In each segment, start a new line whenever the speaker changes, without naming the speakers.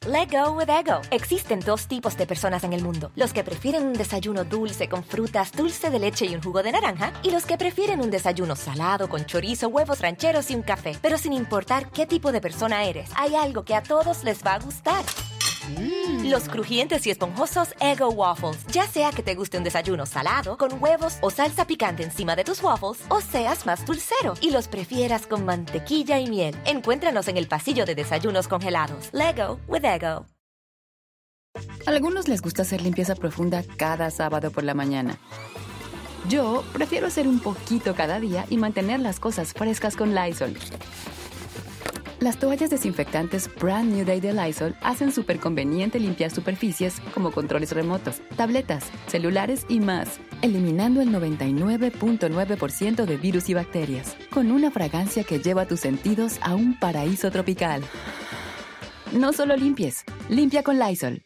Let go with Eggo. Existen dos tipos de personas en el mundo. Los que prefieren un desayuno dulce con frutas, dulce de leche y un jugo de naranja. Y los que prefieren un desayuno salado con chorizo, huevos rancheros y un café. Pero sin importar qué tipo de persona eres, hay algo que a todos les va a gustar. Los crujientes y esponjosos Eggo Waffles. Ya sea que te guste un desayuno salado, con huevos o salsa picante encima de tus waffles, o seas más dulcero y los prefieras con mantequilla y miel. Encuéntranos en el pasillo de desayunos congelados. Let go with Eggo.
A algunos les gusta hacer limpieza profunda cada sábado por la mañana. Yo prefiero hacer un poquito cada día y mantener las cosas frescas con Lysol. Las toallas desinfectantes Brand New Day de Lysol hacen súper conveniente limpiar superficies como controles remotos, tabletas, celulares y más, eliminando el 99.9% de virus y bacterias, con una fragancia que lleva tus sentidos a un paraíso tropical. No solo limpies, limpia con Lysol.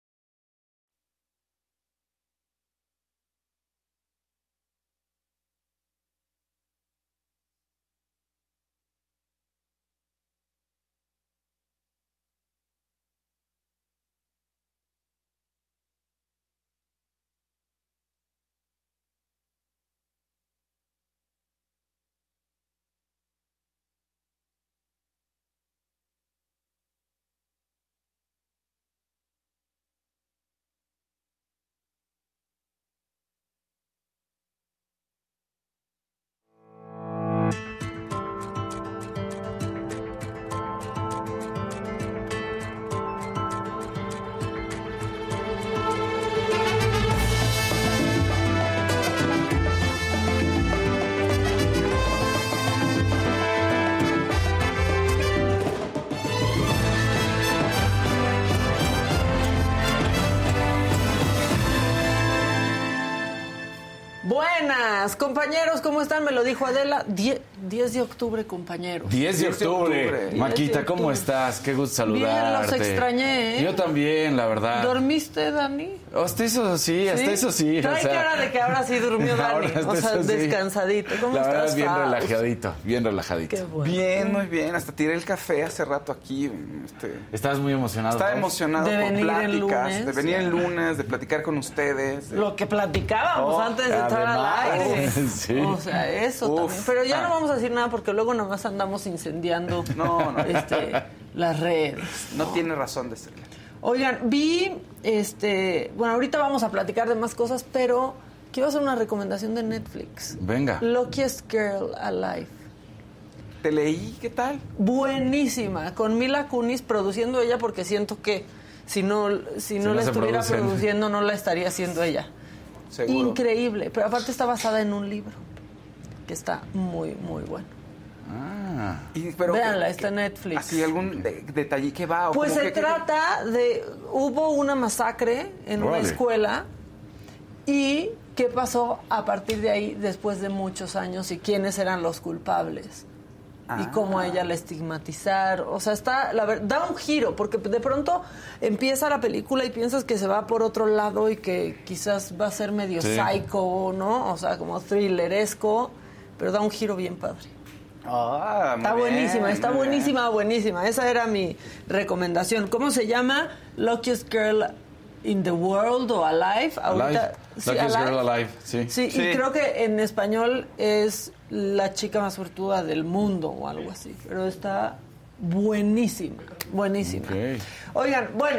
Buenas, compañeros, ¿cómo están? Me lo dijo Adela. 10 de octubre, compañeros.
10 de octubre. Maquita, ¿cómo estás? Qué gusto saludarte.
Bien, los extrañé, ¿eh?
Yo también, la verdad.
¿Dormiste, Dani?
Hasta eso sí.
Trae cara de que ahora sí durmió Dani. O sea, descansadito. ¿Cómo
la
estás,
verdad, bien
Fabs?
relajadito.
Qué bueno.
Bien, muy bien. Hasta tiré el café hace rato aquí.
¿Estabas muy emocionado?
Estaba emocionado
de venir
por
el
pláticas.
lunes.
De venir el lunes, de platicar con ustedes.
Lo que platicábamos antes de entrar al aire.
Sí.
O sea, eso también. Pero ya no vamos a decir nada porque luego nada más andamos incendiando las redes.
No tiene razón de ser.
Oigan, vi, bueno, ahorita vamos a platicar de más cosas, pero quiero hacer una recomendación de Netflix.
Venga.
Luckiest Girl Alive.
Te leí, ¿qué tal?
Buenísima, con Mila Kunis produciendo ella, porque siento que si no la estuviera produciendo no la estaría haciendo ella.
Seguro.
Increíble, pero aparte está basada en un libro que está muy, muy bueno. Véanla, está en Netflix.
¿Así algún detalle que va?
Pues se trata de... Hubo una masacre en una escuela y qué pasó a partir de ahí después de muchos años y quiénes eran los culpables. Y cómo a ella la estigmatizaron. O sea, da un giro, porque de pronto empieza la película y piensas que se va por otro lado y que quizás va a ser medio psycho, ¿no? O sea, como thrilleresco, pero da un giro bien padre. Está buenísima. Esa era mi recomendación. ¿Cómo se llama? Luckiest Girl in the World o Alive. Ahorita,
Luckiest Girl Alive,
sí. Y creo que en español es la chica más suertuda del mundo o algo así. Pero está buenísima. Okay. Oigan, bueno,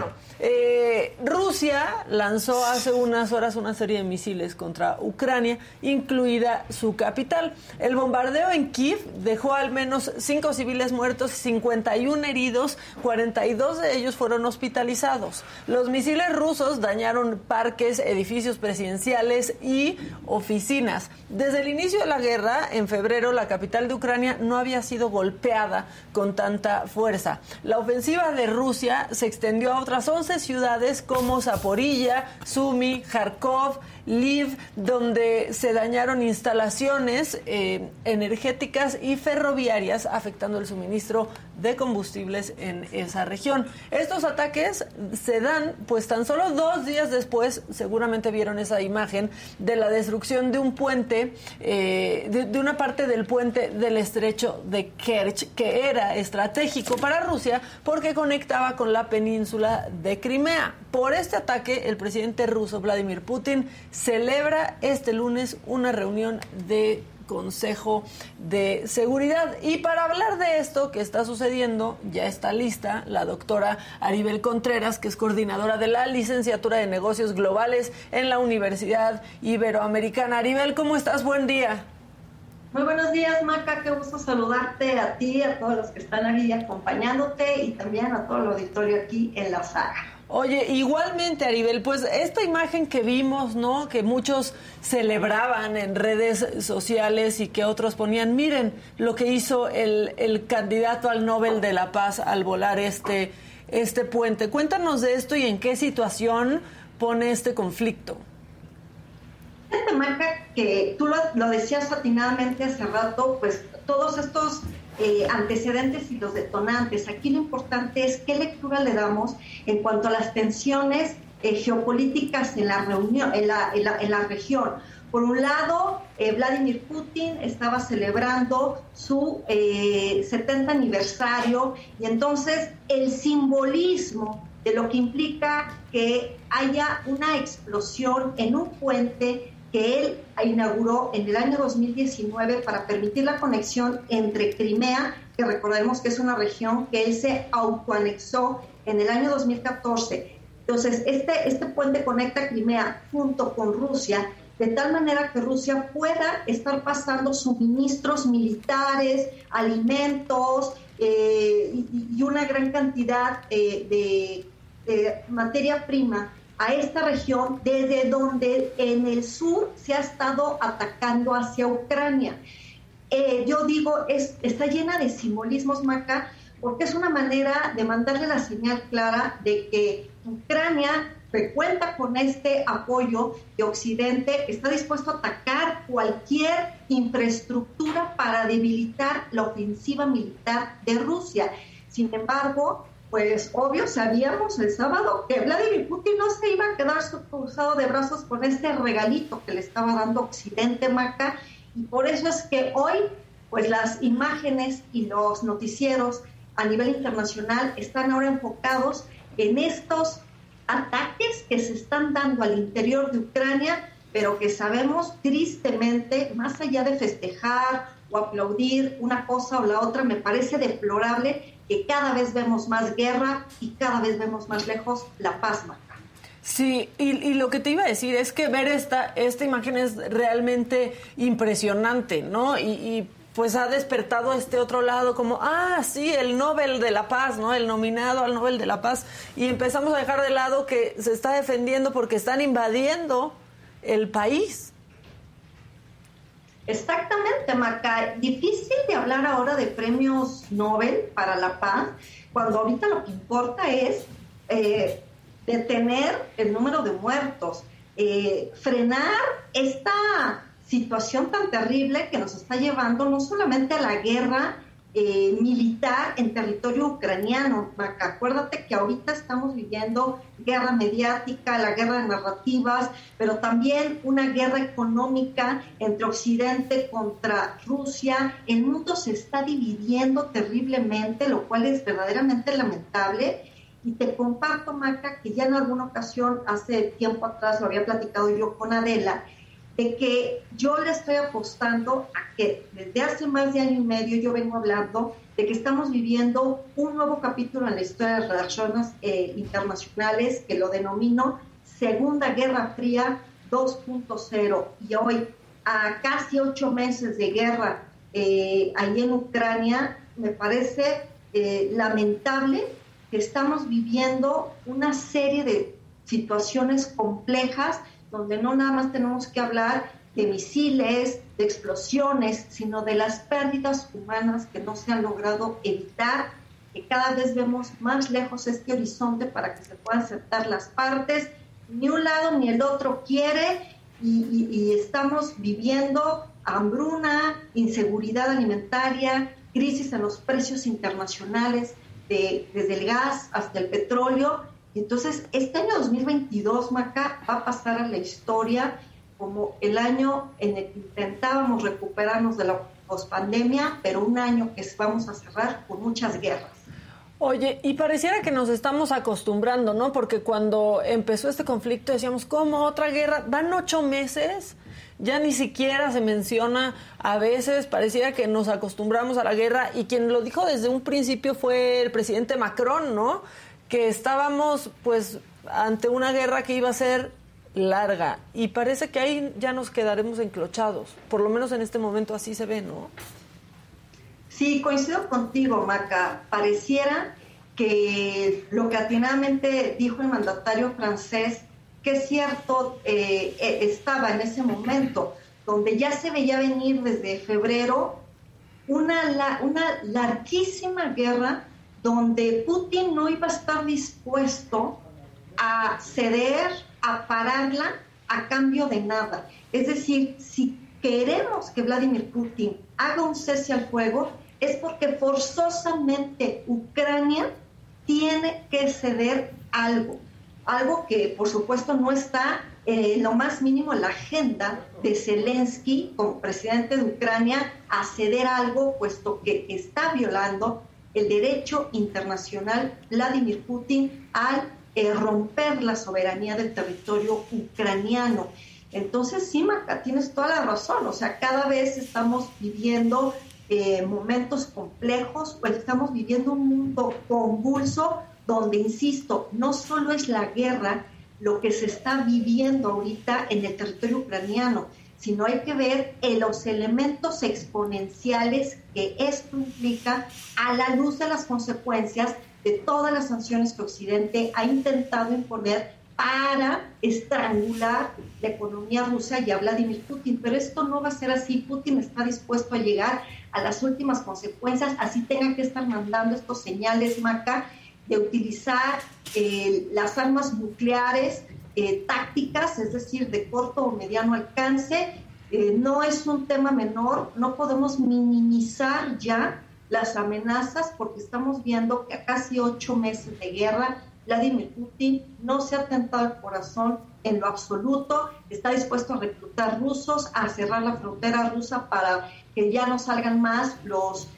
Rusia lanzó hace unas horas una serie de misiles contra Ucrania, incluida su capital. El bombardeo en Kiev dejó al menos 5 civiles muertos, 51 heridos, 42 de ellos fueron hospitalizados. Los misiles rusos dañaron parques, edificios presidenciales y oficinas. Desde el inicio de la guerra, en febrero, la capital de Ucrania no había sido golpeada con tanta fuerza. La ofensiva de Rusia se extendió a otras 11 ciudades como Zaporilla, Sumy, Kharkov, Lviv, donde se dañaron instalaciones energéticas y ferroviarias, afectando el suministro de combustibles en esa región. Estos ataques se dan pues tan solo 2 días después, seguramente vieron esa imagen, de la destrucción de un puente, de una parte del puente del estrecho de Kerch, que era estratégico estratégico para Rusia porque conectaba con la península de Crimea. Por este ataque, el presidente ruso Vladimir Putin celebra este lunes una reunión de Consejo de Seguridad. Y para hablar de esto que está sucediendo, ya está lista la doctora Aribel Contreras, que es coordinadora de la licenciatura de Negocios Globales en la Universidad Iberoamericana. Aribel, ¿cómo estás? Buen día.
Muy buenos días, Maca, qué gusto saludarte a ti, a todos los que están aquí acompañándote y también a todo el auditorio aquí en La Saga.
Oye, igualmente, Aribel, pues esta imagen que vimos, ¿no?, que muchos celebraban en redes sociales y que otros ponían, miren lo que hizo el candidato al Nobel de la Paz al volar este puente. Cuéntanos de esto y en qué situación pone este conflicto.
Maca, que tú lo decías atinadamente hace rato, pues todos estos antecedentes y los detonantes. Aquí lo importante es qué lectura le damos en cuanto a las tensiones geopolíticas en la región. Por un lado, Vladimir Putin estaba celebrando su 70 aniversario y entonces el simbolismo de lo que implica que haya una explosión en un puente que él inauguró en el año 2019 para permitir la conexión entre Crimea, que recordemos que es una región que él se autoanexó en el año 2014. Entonces, este puente conecta Crimea junto con Rusia, de tal manera que Rusia pueda estar pasando suministros militares, alimentos y una gran cantidad de materia prima a esta región, desde donde en el sur se ha estado atacando hacia Ucrania. Yo digo, está llena de simbolismos, Maca, porque es una manera de mandarle la señal clara de que Ucrania cuenta con este apoyo de Occidente, está dispuesto a atacar cualquier infraestructura para debilitar la ofensiva militar de Rusia. Sin embargo, pues obvio, sabíamos el sábado que Vladimir Putin no se iba a quedar cruzado de brazos con este regalito que le estaba dando Occidente, Maca, y por eso es que hoy, pues las imágenes y los noticieros a nivel internacional están ahora enfocados en estos ataques que se están dando al interior de Ucrania, pero que sabemos tristemente, más allá de festejar o aplaudir una cosa o la otra, me parece deplorable que cada vez vemos más guerra y cada vez vemos más lejos la paz, Maca.
Sí, y lo que te iba a decir es que ver esta imagen es realmente impresionante, ¿no? Y pues ha despertado a este otro lado como, sí, el Nobel de la Paz, ¿no? El nominado al Nobel de la Paz. Y empezamos a dejar de lado que se está defendiendo porque están invadiendo el país.
Exactamente, Maca. Difícil de hablar ahora de premios Nobel para la paz, cuando ahorita lo que importa es detener el número de muertos, frenar esta situación tan terrible que nos está llevando no solamente a la guerra militar en territorio ucraniano, Maca. Acuérdate que ahorita estamos viviendo guerra mediática, la guerra de narrativas, pero también una guerra económica entre Occidente contra Rusia. El mundo se está dividiendo terriblemente, lo cual es verdaderamente lamentable. Y te comparto, Maca, que ya en alguna ocasión, hace tiempo atrás, lo había platicado yo con Adela, de que yo le estoy apostando a que desde hace más de año y medio yo vengo hablando de que estamos viviendo un nuevo capítulo en la historia de las relaciones internacionales, que lo denomino Segunda Guerra Fría 2.0. Y hoy, a casi 8 meses de guerra allí en Ucrania, me parece lamentable que estamos viviendo una serie de situaciones complejas donde no nada más tenemos que hablar de misiles, de explosiones, sino de las pérdidas humanas que no se han logrado evitar, que cada vez vemos más lejos este horizonte para que se puedan aceptar las partes. Ni un lado ni el otro quiere y estamos viviendo hambruna, inseguridad alimentaria, crisis en los precios internacionales, desde el gas hasta el petróleo. Entonces, este año 2022, Maca, va a pasar a la historia como el año en el que intentábamos recuperarnos de la pospandemia, pero un año que vamos a cerrar con muchas guerras.
Oye, y pareciera que nos estamos acostumbrando, ¿no? Porque cuando empezó este conflicto decíamos, ¿cómo otra guerra? Van 8 meses, ya ni siquiera se menciona. A veces pareciera que nos acostumbramos a la guerra, y quien lo dijo desde un principio fue el presidente Macron, ¿no? Que estábamos, pues, ante una guerra que iba a ser larga, y parece que ahí ya nos quedaremos enclochados. Por lo menos en este momento así se ve, ¿no?
Sí, coincido contigo, Maca. Pareciera que lo que atinadamente dijo el mandatario francés, que es cierto, estaba en ese momento, donde ya se veía venir desde febrero una larguísima guerra, donde Putin no iba a estar dispuesto a ceder, a pararla a cambio de nada. Es decir, si queremos que Vladimir Putin haga un cese al fuego, es porque forzosamente Ucrania tiene que ceder algo que por supuesto no está lo más mínimo en la agenda de Zelensky como presidente de Ucrania, a ceder algo, puesto que está violando el derecho internacional Vladimir Putin al romper la soberanía del territorio ucraniano. Entonces, sí, Maca, tienes toda la razón. O sea, cada vez estamos viviendo momentos complejos, pues estamos viviendo un mundo convulso donde, insisto, no solo es la guerra lo que se está viviendo ahorita en el territorio ucraniano, sino hay que ver los elementos exponenciales que esto implica a la luz de las consecuencias de todas las sanciones que Occidente ha intentado imponer para estrangular la economía rusa y a Vladimir Putin. Pero esto no va a ser así. Putin está dispuesto a llegar a las últimas consecuencias, así tenga que estar mandando estos señales, Maca, de utilizar las armas nucleares tácticas, es decir, de corto o mediano alcance. No es un tema menor, no podemos minimizar ya las amenazas, porque estamos viendo que a casi 8 meses de guerra, Vladimir Putin no se ha tentado el corazón en lo absoluto, está dispuesto a reclutar rusos, a cerrar la frontera rusa para que ya no salgan más los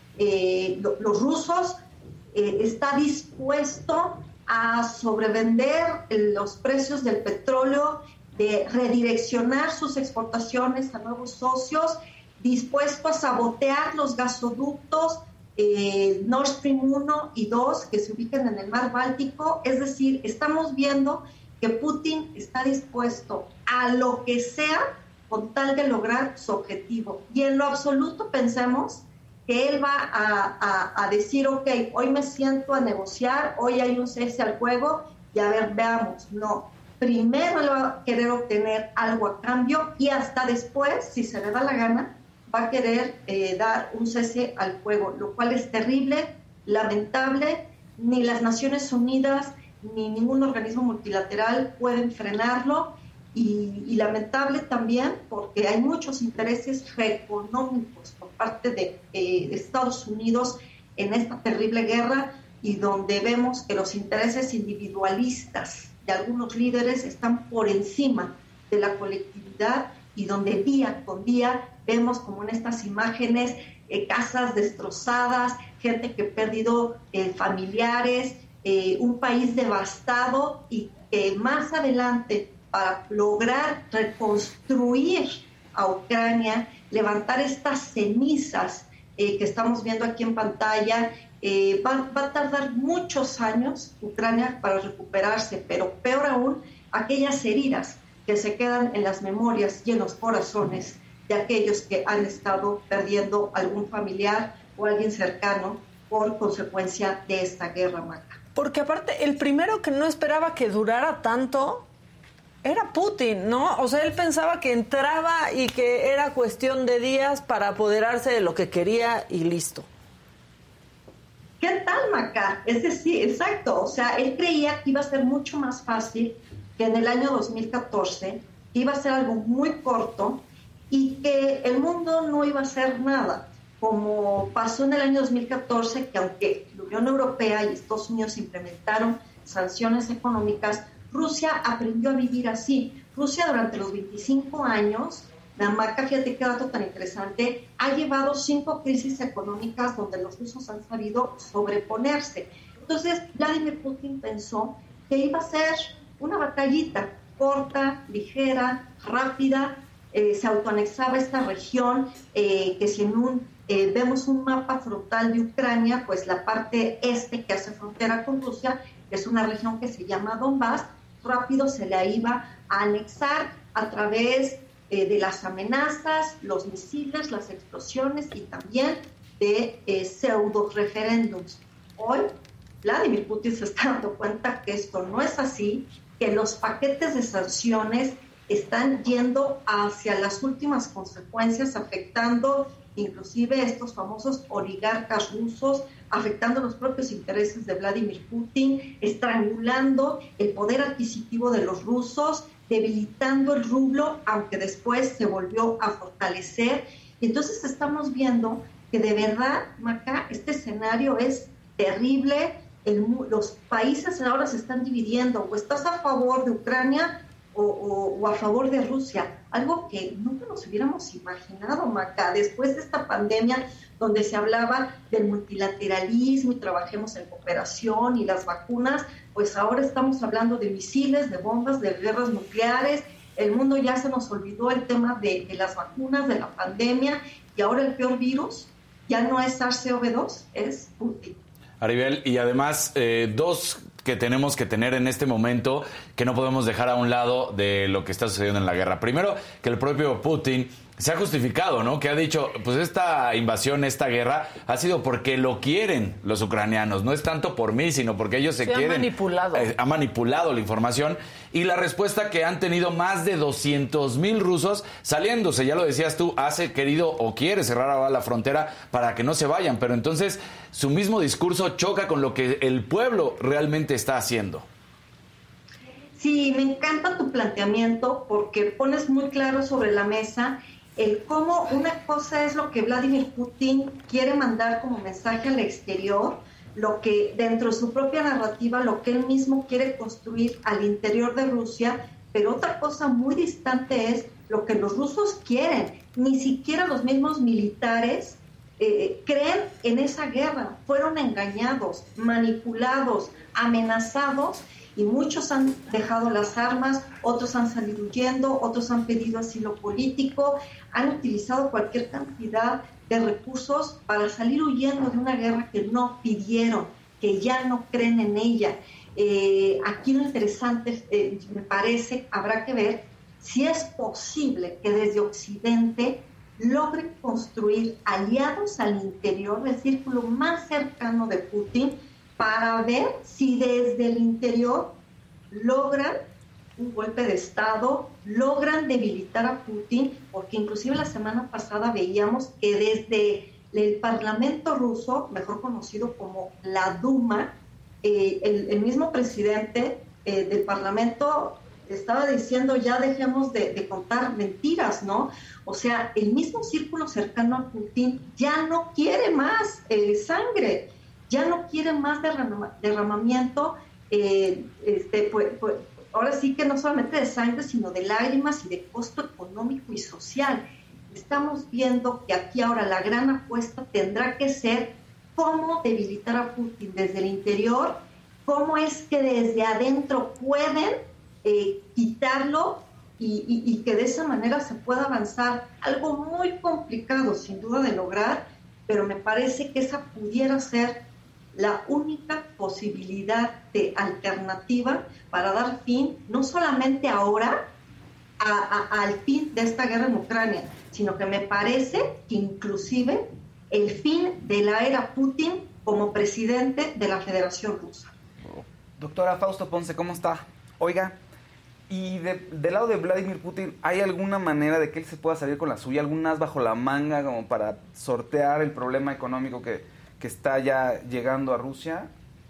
rusos, está dispuesto a sobrevender los precios del petróleo, de redireccionar sus exportaciones a nuevos socios, dispuesto a sabotear los gasoductos Nord Stream 1 y 2 que se ubican en el mar Báltico. Es decir, estamos viendo que Putin está dispuesto a lo que sea con tal de lograr su objetivo. Y en lo absoluto pensemos que él va a decir, ok, hoy me siento a negociar, hoy hay un cese al fuego, y a ver, veamos. No, primero él va a querer obtener algo a cambio, y hasta después, si se le da la gana, va a querer dar un cese al fuego, lo cual es terrible, lamentable. Ni las Naciones Unidas ni ningún organismo multilateral pueden frenarlo, y lamentable también porque hay muchos intereses económicos por parte de Estados Unidos en esta terrible guerra, y donde vemos que los intereses individualistas de algunos líderes están por encima de la colectividad, y donde día con día vemos como en estas imágenes casas destrozadas, gente que ha perdido familiares, un país devastado, y que más adelante, para lograr reconstruir a Ucrania, levantar estas cenizas que estamos viendo aquí en pantalla, va a tardar muchos años Ucrania para recuperarse, pero peor aún, aquellas heridas que se quedan en las memorias y en los corazones de aquellos que han estado perdiendo algún familiar o alguien cercano por consecuencia de esta guerra, Maca.
Porque aparte, el primero que no esperaba que durara tanto era Putin, ¿no? O sea, él pensaba que entraba y que era cuestión de días para apoderarse de lo que quería y listo.
¿Qué tal, Maca? Es decir, exacto, o sea, él creía que iba a ser mucho más fácil que en el año 2014, que iba a ser algo muy corto y que el mundo no iba a hacer nada, como pasó en el año 2014, que aunque la Unión Europea y Estados Unidos implementaron sanciones económicas, Rusia aprendió a vivir así. Rusia durante los 25 años Maca, fíjate qué dato tan interesante, ha llevado 5 crisis económicas donde los rusos han sabido sobreponerse. Entonces, Vladimir Putin pensó que iba a ser una batallita corta, ligera, rápida, se autoanexaba esta región, que si vemos un mapa frontal de Ucrania, pues la parte este que hace frontera con Rusia, que es una región que se llama Donbass, rápido se la iba a anexar a través de las amenazas, los misiles, las explosiones y también de pseudo referéndums. Hoy Vladimir Putin se está dando cuenta que esto no es así, que los paquetes de sanciones están yendo hacia las últimas consecuencias, afectando inclusive estos famosos oligarcas rusos, afectando los propios intereses de Vladimir Putin, estrangulando el poder adquisitivo de los rusos, debilitando el rublo, aunque después se volvió a fortalecer. Y entonces estamos viendo que de verdad, Maca, este escenario es terrible. Los países ahora se están dividiendo, o estás a favor de Ucrania o a favor de Rusia, algo que nunca nos hubiéramos imaginado, Maca, después de esta pandemia donde se hablaba del multilateralismo y trabajemos en cooperación y las vacunas, pues ahora estamos hablando de misiles, de bombas, de guerras nucleares. El mundo ya se nos olvidó el tema de las vacunas, de la pandemia, y ahora el peor virus ya no es SARS-CoV-2, es Putin.
Aribel, y además, dos que tenemos que tener en este momento que no podemos dejar a un lado de lo que está sucediendo en la guerra. Primero, que el propio Putin se ha justificado, ¿no? Que ha dicho, pues esta invasión, esta guerra ha sido porque lo quieren los ucranianos. No es tanto por mí, sino porque ellos se quieren. Ha manipulado la información. Y la respuesta que han tenido más de 200,000 rusos saliéndose. Ya lo decías tú, hace querido o quiere cerrar ahora la frontera para que no se vayan. Pero entonces su mismo discurso choca con lo que el pueblo realmente está haciendo.
Sí, me encanta tu planteamiento porque pones muy claro sobre la mesa el cómo una cosa es lo que Vladimir Putin quiere mandar como mensaje al exterior, lo que dentro de su propia narrativa, lo que él mismo quiere construir al interior de Rusia, pero otra cosa muy distante es lo que los rusos quieren. Ni siquiera los mismos militares creen en esa guerra, fueron engañados, manipulados, amenazados, y muchos han dejado las armas, otros han salido huyendo, otros han pedido asilo político, han utilizado cualquier cantidad de recursos para salir huyendo de una guerra que no pidieron, que ya no creen en ella. Aquí lo interesante, me parece, habrá que ver si es posible que desde Occidente logren construir aliados al interior del círculo más cercano de Putin, para ver si desde el interior logran un golpe de Estado, logran debilitar a Putin, porque inclusive la semana pasada veíamos que desde el Parlamento ruso, mejor conocido como la Duma, el mismo presidente del Parlamento estaba diciendo ya dejemos de contar mentiras, ¿no? O sea, el mismo círculo cercano a Putin ya no quiere más sangre, ya no quieren más derramamiento, ahora sí que no solamente de sangre, sino de lágrimas y de costo económico y social. Estamos viendo que aquí ahora la gran apuesta tendrá que ser cómo debilitar a Putin desde el interior, cómo es que desde adentro pueden quitarlo y que de esa manera se pueda avanzar. Algo muy complicado, sin duda, de lograr, pero me parece que esa pudiera ser la única posibilidad de alternativa para dar fin, no solamente ahora, al fin de esta guerra en Ucrania, sino que me parece que inclusive el fin de la era Putin como presidente de la Federación Rusa.
Doctora Fausto Ponce, ¿cómo está? Oiga, y del lado de Vladimir Putin, ¿hay alguna manera de que él se pueda salir con la suya, algún as bajo la manga como para sortear el problema económico que está ya llegando a Rusia?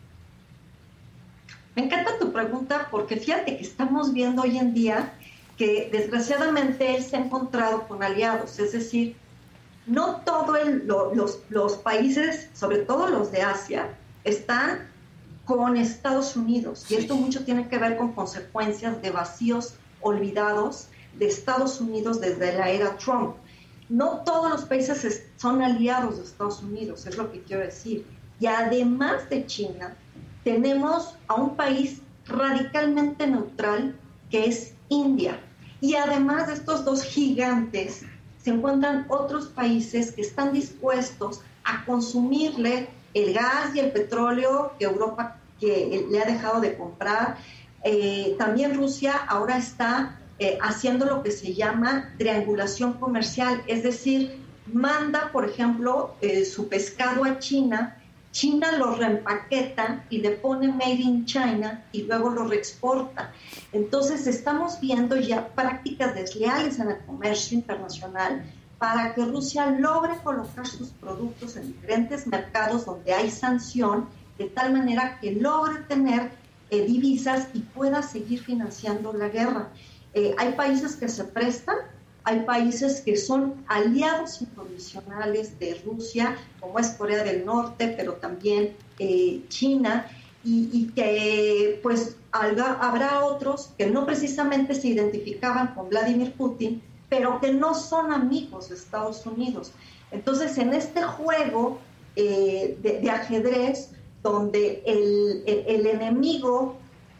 Me encanta tu pregunta porque fíjate que estamos viendo hoy en día que desgraciadamente él se ha encontrado con aliados, es decir, no todos los países, sobre todo los de Asia, están con Estados Unidos, y esto mucho tiene que ver con consecuencias de vacíos olvidados, de Estados Unidos desde la era Trump. No todos los países son aliados de Estados Unidos, es lo que quiero decir. Y además de China, tenemos a un país radicalmente neutral que es India. Y además de estos dos gigantes, se encuentran otros países que están dispuestos a consumirle el gas y el petróleo que Europa le ha dejado de comprar. También Rusia ahora está haciendo lo que se llama triangulación comercial, es decir, manda, por ejemplo, su pescado a China, China lo reempaqueta y le pone Made in China y luego lo reexporta. Entonces estamos viendo ya prácticas desleales en el comercio internacional para que Rusia logre colocar sus productos en diferentes mercados donde hay sanción, de tal manera que logre tener divisas y pueda seguir financiando la guerra. Hay países que se prestan, hay países que son aliados incondicionales de Rusia, como es Corea del Norte, pero también China, y que pues habrá otros que no precisamente se identificaban con Vladimir Putin, pero que no son amigos de Estados Unidos. Entonces, en este juego de ajedrez, donde el enemigo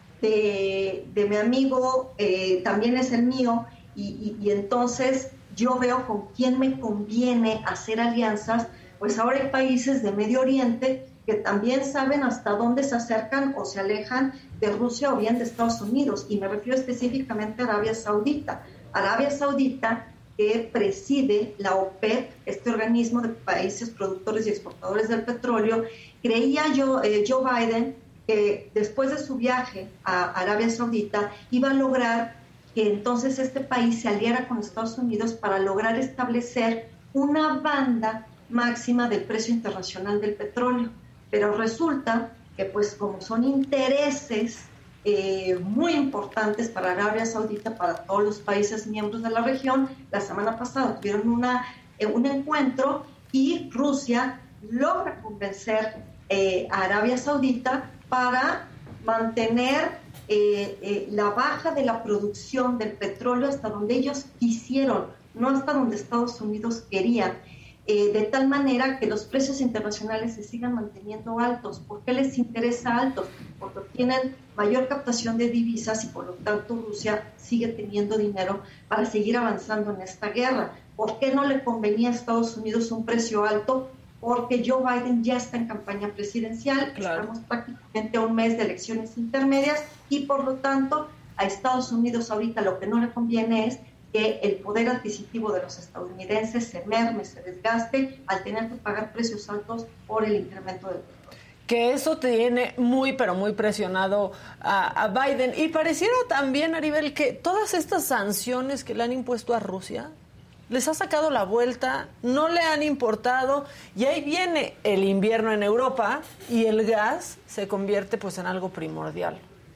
de mi amigo también es el mío, y entonces yo veo con quién me conviene hacer alianzas, pues ahora hay países de Medio Oriente que también saben hasta dónde se acercan o se alejan de Rusia o bien de Estados Unidos, y me refiero específicamente a Arabia Saudita. Arabia Saudita, que preside la OPEP, este organismo de países productores y exportadores del petróleo, creía Joe Biden que después de su viaje a Arabia Saudita iba a lograr que entonces este país se aliara con Estados Unidos para lograr establecer una banda máxima del precio internacional del petróleo. Pero resulta que, pues, como son intereses muy importantes para Arabia Saudita, para todos los países miembros de la región, la semana pasada tuvieron un encuentro y Rusia logra convencer a Arabia Saudita para mantener la baja de la producción del petróleo hasta donde ellos quisieron, no hasta donde Estados Unidos quería, de tal manera que los precios internacionales se sigan manteniendo altos. ¿Por qué les interesa altos? Porque tienen mayor captación de divisas y por lo tanto Rusia sigue teniendo dinero para seguir avanzando en esta guerra. ¿Por qué no le convenía a Estados Unidos un precio alto? Porque Joe Biden ya está en campaña presidencial, claro. Estamos prácticamente a un mes de elecciones intermedias y por lo tanto a Estados Unidos ahorita lo que no le conviene es que el poder adquisitivo de los estadounidenses se merme, se desgaste al tener que pagar precios altos por el incremento del petróleo.
Que eso tiene muy, pero muy presionado a Biden. Y pareciera también, Aribel, que todas estas sanciones que le han impuesto a Rusia les ha sacado la vuelta, no le han importado, y ahí viene el invierno en Europa y el gas se convierte pues en algo primordial.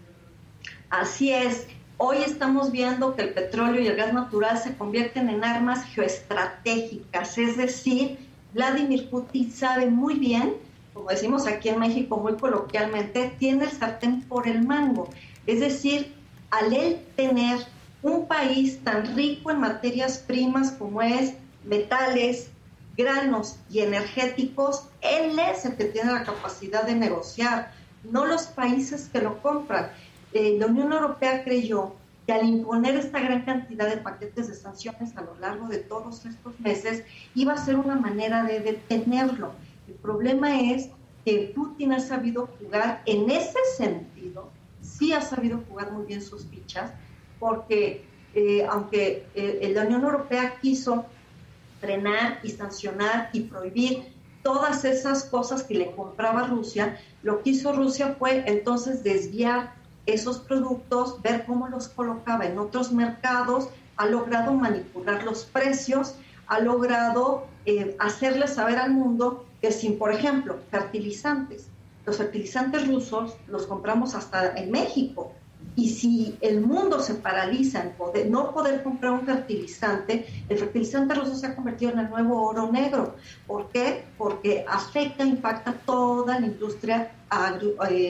Así es. Hoy estamos viendo que el petróleo y el gas natural se convierten en armas geoestratégicas, es decir, Vladimir Putin sabe muy bien, como decimos aquí en México muy coloquialmente, tiene el sartén por el mango. Es decir, al él tener un país tan rico en materias primas como es metales, granos y energéticos, él es el que tiene la capacidad de negociar, no los países que lo compran. La Unión Europea creyó que al imponer esta gran cantidad de paquetes de sanciones a lo largo de todos estos meses iba a ser una manera de detenerlo. El problema es que Putin ha sabido jugar en ese sentido, sí ha sabido jugar muy bien sus fichas, porque aunque la Unión Europea quiso frenar y sancionar y prohibir todas esas cosas que le compraba Rusia, lo que hizo Rusia fue entonces desviar esos productos, ver cómo los colocaba en otros mercados, ha logrado manipular los precios, ha logrado hacerle saber al mundo que sin, por ejemplo, fertilizantes, los fertilizantes rusos los compramos hasta en México, y si el mundo se paraliza en no poder comprar un fertilizante, el fertilizante ruso se ha convertido en el nuevo oro negro. ¿Por qué? Porque afecta, impacta toda la industria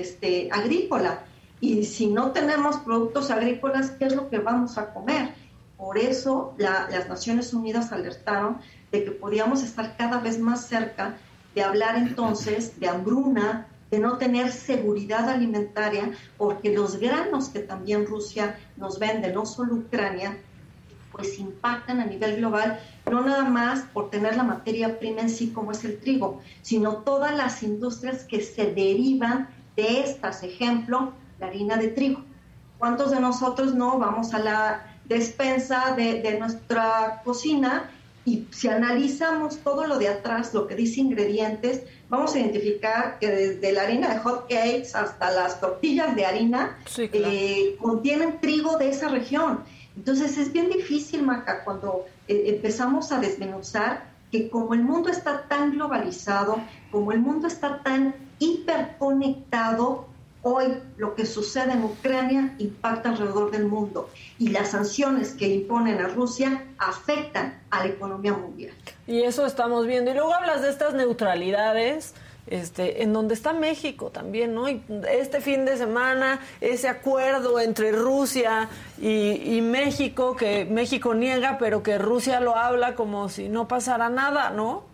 agrícola. Y si no tenemos productos agrícolas, ¿qué es lo que vamos a comer? Por eso las Naciones Unidas alertaron de que podíamos estar cada vez más cerca de hablar entonces de hambruna, de no tener seguridad alimentaria, porque los granos que también Rusia nos vende, no solo Ucrania, pues impactan a nivel global, no nada más por tener la materia prima en sí como es el trigo, sino todas las industrias que se derivan de estas. Ejemplo, la harina de trigo. ¿Cuántos de nosotros no vamos a la despensa de nuestra cocina y si analizamos todo lo de atrás, lo que dice ingredientes, vamos a identificar que desde la harina de hot cakes hasta las tortillas de harina, sí, claro, contienen trigo de esa región? Entonces es bien difícil, Maca, cuando empezamos a desmenuzar que como el mundo está tan globalizado, como el mundo está tan hiperconectado, hoy lo que sucede en Ucrania impacta alrededor del mundo y las sanciones que imponen a Rusia afectan a la economía mundial.
Y eso estamos viendo. Y luego hablas de estas neutralidades, en donde está México también, ¿no? Y este fin de semana, ese acuerdo entre Rusia y México, que México niega, pero que Rusia lo habla como si no pasara nada, ¿no?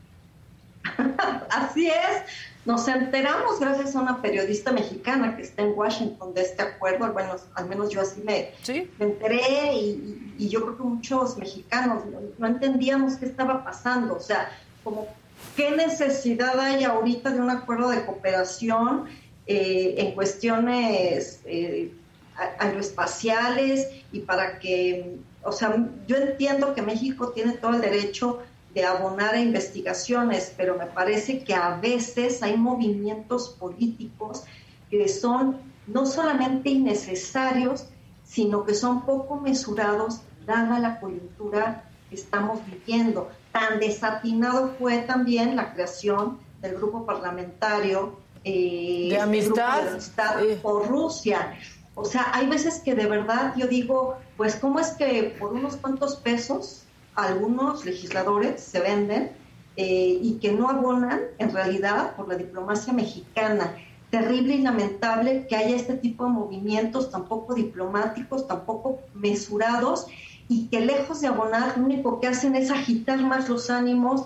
Así es. Nos enteramos gracias a una periodista mexicana que está en Washington de este acuerdo. Bueno, al menos yo así me enteré y yo creo que muchos mexicanos no entendíamos qué estaba pasando. O sea, como qué necesidad hay ahorita de un acuerdo de cooperación en cuestiones aeroespaciales y para que, o sea, yo entiendo que México tiene todo el derecho de abonar a investigaciones, pero me parece que a veces hay movimientos políticos que son no solamente innecesarios, sino que son poco mesurados dada la coyuntura que estamos viviendo. Tan desatinado fue también la creación del grupo parlamentario
de amistad
por Rusia. O sea, hay veces que de verdad yo digo, pues ¿cómo es que por unos cuantos pesos algunos legisladores se venden y que no abonan en realidad por la diplomacia mexicana? Terrible y lamentable que haya este tipo de movimientos tan poco diplomáticos, tan poco mesurados y que lejos de abonar lo único que hacen es agitar más los ánimos.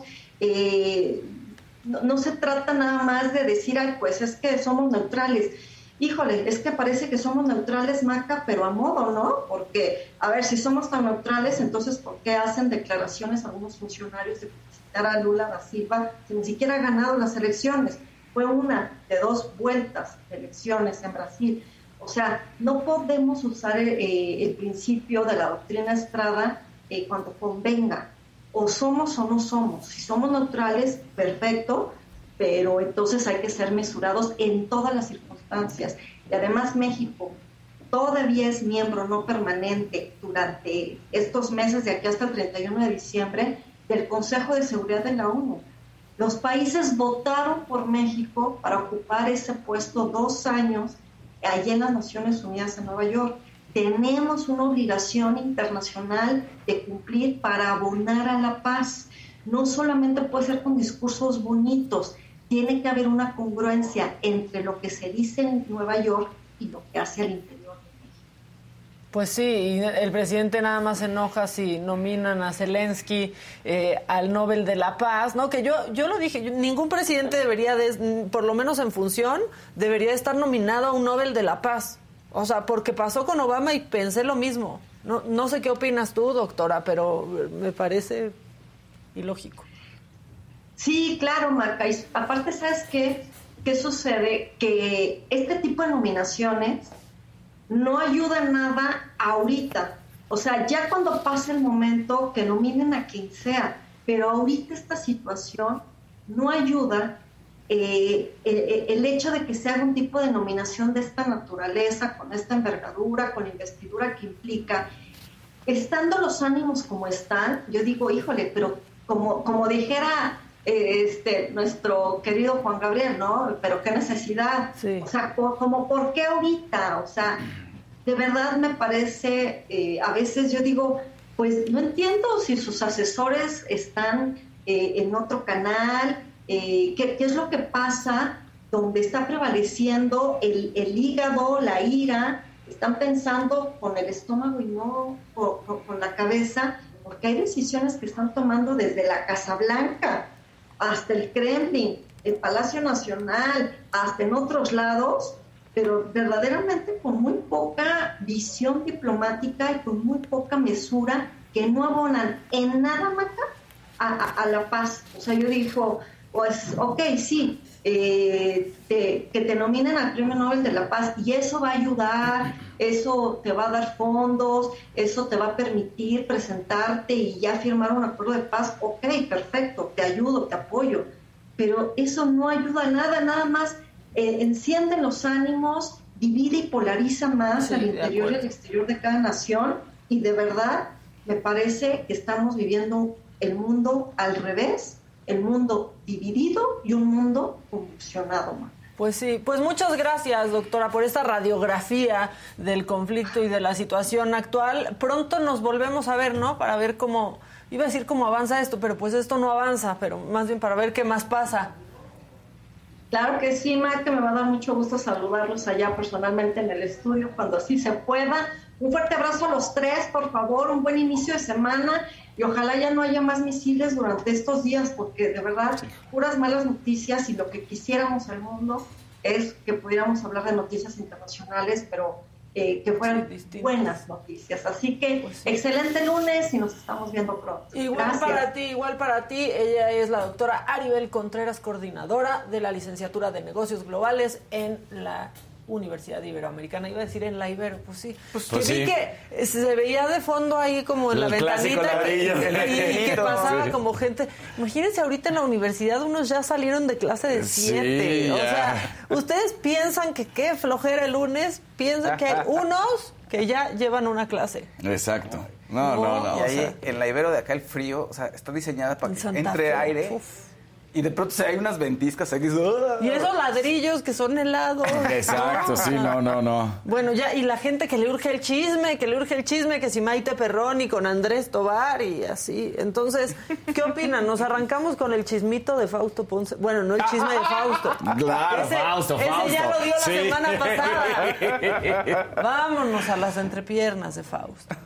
No se trata nada más de decir, ay, pues es que somos neutrales. Híjole, es que parece que somos neutrales, Maca, pero a modo, ¿no? Porque, a ver, si somos tan neutrales, entonces, ¿por qué hacen declaraciones algunos funcionarios de felicitar a Lula da Silva si ni siquiera ha ganado las elecciones? Fue una de 2 vueltas de elecciones en Brasil. O sea, no podemos usar el principio de la doctrina Estrada cuando convenga. O somos o no somos. Si somos neutrales, perfecto, pero entonces hay que ser mesurados en todas las circunstancias. Y además México todavía es miembro no permanente durante estos meses de aquí hasta el 31 de diciembre del Consejo de Seguridad de la ONU. Los países votaron por México para ocupar ese puesto 2 años allí en las Naciones Unidas en Nueva York. Tenemos una obligación internacional de cumplir para abonar a la paz. No solamente puede ser con discursos bonitos, tiene que haber una congruencia entre lo que se dice en Nueva York y lo que hace al interior de México.
Pues sí, y el presidente nada más se enoja si nominan a Zelensky al Nobel de la Paz, ¿no? Que yo lo dije, ningún presidente debería, por lo menos en función, debería estar nominado a un Nobel de la Paz. O sea, porque pasó con Obama y pensé lo mismo. No sé qué opinas tú, doctora, pero me parece ilógico.
Sí, claro, Marca. Y aparte, ¿sabes qué sucede? Que este tipo de nominaciones no ayuda nada ahorita. O sea, ya cuando pase el momento que nominen a quien sea, pero ahorita esta situación no ayuda. El hecho de que se haga un tipo de nominación de esta naturaleza, con esta envergadura, con la investidura que implica, estando los ánimos como están, yo digo, híjole, pero como dijera nuestro querido Juan Gabriel, ¿no? Pero qué necesidad. Sí. O sea, como ¿por qué ahorita? O sea, de verdad me parece, a veces yo digo, pues no entiendo si sus asesores están en otro canal, ¿qué es lo que pasa donde está prevaleciendo el hígado, la ira están pensando con el estómago y no con la cabeza, porque hay decisiones que están tomando desde la Casa Blanca hasta el Kremlin, el Palacio Nacional, hasta en otros lados, pero verdaderamente con muy poca visión diplomática y con muy poca mesura, que no abonan en nada, Maca, a la paz. O sea, yo digo, pues, ok, sí, que te nominen al Premio Nobel de la Paz, y eso va a ayudar, eso te va a dar fondos, eso te va a permitir presentarte y ya firmar un acuerdo de paz. Ok, perfecto, te ayudo, te apoyo, pero eso no ayuda a nada más enciende los ánimos, divide y polariza más al interior y al exterior de cada nación, y de verdad me parece que estamos viviendo el mundo al revés, el mundo dividido y un mundo convulsionado.
Pues sí, pues muchas gracias, doctora, por esta radiografía del conflicto y de la situación actual. Pronto nos volvemos a ver, ¿no? Para ver cómo, iba a decir cómo avanza esto, pero pues esto no avanza, pero más bien para ver qué más pasa.
Claro que sí, Mac, que me va a dar mucho gusto saludarlos allá personalmente en el estudio cuando así se pueda. Un fuerte abrazo a los tres, por favor, un buen inicio de semana, y ojalá ya no haya más misiles durante estos días, porque de verdad, puras malas noticias, y lo que quisiéramos al mundo es que pudiéramos hablar de noticias internacionales, pero que fueran buenas noticias. Así que pues excelente lunes y nos estamos viendo pronto.
Igual para ti. Ella es la doctora Aribel Contreras, coordinadora de la licenciatura de Negocios Globales en la Universidad Iberoamericana. Iba a decir en la Ibero, pues sí. Pues vi que se veía de fondo ahí como en la ventanita y que pasaba como gente. Imagínense, ahorita en la universidad unos ya salieron de clase de 7. O sea, ustedes piensan que qué flojera el lunes, piensan que hay unos que ya llevan una clase.
Exacto.
Y ahí en la Ibero de acá el frío, o sea, está diseñada para que entre aire. Y de pronto hay unas ventiscas aquí.
Y esos ladrillos que son helados.
Exacto, sí, no.
Bueno, ya, y la gente que le urge el chisme, que si Maite Perroni con Andrés Tobar y así. Entonces, ¿qué opinan? ¿Nos arrancamos con el chismito de Fausto Ponce? Bueno, no el chisme de Fausto.
Claro, Fausto.
Ese ya lo dio la semana pasada. Vámonos a las entrepiernas de Fausto.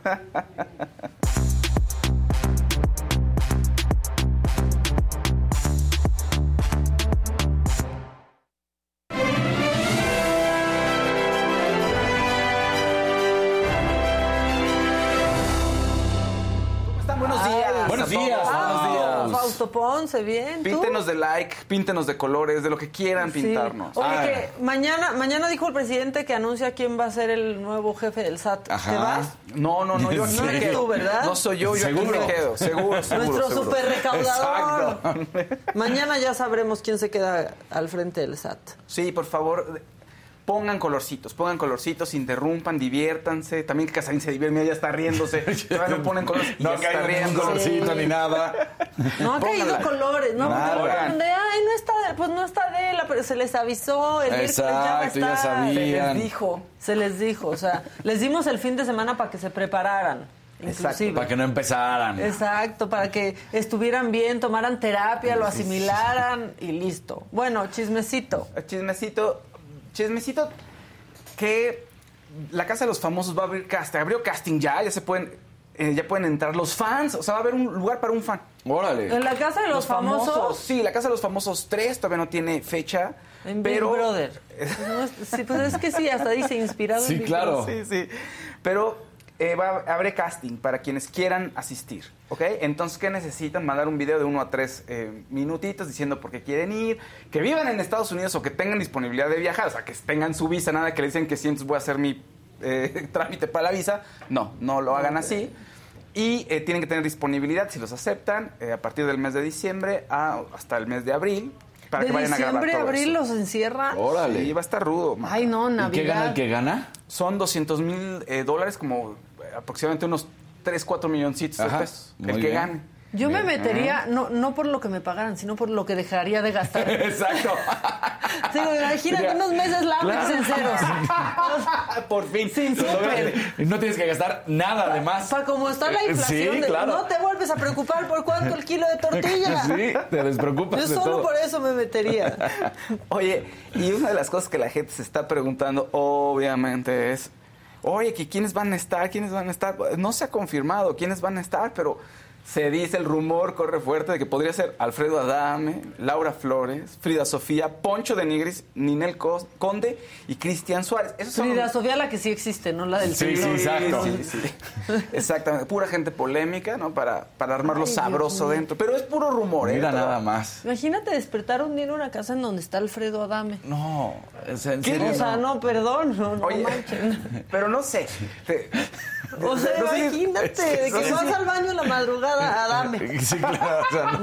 Buenos días.
Fausto Ponce, bien.
Píntenos de like, píntenos de colores, de lo que quieran pintarnos.
Oye, que mañana dijo el presidente que anuncia quién va a ser el nuevo jefe del SAT.
Ajá.
¿Te vas?
No, yo aquí me quedo.
Tú, ¿verdad?
No soy yo aquí me quedo. Seguro.
Nuestro super recaudador.
Exacto.
Mañana ya sabremos quién se queda al frente del SAT.
Sí, por favor, pongan colorcitos, interrumpan, diviértanse. También que Casarín se divierte, mira, ya está riéndose. Todavía no ponen colores y
no
ya está riendo.
Un colorcito ni nada.
No ha caído colores, ¿no?
Nada.
No está de él, pero se les avisó, el miércoles ya va a estar.
Ya sabían.
Se les dijo, o sea, les dimos el fin de semana para que se prepararan. Inclusive.
Para que no empezaran.
Exacto, para que estuvieran bien, tomaran terapia, lo asimilaran y listo. Bueno, chismecito que la Casa de los Famosos va a abrir casting. Abrió casting ya pueden entrar los fans. O sea, va a haber un lugar para un fan.
Órale.
¿En la Casa de los Famosos?
Sí, la Casa de los Famosos 3 todavía no tiene fecha.
En Big Brother. Pues es que sí, hasta dice inspirado en Big
claro.
Brother.
Sí. Pero abre casting para quienes quieran asistir, ¿ok? Entonces, ¿qué necesitan? Mandar un video de 1 a 3 minutitos diciendo por qué quieren ir, que vivan en Estados Unidos o que tengan disponibilidad de viajar, o sea, que tengan su visa, nada que le dicen que sí, entonces voy a hacer mi trámite para la visa. No lo hagan así. Y tienen que tener disponibilidad, si los aceptan, a partir del mes de diciembre hasta el mes de abril. Para que vayan a grabar todo
diciembre, abril
eso.
los encierra.
Órale.
Sí, va a estar rudo.
Ay, no, Navidad.
¿Y qué gana el que gana?
Son $200,000, como aproximadamente unos 3-4 milloncitos de pesos. El que gane.
Yo me metería, no por lo que me pagaran, sino por lo que dejaría de gastar.
Exacto.
Sí, imagínate unos meses largos en ceros.
Por fin.
Sin súper.
No tienes que gastar nada de más.
Para como está la inflación,
Sí, claro.
no te vuelves a preocupar por cuánto el kilo de tortilla.
Sí, te despreocupas
Yo
de
solo
todo.
por eso me metería.
Oye, y una de las cosas que la gente se está preguntando, obviamente, es oye, que quiénes van a estar. No se ha confirmado quiénes van a estar, pero se dice, el rumor corre fuerte de que podría ser Alfredo Adame, Laura Flores, Frida Sofía, Poncho de Nigris, Ninel Conde y Cristian Suárez.
Frida Sofía, la que sí existe, no la del siglo.
Sí, exacto.
Sí. Exactamente, pura gente polémica, ¿no? Para armarlo sabroso dentro. Pero es puro rumor,
Mira nada más.
Imagínate despertar un día en una casa en donde está Alfredo Adame.
No, ¿en serio?
O sea, no, perdón, no
Oye,
manchen.
pero no sé.
O sea,
no sé,
imagínate, de que vas al baño en la madrugada, Adame.
Sí, claro, o sea,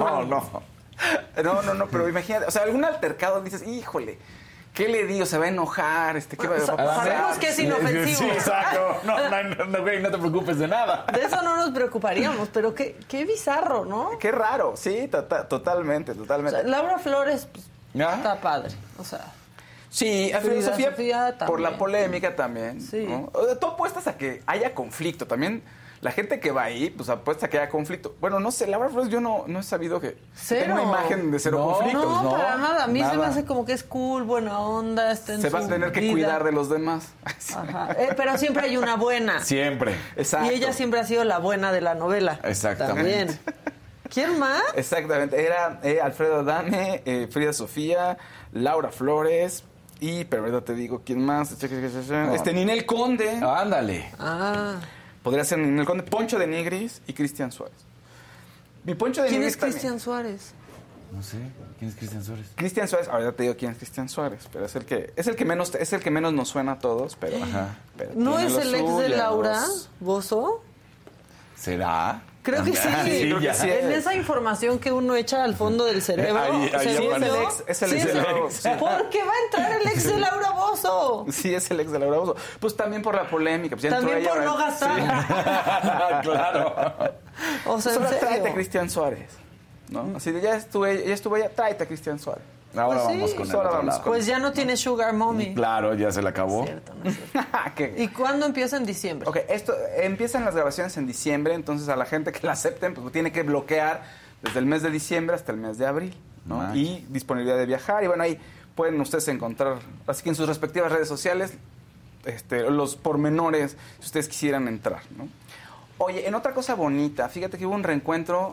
No, pero imagínate, o sea, algún altercado dices, híjole, ¿qué le digo? ¿Se va a enojar? ¿Qué va a pasar?
Sabemos que es inofensivo.
Sí, exacto. No, güey, no te preocupes de nada.
De eso no nos preocuparíamos, pero qué bizarro, ¿no?
Qué raro, sí, totalmente.
O sea, Laura Flores, pues, está padre, o sea...
Sí,
Frida
Sofía
Sofía
por la
también.
polémica también.
Sí.
¿No? Tú apuestas a que haya conflicto. También la gente que va ahí, pues apuesta a que haya conflicto. Bueno, no sé, Laura Flores yo no he sabido que tenga una imagen de cero conflictos.
No, para nada. A mí se me
Nada.
hace como que es cool, buena onda, está en
Se
su
va a tener que
vida.
cuidar de los demás.
Ajá. Pero siempre hay una buena.
Siempre.
Exacto.
Y ella siempre ha sido la buena de la novela.
Exactamente.
También. ¿Quién más?
Exactamente. Era Alfredo Adame, Frida Sofía, Laura Flores y, pero ahorita te digo, ¿quién más? Ninel Conde.
Ándale.
Podría ser Ninel Conde, Poncho de Nigris y Cristian Suárez. Mi Poncho de
¿Quién
Nigris
es Cristian Suárez?
No sé, ¿quién es Cristian Suárez?
Cristian Suárez, ahorita te digo quién es Cristian Suárez, pero es el que menos nos suena a todos, pero, pero
¿No
tiene
es
lo
el ex de
suyo.
Laura Bozzo?
¿Será?
Creo que sí.
creo que sí.
En esa información que uno echa al fondo del cerebro.
Ahí
según
aparece.
yo,
Es el ex de Laura Bozzo.
¿Por qué va a entrar el ex de Laura Bozzo?
Sí, es el ex de Laura Bozzo. Pues también por la polémica. Pues ya
También
entró
por
ella,
no
¿verdad?
gastar.
Claro.
O sea,
Solo
en
tráete a
serio.
Cristian Suárez, ¿no? Así de, ya estuvo allá, tráete a Cristian Suárez.
Ahora
Pues sí.
vamos con el
Ahora
otro
vamos
lado.
con-
Pues ya no tiene Sugar Mommy.
Claro, ya se le acabó.
Cierto, no es cierto.
¿Qué?
¿Y cuándo empieza? En diciembre.
Ok, esto empiezan las grabaciones en diciembre, entonces a la gente que la acepten, pues tiene que bloquear desde el mes de diciembre hasta el mes de abril, ¿no?
Max.
Y disponibilidad de viajar, y bueno, ahí pueden ustedes encontrar, así que en sus respectivas redes sociales, los pormenores, si ustedes quisieran entrar, ¿no? Oye, en otra cosa bonita, fíjate que hubo un reencuentro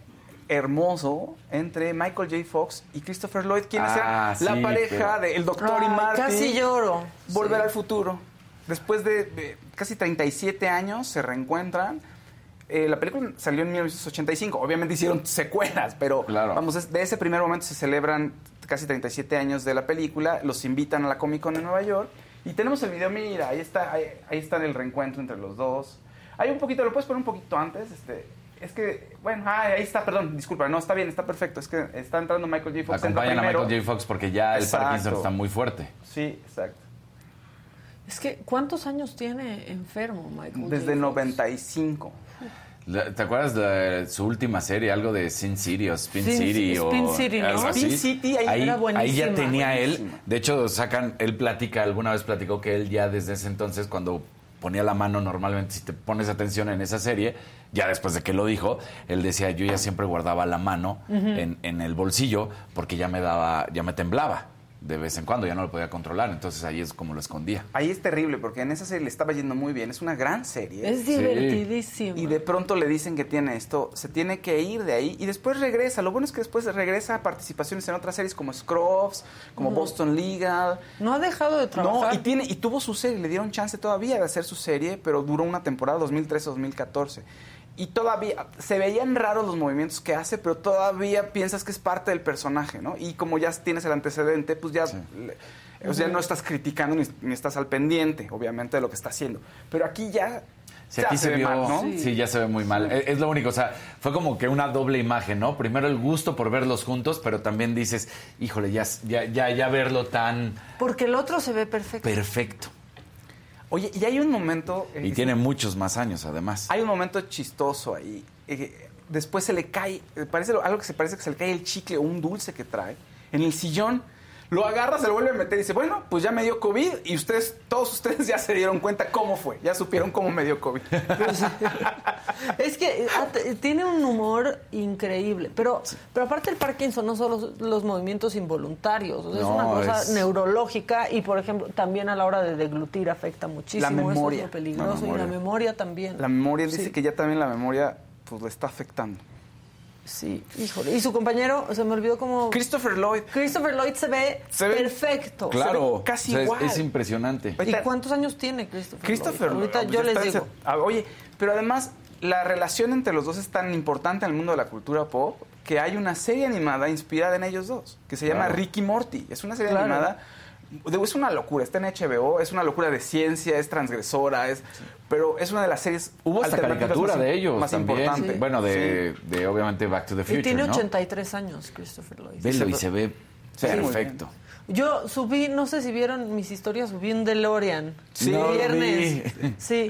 hermoso entre Michael J. Fox y Christopher Lloyd, quienes eran
sí,
la pareja del Doctor y
Ay,
Marty.
casi lloro.
Volver
Sí.
al futuro. Después de casi 37 años se reencuentran. La película salió en 1985. Obviamente hicieron secuelas, pero
Claro.
vamos, de ese primer momento se celebran casi 37 años de la película. Los invitan a la Comic Con en Nueva York. Y tenemos el video, mira, ahí está el reencuentro entre los dos. Hay un poquito, lo puedes poner un poquito antes, es que, bueno, ahí está, perdón, disculpa, no, está bien, está perfecto, es que está entrando Michael J. Fox. entra
Acompañan a
primero.
Michael J. Fox porque ya el
Exacto.
Parkinson está muy fuerte.
Sí, exacto.
Es que, ¿cuántos años tiene enfermo Michael
Desde
J. Fox?
95.
¿Te acuerdas de su última serie, algo de Sin City o Spin City?
Spin
o
City, ¿no?
algo así?
Spin City, ahí
ahí,
era
ahí ya
buenísima,
tenía
buenísima.
él. De hecho, él platica, alguna vez platicó que él ya desde ese entonces, cuando ponía la mano normalmente, si te pones atención en esa serie, ya después de que lo dijo, él decía, yo ya siempre guardaba la mano en el bolsillo porque ya me temblaba de vez en cuando, ya no lo podía controlar, entonces ahí es como lo escondía.
Ahí es terrible, porque en esa serie le estaba yendo muy bien, es una gran serie.
Es divertidísimo.
Y de pronto le dicen que tiene esto, se tiene que ir de ahí y después regresa. Lo bueno es que después regresa a participaciones en otras series como Scrubs, como Boston Legal.
No ha dejado de trabajar.
No, y tuvo su serie, le dieron chance todavía de hacer su serie, pero duró una temporada, 2013-2014. Y todavía se veían raros los movimientos que hace, pero todavía piensas que es parte del personaje, ¿no? Y como ya tienes el antecedente, pues ya, o sea, no estás criticando ni estás al pendiente, obviamente, de lo que está haciendo. Pero aquí ya...
Sí, aquí se
ve
vio,
mal, ¿no?
sí, ya se ve muy mal. Es lo único, o sea, fue como que una doble imagen, ¿no? Primero el gusto por verlos juntos, pero también dices, híjole, ya verlo tan
Porque el otro se ve perfecto.
perfecto.
Oye, y hay un momento...
Y tiene muchos más años, además.
Hay un momento chistoso ahí. Después se le cae, algo que se parece que se le cae el chicle o un dulce que trae en el sillón. Lo agarra, se lo vuelve a meter y dice, bueno, pues ya me dio COVID y todos ustedes ya se dieron cuenta cómo fue. Ya supieron cómo me dio COVID.
Es que tiene un humor increíble. Pero aparte el Parkinson no son los movimientos involuntarios. O sea, es una cosa neurológica y, por ejemplo, también a la hora de deglutir afecta muchísimo.
La memoria.
Eso es lo peligroso. Y la memoria también.
La memoria, dice que ya también la memoria pues le está afectando.
Sí, híjole. Y su compañero, se me olvidó cómo...
Christopher Lloyd
se ve perfecto.
Claro.
Se ve casi igual.
Es impresionante.
¿Y cuántos años tiene Christopher Lloyd? Ahorita yo les digo.
Oye, pero además, la relación entre los dos es tan importante en el mundo de la cultura pop que hay una serie animada inspirada en ellos dos, que se llama Rick y Morty. Es una serie animada... Es una locura, está en HBO, es una locura de ciencia, es transgresora, pero es una de las series
Hubo hasta caricatura de ellos
más
también.
importante.
Sí. Bueno, de obviamente Back to the Future,
y tiene
¿no?
83 años Christopher Lloyd.
Velo y se ve perfecto.
Yo subí, no sé si vieron mis historias, subí un DeLorean.
Sí,
el viernes. Sí,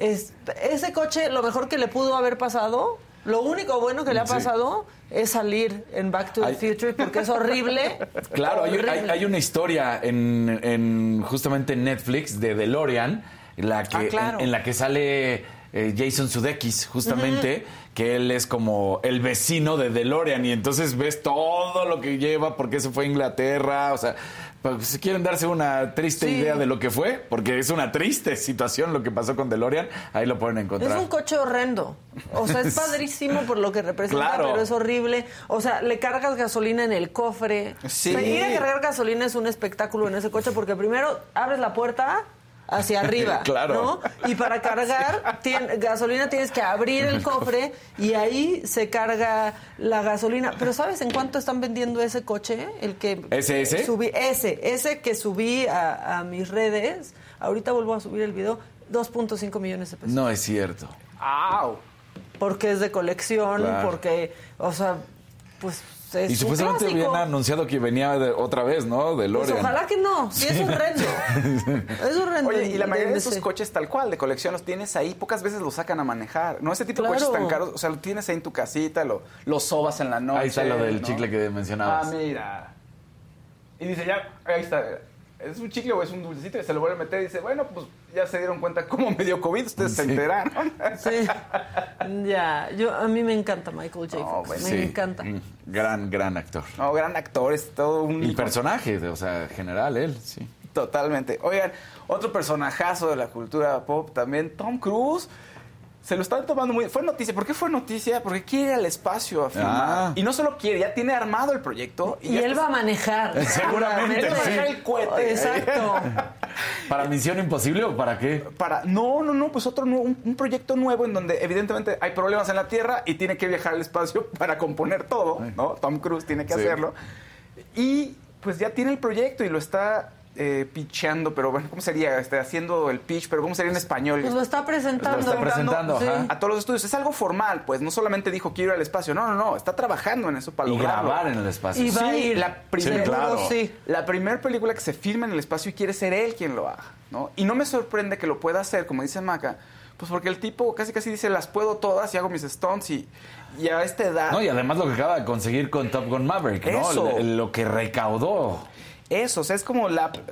ese coche, lo mejor que le pudo haber pasado, lo único bueno que le ha pasado es salir en Back to the Future porque es horrible.
Claro, hay una historia justamente en Netflix de DeLorean en la que sale Jason Sudeikis, justamente, que él es como el vecino de DeLorean y entonces ves todo lo que lleva, porque se fue a Inglaterra, o sea, pues, si quieren darse una triste idea de lo que fue, porque es una triste situación lo que pasó con DeLorean, ahí lo pueden encontrar.
Es un coche horrendo. O sea, es padrísimo por lo que representa, pero es horrible. O sea, le cargas gasolina en el cofre.
Sí.
O sea, ir a cargar gasolina es un espectáculo en ese coche porque primero abres la puerta hacia arriba, ¿no? Y para cargar gasolina tienes que abrir el cofre y ahí se carga la gasolina. Pero ¿sabes en cuánto están vendiendo ese coche? El que subí, ese que subí a mis redes. Ahorita vuelvo a subir el video. 2.5 millones de pesos.
No es cierto.
¡Au!
Porque es de colección, porque, o sea, pues es
y supuestamente
clásico.
habían anunciado que venía otra vez, ¿no? De DeLorean.
Pues ojalá que no, sí es horrendo. Es horrendo.
Oye, y la mayoría de esos coches tal cual, de colección, los tienes ahí, pocas veces los sacan a manejar. No, ese tipo de coches tan caros, o sea, lo tienes ahí en tu casita, lo sobas en la noche.
Ahí está lo del chicle que mencionabas.
Ah, mira. Y dice, ya, ahí está. ¿Es un chicle o es un dulcecito? Y se lo vuelve a meter y dice, bueno, pues ya se dieron cuenta cómo me dio COVID, ustedes se enteraron.
Sí, ya, a mí me encanta Michael J. Fox, me encanta.
Gran actor.
No, gran actor, es todo un...
Y personaje, o sea, general, él, sí.
Totalmente. Oigan, otro personajazo de la cultura pop también, Tom Cruise. Se lo están tomando muy... Fue noticia. ¿Por qué fue noticia? Porque quiere ir al espacio a filmar. Y no solo quiere, ya tiene armado el proyecto.
Y él va a manejar.
Seguramente.
Él va a manejar el cohete.
Exacto.
¿Para Misión Imposible o para qué?
No, pues otro un proyecto nuevo en donde evidentemente hay problemas en la Tierra y tiene que viajar al espacio para componer todo, ¿no? Tom Cruise tiene que hacerlo. Y pues ya tiene el proyecto y lo está... pitchando, pero bueno, ¿cómo sería? Haciendo el pitch, pero ¿cómo sería en español?
Pues lo está presentando.
A todos los estudios. Es algo formal, pues no solamente dijo quiero ir al espacio, no, está trabajando en eso para lograrlo.
Y grabar en el espacio.
Y va a ir.
La primera película que se filma en el espacio y quiere ser él quien lo haga, ¿no? Y no me sorprende que lo pueda hacer, como dice Maca, pues porque el tipo casi dice, las puedo todas y hago mis stunts y a esta edad...
No, y además lo que acaba de conseguir con Top Gun Maverick, ¿no? Lo que recaudó.
Eso, o sea, es como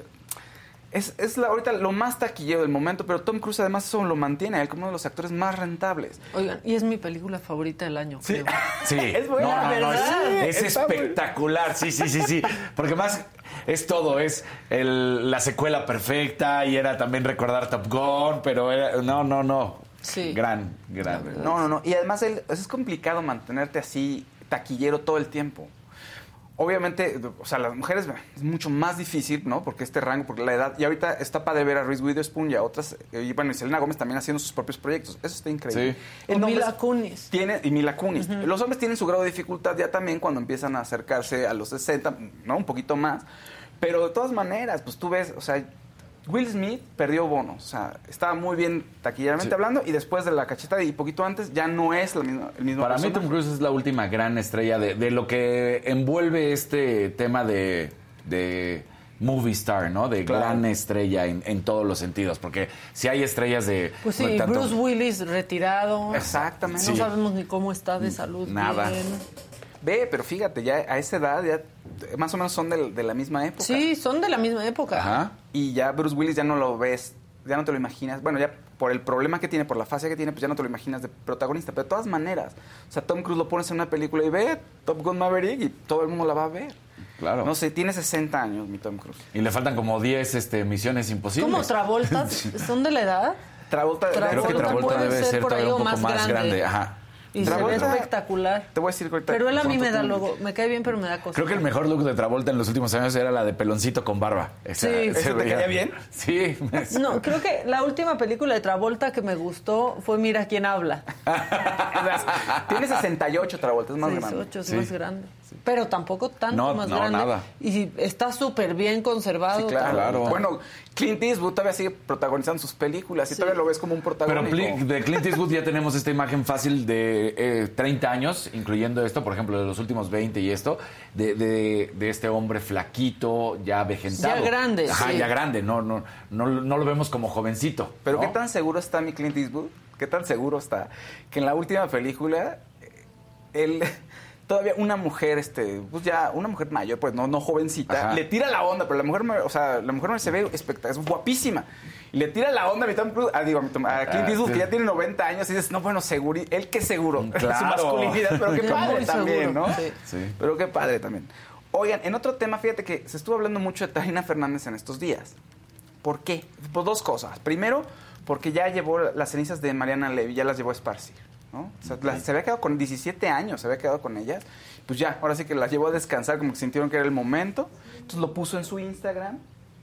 ahorita lo más taquillero del momento, pero Tom Cruise además eso lo mantiene a él como uno de los actores más rentables.
Oigan, y es mi película favorita del año, creo.
Sí.
Es buena, ¿verdad?
Es espectacular, sí. Porque más es todo, es la secuela perfecta y era también recordar Top Gun, pero era, no.
Sí.
Gran.
No. Y además es complicado mantenerte así taquillero todo el tiempo. Obviamente, o sea, las mujeres es mucho más difícil, ¿no? Porque porque la edad... Y ahorita está padre ver a Reese Witherspoon y a otras... Y bueno, y Selena Gómez también haciendo sus propios proyectos. Eso está increíble.
Sí. Y Mila Kunis.
Y Mila Kunis. Los hombres tienen su grado de dificultad ya también cuando empiezan a acercarse a los 60, ¿no? Un poquito más. Pero de todas maneras, pues tú ves, o sea... Will Smith perdió bonos, o sea, estaba muy bien taquilleramente hablando y después de la cachetada y poquito antes ya no es el mismo
Para
personaje.
mí Tom Cruise es la última gran estrella de lo que envuelve este tema de movie star, ¿no? De gran estrella en todos los sentidos, porque si hay estrellas de...
Pues sí, tanto... Bruce Willis retirado.
Exactamente.
No sabemos ni cómo está de salud.
Nada.
Bien.
Ve, pero fíjate, ya a esa edad, ya más o menos son de la misma época.
Sí, son de la misma época.
Ajá.
Y ya Bruce Willis ya no lo ves, ya no te lo imaginas. Bueno, ya por el problema que tiene, por la fascia que tiene, pues ya no te lo imaginas de protagonista. Pero de todas maneras, o sea, Tom Cruise lo pones en una película y ve Top Gun Maverick y todo el mundo la va a ver.
Claro.
No sé, tiene 60 años mi Tom Cruise.
Y le faltan como 10 misiones imposibles.
¿Cómo Travolta? ¿Son de la edad?
Travolta
Creo que Travolta
puede
debe ser
por ahí
todavía
o
un poco más grande. Ajá.
Y se ve
Travolta-
espectacular.
Te voy a decir que ahorita...
Pero él a mí me da
luego.
luego, me cae bien, pero me da cosas.
Creo que el mejor look de Travolta en los últimos años era la de peloncito con barba.
Sí.
¿Ese te caía bien?
Sí.
No, creo que la última película de Travolta que me gustó fue Mira quién habla.
Tiene 68 Travolta, es más grande.
68 es
Sí.
más grande. Pero tampoco tanto
No,
más
no,
grande.
nada.
Y está súper bien conservado.
Sí, claro.
Claro.
Bueno, Clint Eastwood todavía sigue protagonizando sus películas y todavía lo ves como un
Pero
protagónico.
de Clint Eastwood ya tenemos esta imagen fácil de 30 años, incluyendo esto, por ejemplo, de los últimos 20 y esto, de este hombre flaquito, ya vegentado.
Ya grande,
Ajá,
sí.
ya grande, no lo vemos como jovencito.
Pero
¿no?
¿qué tan seguro está mi Clint Eastwood? ¿Qué tan seguro está? Que en la última película, él... Todavía una mujer, pues ya una mujer mayor, pues no jovencita,
Ajá.
le tira la onda, pero la mujer se ve espectacular, es guapísima. Y le tira la onda a Clint Eastwood,
sí.
que ya tiene 90 años, y dices, no, bueno, seguro, él qué seguro,
Claro.
su masculinidad, pero qué
Muy
padre también,
seguro,
¿no?
sí.
Sí.
Pero qué padre también. Oigan, en otro tema, fíjate que se estuvo hablando mucho de Talina Fernández en estos días. ¿Por qué? Pues dos cosas. Primero, porque ya llevó las cenizas de Mariana Levy, ya las llevó a esparcir, ¿no? O sea, se había quedado con 17 años, se había quedado con ellas. Pues ya, ahora sí que las llevó a descansar, como que sintieron que era el momento. Entonces lo puso en su Instagram.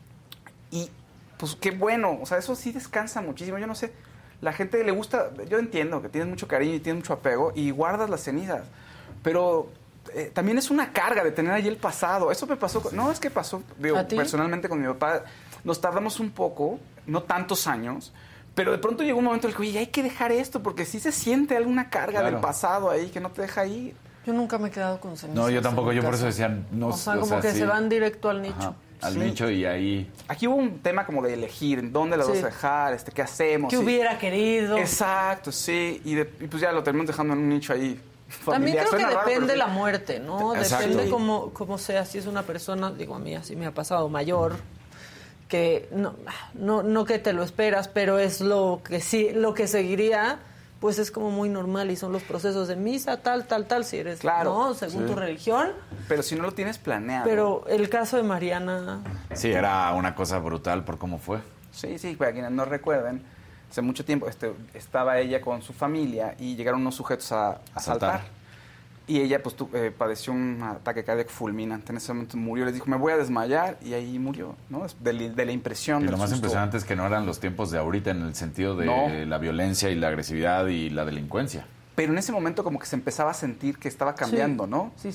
Y pues qué bueno, o sea, eso sí descansa muchísimo. Yo no sé, la gente le gusta, yo entiendo que tienes mucho cariño y tienes mucho apego y guardas las cenizas. Pero también es una carga de tener ahí el pasado. Eso me pasó, no es que pasó, digo,
¿A ti?
personalmente con mi papá. Nos tardamos un poco, no tantos años. Pero de pronto llegó un momento en el que, oye, hay que dejar esto, porque sí se siente alguna carga
Claro.
del pasado ahí que no te deja ir.
Yo nunca me he quedado con cenizas.
No, yo tampoco,
en mi
yo por eso
casa.
decía... No,
O sea, como que
sí.
se van directo al nicho.
Ajá, al
Sí.
nicho y ahí...
Aquí hubo un tema como de elegir, ¿en dónde las
Sí.
vas a dejar? ¿Qué hacemos?
¿Qué
Sí.
hubiera querido?
Exacto, sí. Y pues ya lo terminamos dejando en un nicho ahí
También
familiar.
creo que
Suena raro,
depende
pero sí.
la muerte, ¿no?
Exacto.
Depende
Sí.
cómo sea. Si es una persona, digo, a mí así me ha pasado, mayor, que no que te lo esperas, pero es lo que sí, lo que seguiría, pues es como muy normal y son los procesos de misa, tal, si eres,
Claro.
¿no? Según tu religión.
Pero si no lo tienes planeado.
Pero el caso de Mariana,
Sí, era una cosa brutal por cómo fue.
Sí, para quienes no recuerden, hace mucho tiempo estaba ella con su familia y llegaron unos sujetos a asaltar. Y ella pues padeció un ataque cardíaco fulminante. En ese momento murió. Les dijo, me voy a desmayar. Y ahí murió, ¿no? De la impresión.
Y
del
lo más
susto.
impresionante es que no eran los tiempos de ahorita en el sentido de
No.
la violencia y la agresividad y la delincuencia.
Pero en ese momento como que se empezaba a sentir que estaba cambiando, ¿no?
sí.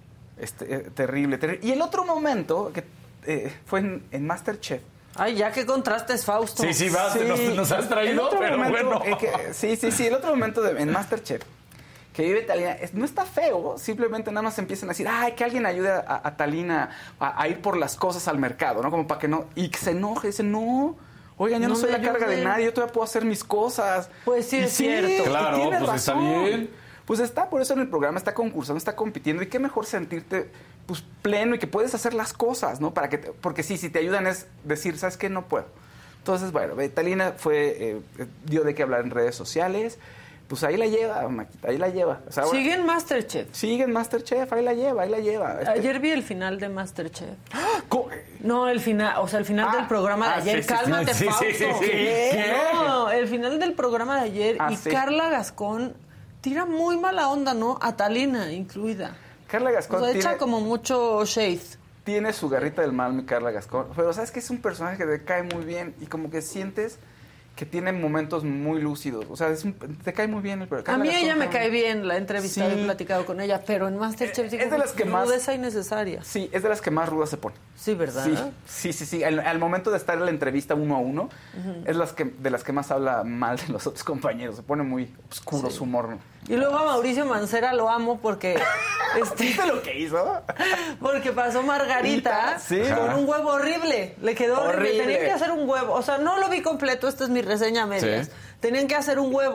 Terrible. Y el otro momento que fue en MasterChef.
Ay, ya qué contrastes, Fausto.
Sí, vas,
Sí.
nos has
El
traído,
otro
pero
momento,
bueno.
sí, el otro momento en MasterChef que vive Talina, no está feo, simplemente nada más empiezan a decir, ay, que alguien ayude a Talina a ir por las cosas al mercado, ¿no? Como para que no, y que se enoje, dice, no, oigan, yo no
No
soy
me
la carga de
ayuden.
nadie, yo todavía puedo hacer mis cosas.
Pues sí,
Y
es cierto.
Claro,
y tiene
pues está
razón.
bien.
Pues está por eso en el programa, está concursando, está compitiendo, y qué mejor sentirte pues pleno y que puedes hacer las cosas, ¿no? Porque sí, si te ayudan es decir, ¿sabes qué? No puedo. Entonces, bueno, Talina dio de qué hablar en redes sociales. Pues ahí la lleva, Maquita, ahí la lleva. O sea, ahora-
Sigue en MasterChef.
Sigue en MasterChef, ahí la lleva.
Ayer vi el final de MasterChef.
Co-
No, el final del programa de ayer.
sí,
Cálmate,
sí,
Fausto.
sí, sí, sí.
¿Qué? No, el final del programa de ayer y
Sí.
Carla Gascón tira muy mala onda, ¿no? A Talina incluida.
Carla Gascón
O sea, echa
tiene,
como mucho shade.
tiene su garrita del mal, mi Carla Gascón. Pero sabes que es un personaje que te cae muy bien y como que sientes que tiene momentos muy lúcidos. O sea, te cae muy bien el personaje.
A mí ella me
Carla
cae
Gascón
bien, la he entrevistado
Sí.
y he platicado con ella, pero en MasterChef
Es de las que más-
rudeza innecesaria.
Sí, es de las que más ruda se pone.
Sí, ¿verdad?
Sí. Al momento de estar en la entrevista uno a uno, es de las que más habla mal de los otros compañeros. Se pone muy oscuro su humor. ¿no?
Y luego a Mauricio Mancera lo amo porque
¿Viste lo que hizo?
porque pasó Margarita
Sí.
con un huevo horrible. Le quedó horrible.
Horrible.
Tenían que hacer un huevo. O sea, no lo vi completo, esta es mi reseña a medias.
Sí.
Tenían que hacer un huevo.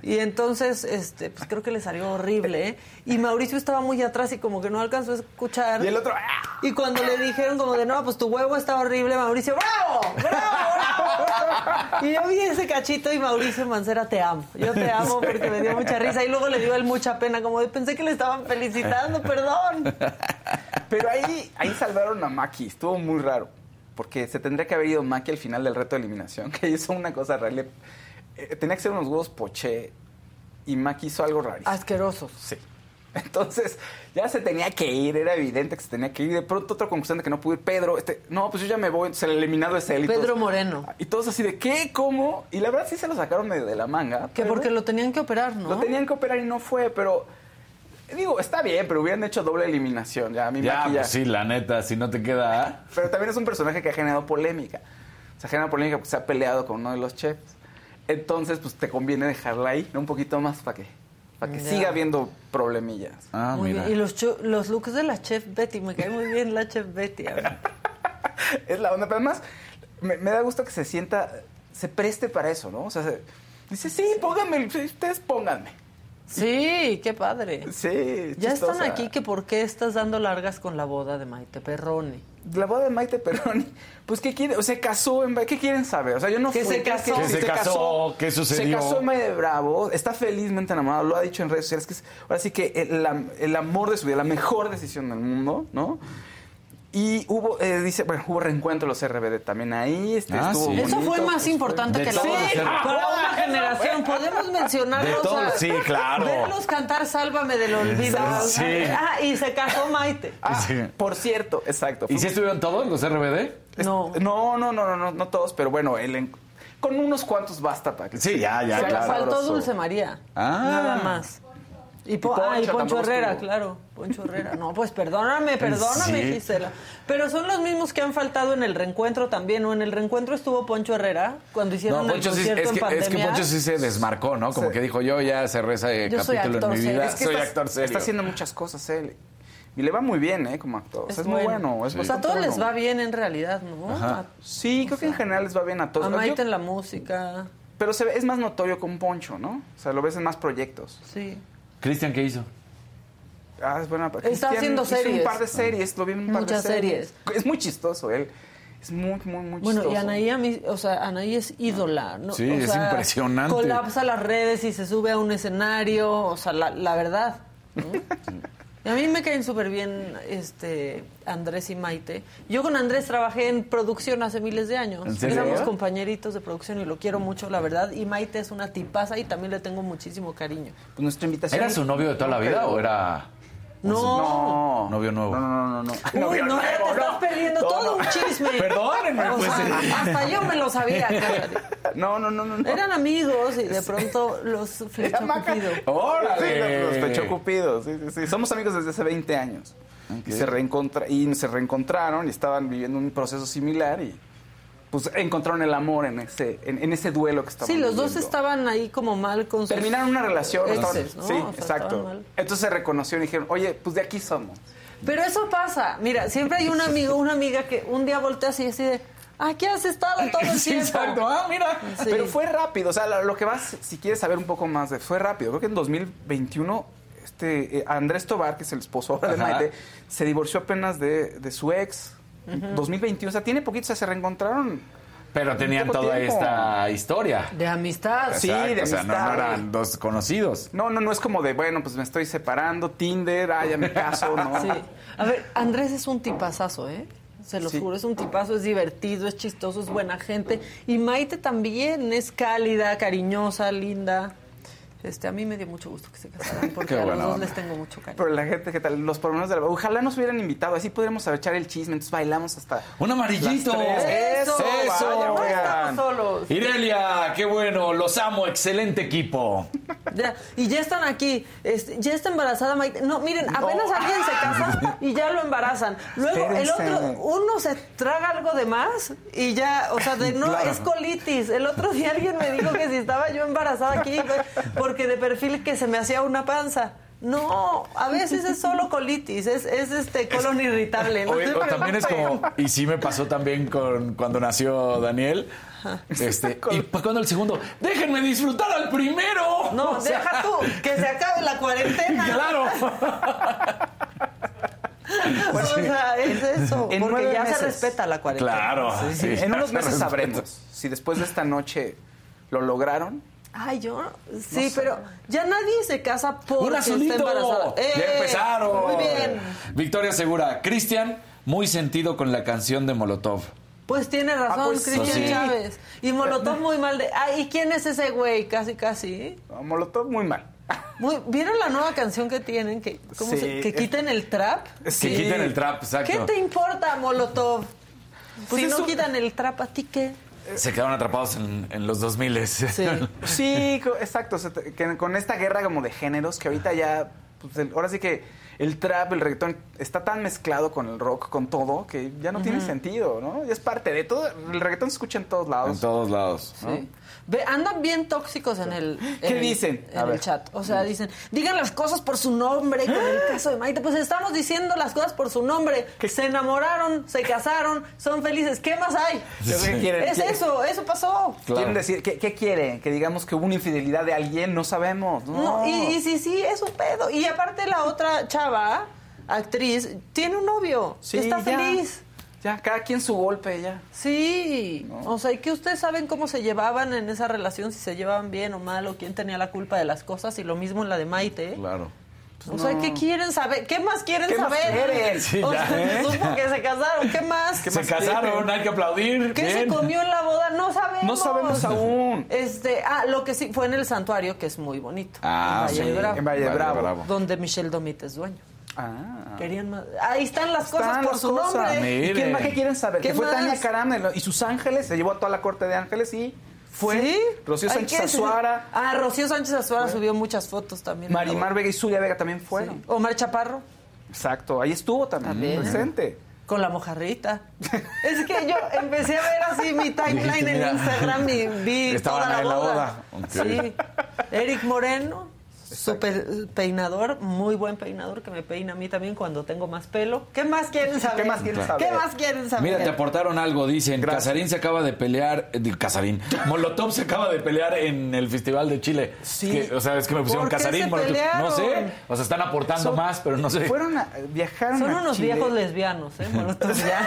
Y entonces, pues creo que le salió horrible, ¿eh? Y Mauricio estaba muy atrás y como que no alcanzó a escuchar.
Y el otro...
Y cuando le dijeron como de, no, pues tu huevo está horrible, Mauricio, ¡bravo! ¡Bravo! ¡Bravo! Y yo vi ese cachito y Mauricio Mancera, te amo. Yo te amo porque me dio mucha risa. Y luego le dio a él mucha pena, como de, pensé que le estaban felicitando, perdón.
Pero ahí salvaron a Maki, estuvo muy raro. Porque se tendría que haber ido Maki al final del reto de eliminación, que hizo una cosa rara. Tenía que ser unos huevos poché y Maki hizo algo rarísimo.
Asquerosos.
Sí. Entonces, ya se tenía que ir, era evidente que se tenía que ir. De pronto, otro concursante que no pudo ir, Pedro, no, pues yo ya me voy. Entonces, el eliminado es él.
Pedro Moreno.
Y todos así de, ¿qué? ¿Cómo? Y la verdad sí se lo sacaron medio de la manga.
Que porque lo tenían que operar, ¿no?
Lo tenían que operar y no fue, pero... Digo, está bien, pero hubieran hecho doble eliminación. Ya,
pues sí, la neta, si no te queda...
Pero también es un personaje que ha generado polémica. O sea, genera polémica porque se ha peleado con uno de los chefs. Entonces, pues te conviene dejarla ahí, ¿no? Un poquito más para que siga habiendo problemillas.
Ah,
muy
mira.
bien. Y los looks de la chef Betty, me cae muy bien la chef Betty.
Es la onda, pero además me da gusto que se preste para eso, ¿no? O sea, dice, sí, pónganme, ustedes pónganme.
Sí, qué padre.
Sí,
ya
chistosa.
están aquí que por qué estás dando largas con la boda de Maite Perroni.
La boda de Maite Perroni, pues ¿qué quiere? O se casó ¿qué quieren saber? O sea, yo no
que
fui.
Se casó.
Que se casó, ¿qué sucedió?
Se casó Maite Bravo, está felizmente enamorado, lo ha dicho en redes sociales, que es ahora sí que el amor de su vida, la mejor decisión del mundo, ¿no? Y hubo reencuentro de los RBD también ahí. Estuvo
sí.
Eso fue más importante
de
que la
todo,
boda.
sí,
Para una generación, podemos mencionarlos.
De todo, sí, claro.
Verlos cantar Sálvame del olvido.
Sí.
Y se casó Maite.
Sí.
Por cierto, exacto.
¿Y si estuvieron todos los RBD?
No.
No todos, pero bueno, con unos cuantos basta para que...
Sí, ya,
Pero
claro.
faltó Dulce María.
Ah.
Nada más. Y
Poncho
Poncho Herrera,
estuvo.
claro. Poncho Herrera. No, pues perdóname,
Sí.
Gisela. Pero son los mismos que han faltado en el reencuentro también. ¿O en el reencuentro estuvo Poncho Herrera cuando hicieron el
Poncho sí,
concierto en pandemia?
es que Poncho sí se desmarcó, ¿no? Como que dijo, yo ya cerré ese
Yo soy
capítulo en
actor
mi
serio.
vida.
Es que
Soy actor serio.
Está haciendo muchas cosas él. Y le va muy bien, como actor. Es muy bueno. Es
O sea, a todos les va bien en realidad, ¿no?
Ajá.
Sí, creo que en general les va bien a todos.
A Maite en la música.
Pero es más notorio con Poncho, ¿no? O sea, lo ves en más proyectos.
Sí.
¿Cristian qué hizo?
Es buena.
Está
Cristian
haciendo
hizo
series.
un par de series, lo vi en un par
Muchas
de series. Es muy chistoso él. Es muy chistoso.
Bueno, y Anaí es ídola, ¿no?
Sí,
o
es
sea,
impresionante.
Colapsa las redes y se sube a un escenario, o sea, la verdad, ¿no? Y a mí me caen súper bien Andrés y Maite. Yo con Andrés trabajé en producción hace miles de años.
¿En serio?
Éramos compañeritos de producción y lo quiero mucho, la verdad. Y Maite es una tipaza y también le tengo muchísimo cariño.
Pues nuestra invitación...
¿Era su novio de toda la vida o era
No.
novio nuevo?
No.
Uy,
Novio
no,
nuevo,
te estás perdiendo todo un chisme.
Perdónenme,
O
pues.
sea, hasta yo me lo sabía.
No.
Eran amigos y de pronto los flechó Cupido.
¡Órale!
Los pechó Cupido, sí. Somos amigos desde hace 20 años.
Okay.
Y se reencontraron y estaban viviendo un proceso similar y pues encontraron el amor en ese duelo que estaban
Sí, los dos
viviendo.
estaban ahí como mal con sus
Terminaron una relación.
exes, ¿no?
Sí,
O sea, estaban
exacto.
mal.
Entonces se reconocieron y dijeron, oye, pues de aquí somos.
Pero eso pasa. Mira, siempre hay un amigo, una amiga que un día voltea así y decide, aquí has estado todo el
Sí,
tiempo.
exacto. Ah, mira.
Sí.
Pero fue rápido, o sea, lo que vas, si quieres saber un poco más fue rápido. Creo que en 2021 Andrés Tobar, que es el esposo ahora de
Ajá.
Maite, se divorció apenas de su ex. 2021, o sea, tiene poquito, o sea, se reencontraron.
Pero tenían
Poco
toda
tiempo.
esta historia.
De amistad.
Sí,
Exacto,
de
o sea, no
amistad.
eran dos conocidos.
No es como de, bueno, pues me estoy separando, Tinder, ya me caso, ¿no?
Sí. A ver, Andrés es un tipazazo, ¿eh? Se los
Sí.
juro, es un tipazo, es divertido, es chistoso, es buena gente. Y Maite también es cálida, cariñosa, linda. A mí me dio mucho gusto que se casaran porque
Qué
a los
buena
dos
onda.
les tengo mucho cariño.
Pero la gente, ¿qué tal? Los pormenores de la... Ojalá nos hubieran invitado, así podríamos echar el chisme, entonces bailamos hasta...
Un amarillito.
las 3.
¡Eso!
Vaya,
No
oigan.
estamos solos.
Irelia, qué bueno, los amo, excelente equipo.
Ya, y ya están aquí. Ya está embarazada Maite. No, miren, apenas alguien se casa y ya lo embarazan. Luego el
Espérense.
otro, uno se traga algo de más y ya, o sea,
Claro.
es colitis. El otro día alguien me dijo que si estaba yo embarazada aquí, porque de perfil que se me hacía una panza. No, a veces es solo colitis, es colon irritable. ¿No?
O también es como, y sí me pasó también cuando nació Daniel. Y cuando el segundo, déjenme disfrutar al primero.
No, deja tú, que se acabe la cuarentena.
Claro.
O sea, es eso,
en
porque
9
ya
meses.
se respeta la cuarentena.
Claro.
Sí. En unos meses sabremos si después de esta noche lo lograron.
Ay, sí, pero ya nadie se casa porque está embarazada.
Ya empezaron.
Muy bien.
Victoria Segura, Cristian, muy sentido con la canción de Molotov.
Pues tiene razón,
pues
Cristian
sí.
Chávez. Y Molotov muy mal de... Ay, ¿y quién es ese güey? Casi.
Molotov muy mal.
¿Vieron la nueva canción que tienen? Que quiten el trap.
Sí.
Que quiten el trap, exacto.
¿Qué te importa, Molotov?
Pues
si no
eso-
quitan el trap, ¿a ti qué?
Se quedaron atrapados en los 2000.
Sí.
Sí, exacto. O sea, que con esta guerra como de géneros que ahorita ya... Pues, ahora sí que el trap, el reggaetón está tan mezclado con el rock, con todo, que ya no tiene sentido, ¿no? Ya es parte de todo. El reggaetón se escucha en todos lados.
En todos lados. ¿no?
Sí. Andan bien tóxicos en el...
¿Qué dicen?
En
A
el
ver.
chat. O sea, dicen, digan las cosas por su nombre, con el caso de Maite. Pues estamos diciendo las cosas por su nombre. Que se enamoraron, se casaron, son felices. ¿Qué más hay?
¿Qué quieren?
Eso pasó.
Claro.
Quieren decir, ¿qué quieren? Que digamos que hubo una infidelidad de alguien, no sabemos.
No, y sí, es un pedo. Y aparte la otra chava, actriz, tiene un novio.
Sí,
está
ya.
feliz.
Ya, cada quien su golpe, ya.
Sí, o sea, y que ustedes saben cómo se llevaban en esa relación, si se llevaban bien o mal, o quién tenía la culpa de las cosas, y lo mismo en la de Maite.
Claro.
O sea, ¿qué quieren saber? ¿Qué más quieren
¿Qué más
saber?
quieren?
Sí,
O
ya,
sea,
¿eh?
supo que se casaron, ¿qué más?
Se casaron, hay que aplaudir.
¿Qué
Bien.
se comió en la boda? No sabemos.
No sabemos aún.
Lo que sí fue en el santuario, que es muy bonito.
Ah,
en Valle
sí.
de Bravo,
En Valle de Bravo.
donde Michelle Domit es dueño.
Ah.
Querían más. Ahí están las cosas
Están
por
las
su
cosas.
nombre.
Mire.
¿Y quién más que quieren saber?
¿Qué
Que fue
más?
Tania Karam y sus ángeles, se llevó a toda la corte de ángeles y fue
¿Sí?
Rocío
Ay,
Sánchez
¿qué?
Azuara,
Rocío Sánchez Azuara subió muchas fotos también.
Marimar Vega y Zulia Vega también fueron.
Sí. Omar Chaparro.
Exacto, ahí estuvo también. Presente.
Con la mojarrita. Es que yo empecé a ver así mi timeline
Dijiste,
en
mira,
Instagram y vi
estaban
toda la
en la
boda.
boda. Ok.
Sí. Eric Moreno, súper peinador, muy buen peinador, que me peina a mí también cuando tengo más pelo. ¿Qué más quieren saber?
¿Qué más quieren saber?
¿Qué más quieren saber?
Mira, te aportaron algo, dicen.
Gracias.
Casarín se acaba de pelear. Casarín. Molotov se acaba de pelear en el Festival de Chile.
Sí.
O sea, es que me pusieron
¿Por qué
Casarín,
se
Molotov.
pelearon?
No sé. O sea, están aportando más, pero no sé.
Viajaron
Son
a
unos
Chile.
viejos lesbianos, Molotov, ya.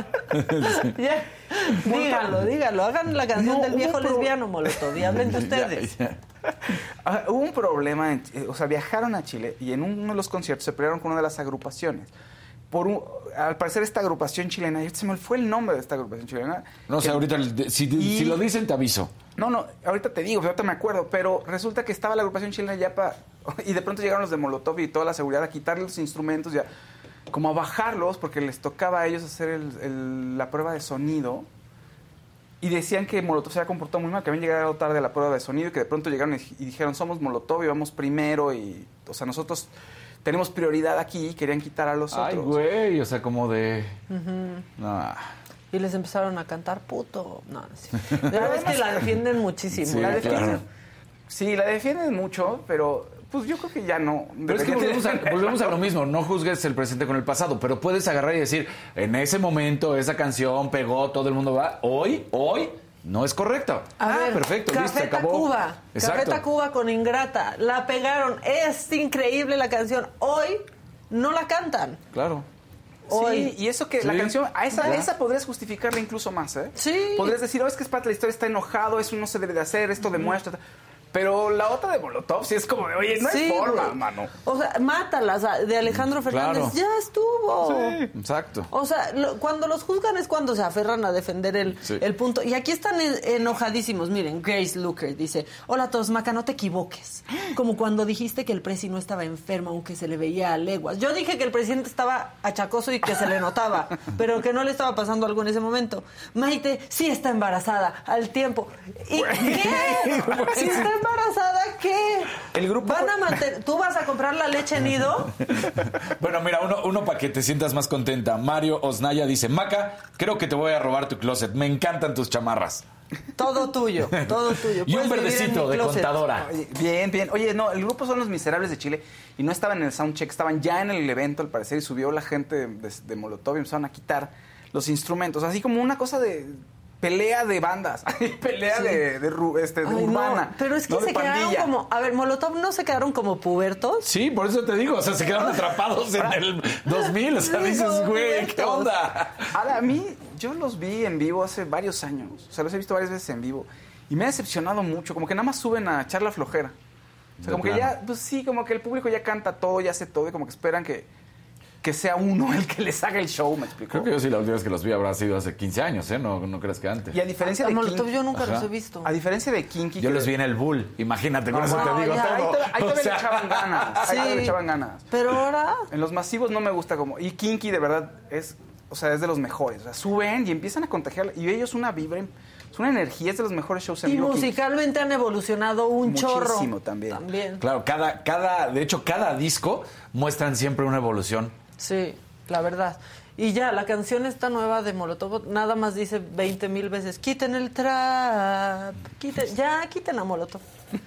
Ya. Díganlo. Hagan la canción
No,
del viejo
hubo pro-
lesbiano, Molotov, y hablen de ustedes.
Ya.
Hubo un problema, o sea, viajaron a Chile y en uno de los conciertos se pelearon con una de las agrupaciones. Al parecer esta agrupación chilena, se me fue el nombre de esta agrupación chilena.
No sé, ahorita, si lo dicen, te aviso.
No, ahorita te digo, ahorita me acuerdo, pero resulta que estaba la agrupación chilena ya y de pronto llegaron los de Molotov y toda la seguridad a quitarle los instrumentos, ya como a bajarlos, porque les tocaba a ellos hacer la prueba de sonido. Y decían que Molotov se había comportado muy mal, que habían llegado tarde a la prueba de sonido y que de pronto llegaron y dijeron, somos Molotov y vamos primero y, o sea, nosotros tenemos prioridad aquí y querían quitar a los
Ay,
otros.
güey, o sea, como de... No.
Y les empezaron a cantar puto. No, sí. La verdad es que la defienden muchísimo.
Sí,
La defienden.
claro.
Sí, la defienden mucho, pero pues yo creo que ya no.
Pero es que volvemos a lo mismo, no juzgues el presente con el pasado, pero puedes agarrar y decir, en ese momento esa canción pegó, todo el mundo va, hoy, no es correcto.
A ver,
perfecto, listo,
Café
acabó.
Tacuba.
Exacto.
Café Tacuba con Ingrata. La pegaron. Es increíble la canción. Hoy no la cantan.
Claro.
Hoy.
Sí, y eso que la
Sí.
canción, a esa podrías justificarla incluso más, ¿eh?
Sí.
Podrías decir, es que es parte de la historia, está enojado, eso no se debe de hacer, esto demuestra. Pero la otra de Molotov sí es como de, oye, no hay
Sí,
forma,
güey.
mano.
O sea, mátalas de Alejandro Fernández.
Claro.
Ya estuvo.
Exacto.
O sea, cuando los juzgan es cuando se aferran a defender el punto. Y aquí están enojadísimos. Miren, Grace Luker dice, hola Tosmaca, no te equivoques. Como cuando dijiste que el presi no estaba enfermo, aunque se le veía a leguas. Yo dije que el presidente estaba achacoso y que se le notaba, pero que no le estaba pasando algo en ese momento. Maite sí está embarazada al tiempo. ¿Y qué? Si está embarazada, ¿qué?
El grupo...
¿Tú vas a comprar la leche nido?
Bueno, mira, uno para que te sientas más contenta. Mario Osnaya dice, Maca, creo que te voy a robar tu closet. Me encantan tus chamarras.
Todo tuyo, todo tuyo.
Y un verdecito de contadora.
Oye, bien. Oye, no, el grupo son Los Miserables de Chile y no estaban en el soundcheck, estaban ya en el evento, al parecer, y subió la gente de Molotov y empezaron a quitar los instrumentos. Así como una cosa de pelea de bandas, pelea de urbana.
No, pero es que se quedaron como... A ver, Molotov no se quedaron como pubertos.
Sí, por eso te digo, o sea, se quedaron atrapados en el 2000, o sea, dices, güey, ¿qué onda?
Ahora, a mí, yo los vi en vivo hace varios años, o sea, los he visto varias veces en vivo, y me ha decepcionado mucho, como que nada más suben a echar la flojera. O sea, como que ya, pues sí, como que el público ya canta todo, ya hace todo, y como que esperan que sea uno el que les haga el show, ¿me explico?
Creo que yo sí, la última vez que los vi habrá sido hace 15 años, ¿eh? No creas que antes.
Y a diferencia de
Molotov
Kinky,
yo nunca los he visto.
a diferencia de Kinky...
Yo los vi en el Bull, imagínate, con eso te digo todo.
Ahí todavía le echaban ganas,
Sí.
le echaban ganas.
Pero ahora...
En los masivos no me gusta como... Y Kinky, de verdad, es de los mejores. O sea, suben y empiezan a contagiar. Y ellos una vibra, es una energía, es de los mejores shows en
Y
vivo.
musicalmente han evolucionado un chorro.
Muchísimo también.
Claro, de hecho, cada disco muestran siempre una evolución.
Sí, la verdad. Y ya, la canción esta nueva de Molotov nada más dice 20,000 veces, quiten el trap, quiten a Molotov.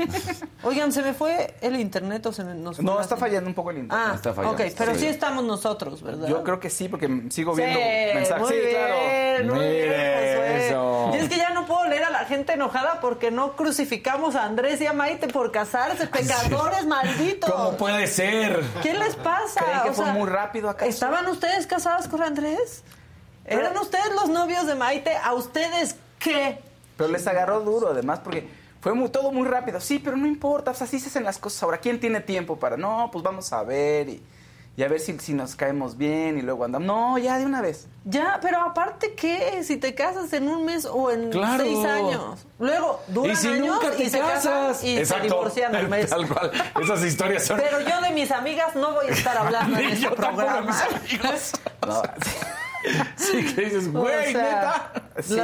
Oigan, ¿se me fue el internet o nos fue?
No, está fallando un poco el internet.
Ah,
está fallando.
ok, pero sí estamos nosotros, ¿verdad?
Yo creo que sí, porque sigo viendo
Sí,
mensajes.
muy
Sí,
bien,
claro.
muy bien, Josué.
Eso.
Y es que ya no puedo leer a la gente enojada porque no crucificamos a Andrés y a Maite por casarse, pecadores malditos.
¿Cómo puede ser?
¿Qué les pasa?
¿Creen que
O
fue
sea,
muy rápido acaso?
¿Estaban ustedes casadas con Andrés? ¿Eran ustedes los novios de Maite? ¿A ustedes qué?
Pero les agarró duro, además, porque fue todo muy rápido. Sí, pero no importa, o sea, así se hacen las cosas ahora. ¿Quién tiene tiempo para...? No, pues vamos a ver y a ver si nos caemos bien y luego andamos. No, ya de una vez.
Ya, pero aparte, ¿qué? Si te casas en un mes o en
Claro.
6 años. Luego duran
¿Y si
años
nunca te
y se casan
casas?
y se divorcian al mes.
Tal cual. Esas historias son...
Pero yo de mis amigas no voy a estar hablando en
Ni
este
yo tampoco,
programa.
mis amigos.
No,
Sí, que dices,
O
güey,
sea,
neta.
Sí.
La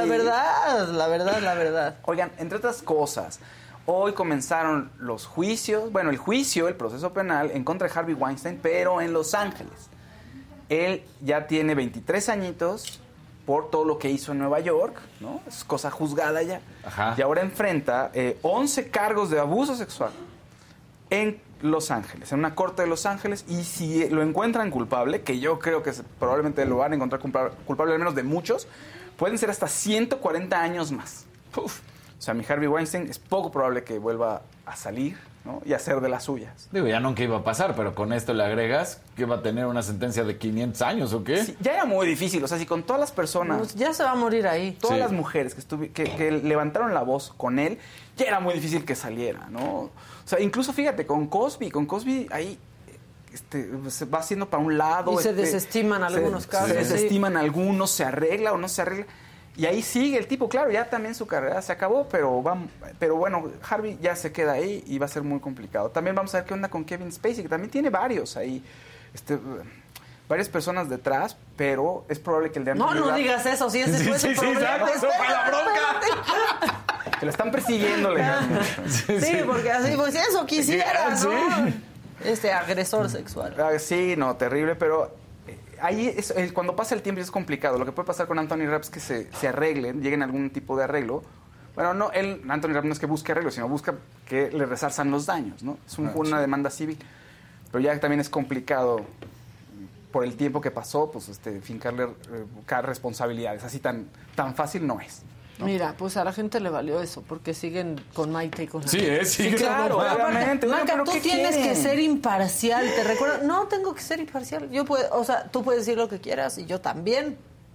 verdad.
Oigan, entre otras cosas, hoy comenzaron los juicios, bueno, el proceso penal en contra de Harvey Weinstein, pero en Los Ángeles. Él ya tiene 23 añitos por todo lo que hizo en Nueva York, ¿no? Es cosa juzgada ya.
Ajá.
Y ahora enfrenta 11 cargos de abuso sexual en Los Ángeles, en una corte de Los Ángeles, y si lo encuentran culpable, que yo creo que probablemente lo van a encontrar culpable al menos de muchos, pueden ser hasta 140 años más. Uf. O sea, mi Harvey Weinstein es poco probable que vuelva a salir, ¿no? Y a hacer de las suyas.
Digo, ya nunca iba a pasar, pero con esto le agregas que va a tener una sentencia de 500 años, ¿o qué?
Sí, ya era muy difícil, o sea, si con todas las personas...
Pues ya se va a morir ahí.
Todas
Sí.
las mujeres que levantaron la voz con él, ya era muy difícil que saliera, ¿no? O sea, incluso fíjate, con Cosby ahí se va haciendo para un lado.
Y se desestiman algunos casos.
Se desestiman
sí.
algunos, se arregla o no se arregla. Y ahí sigue el tipo, claro, ya también su carrera se acabó, pero bueno, Harvey ya se queda ahí y va a ser muy complicado. También vamos a ver qué onda con Kevin Spacey, que también tiene varios ahí. Varias personas detrás, pero es probable que el de
No
Anthony Rapp-
digas eso, si ese fue su problema.
exacto, eso fue la
que lo están persiguiendo legalmente.
Sí, porque así, pues eso quisiera,
Sí.
¿no? Agresor sexual.
Sí, no, terrible, pero ahí cuando pasa el tiempo es complicado. Lo que puede pasar con Anthony Rapp es que se arreglen, lleguen a algún tipo de arreglo. Bueno, no, Anthony Rapp no es que busque arreglo, sino busca que le resarzan los daños, ¿no? Es una demanda civil. Pero ya también es complicado por el tiempo que pasó, pues fincarle responsabilidades. Así tan fácil no es. ¿no?
Mira, pues a la gente le valió eso, porque siguen con Maite y con
Sí, sí,
claro,
Aparte,
obviamente.
Maca,
¿pero
tú
qué
tienes
quieren?
que ser imparcial, te recuerdo. No tengo que ser imparcial. Tú puedes decir lo que quieras y yo también.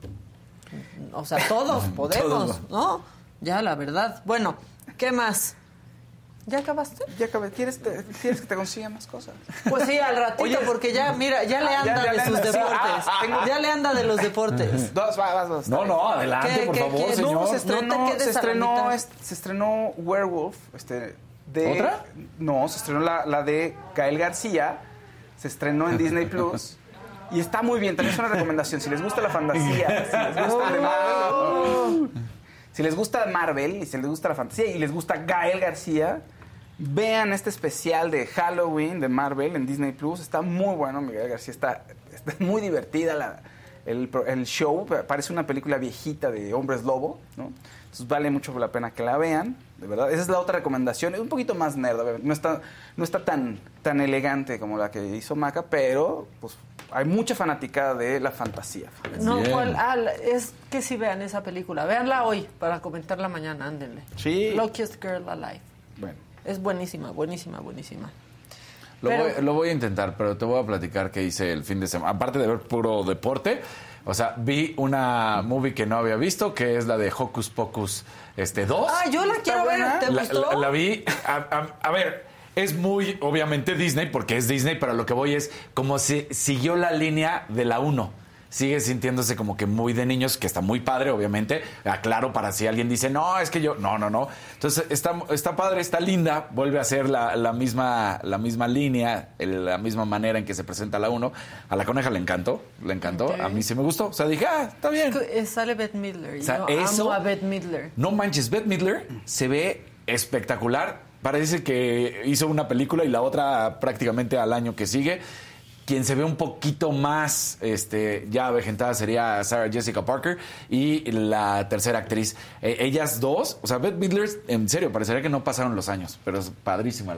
O sea, todos podemos, ¿no? Ya, la verdad. Bueno, ¿qué más? ¿Ya acabaste?
Ya acabé. ¿Quieres que te consiga más cosas?
Pues sí, al ratito,
Oye,
porque ya, mira, ya le
ya
anda
le
de sus
anda, sí.
deportes. Ya le anda de los deportes.
Vas.
No, adelante,
¿Qué,
por
qué,
favor,
qué?
señor.
No,
te quedes a la mitad.
se estrenó Werewolf. De,
¿Otra?
No, se estrenó la de Gael García. Se estrenó en Disney Plus. Y está muy bien. También es una recomendación. Si les gusta la fantasía, si les gusta Marvel y si les gusta la fantasía y les gusta Gael García, Vean este especial de Halloween de Marvel en Disney Plus. Está muy bueno, Miguel García. Está muy divertida el show. Parece una película viejita de hombres lobo, ¿no? Entonces vale mucho la pena que la vean, de verdad. Esa es la otra recomendación. Es un poquito más nerd, a ver, no está tan elegante como la que hizo Maca, pero pues hay mucha fanaticada de la fantasía.
No, ¿cuál? Es que sí vean esa película. Véanla hoy para comentarla mañana, ándenle.
Sí.
Luckiest Girl Alive.
Bueno.
Es buenísima, buenísima, buenísima.
Lo voy a intentar, pero te voy a platicar qué hice el fin de semana. Aparte de ver puro deporte, o sea, vi una movie que no había visto, que es la de Hocus Pocus 2.
Ah, yo la quiero ver. ¿Te gustó?
La vi. A ver, es muy, obviamente, Disney, porque es Disney, pero lo que voy es como si siguió la línea de la 1. Sigue sintiéndose como que muy de niños, que está muy padre, obviamente. Aclaro para si alguien dice, no, es que yo... No. Entonces, está padre, está linda. Vuelve a ser la misma línea, la misma manera en que se presenta la 1. A la coneja le encantó. Okay. A mí sí me gustó. O sea, dije, está bien.
Sale Bette Midler.
O sea,
amo a Bette Midler.
No manches, Bette Midler se ve espectacular. Parece que hizo una película y la otra prácticamente al año que sigue. Quien se ve un poquito más ya avejentada sería Sarah Jessica Parker y la tercera actriz. Ellas dos, o sea, Bette Midler, en serio, parecería que no pasaron los años, pero es padrísima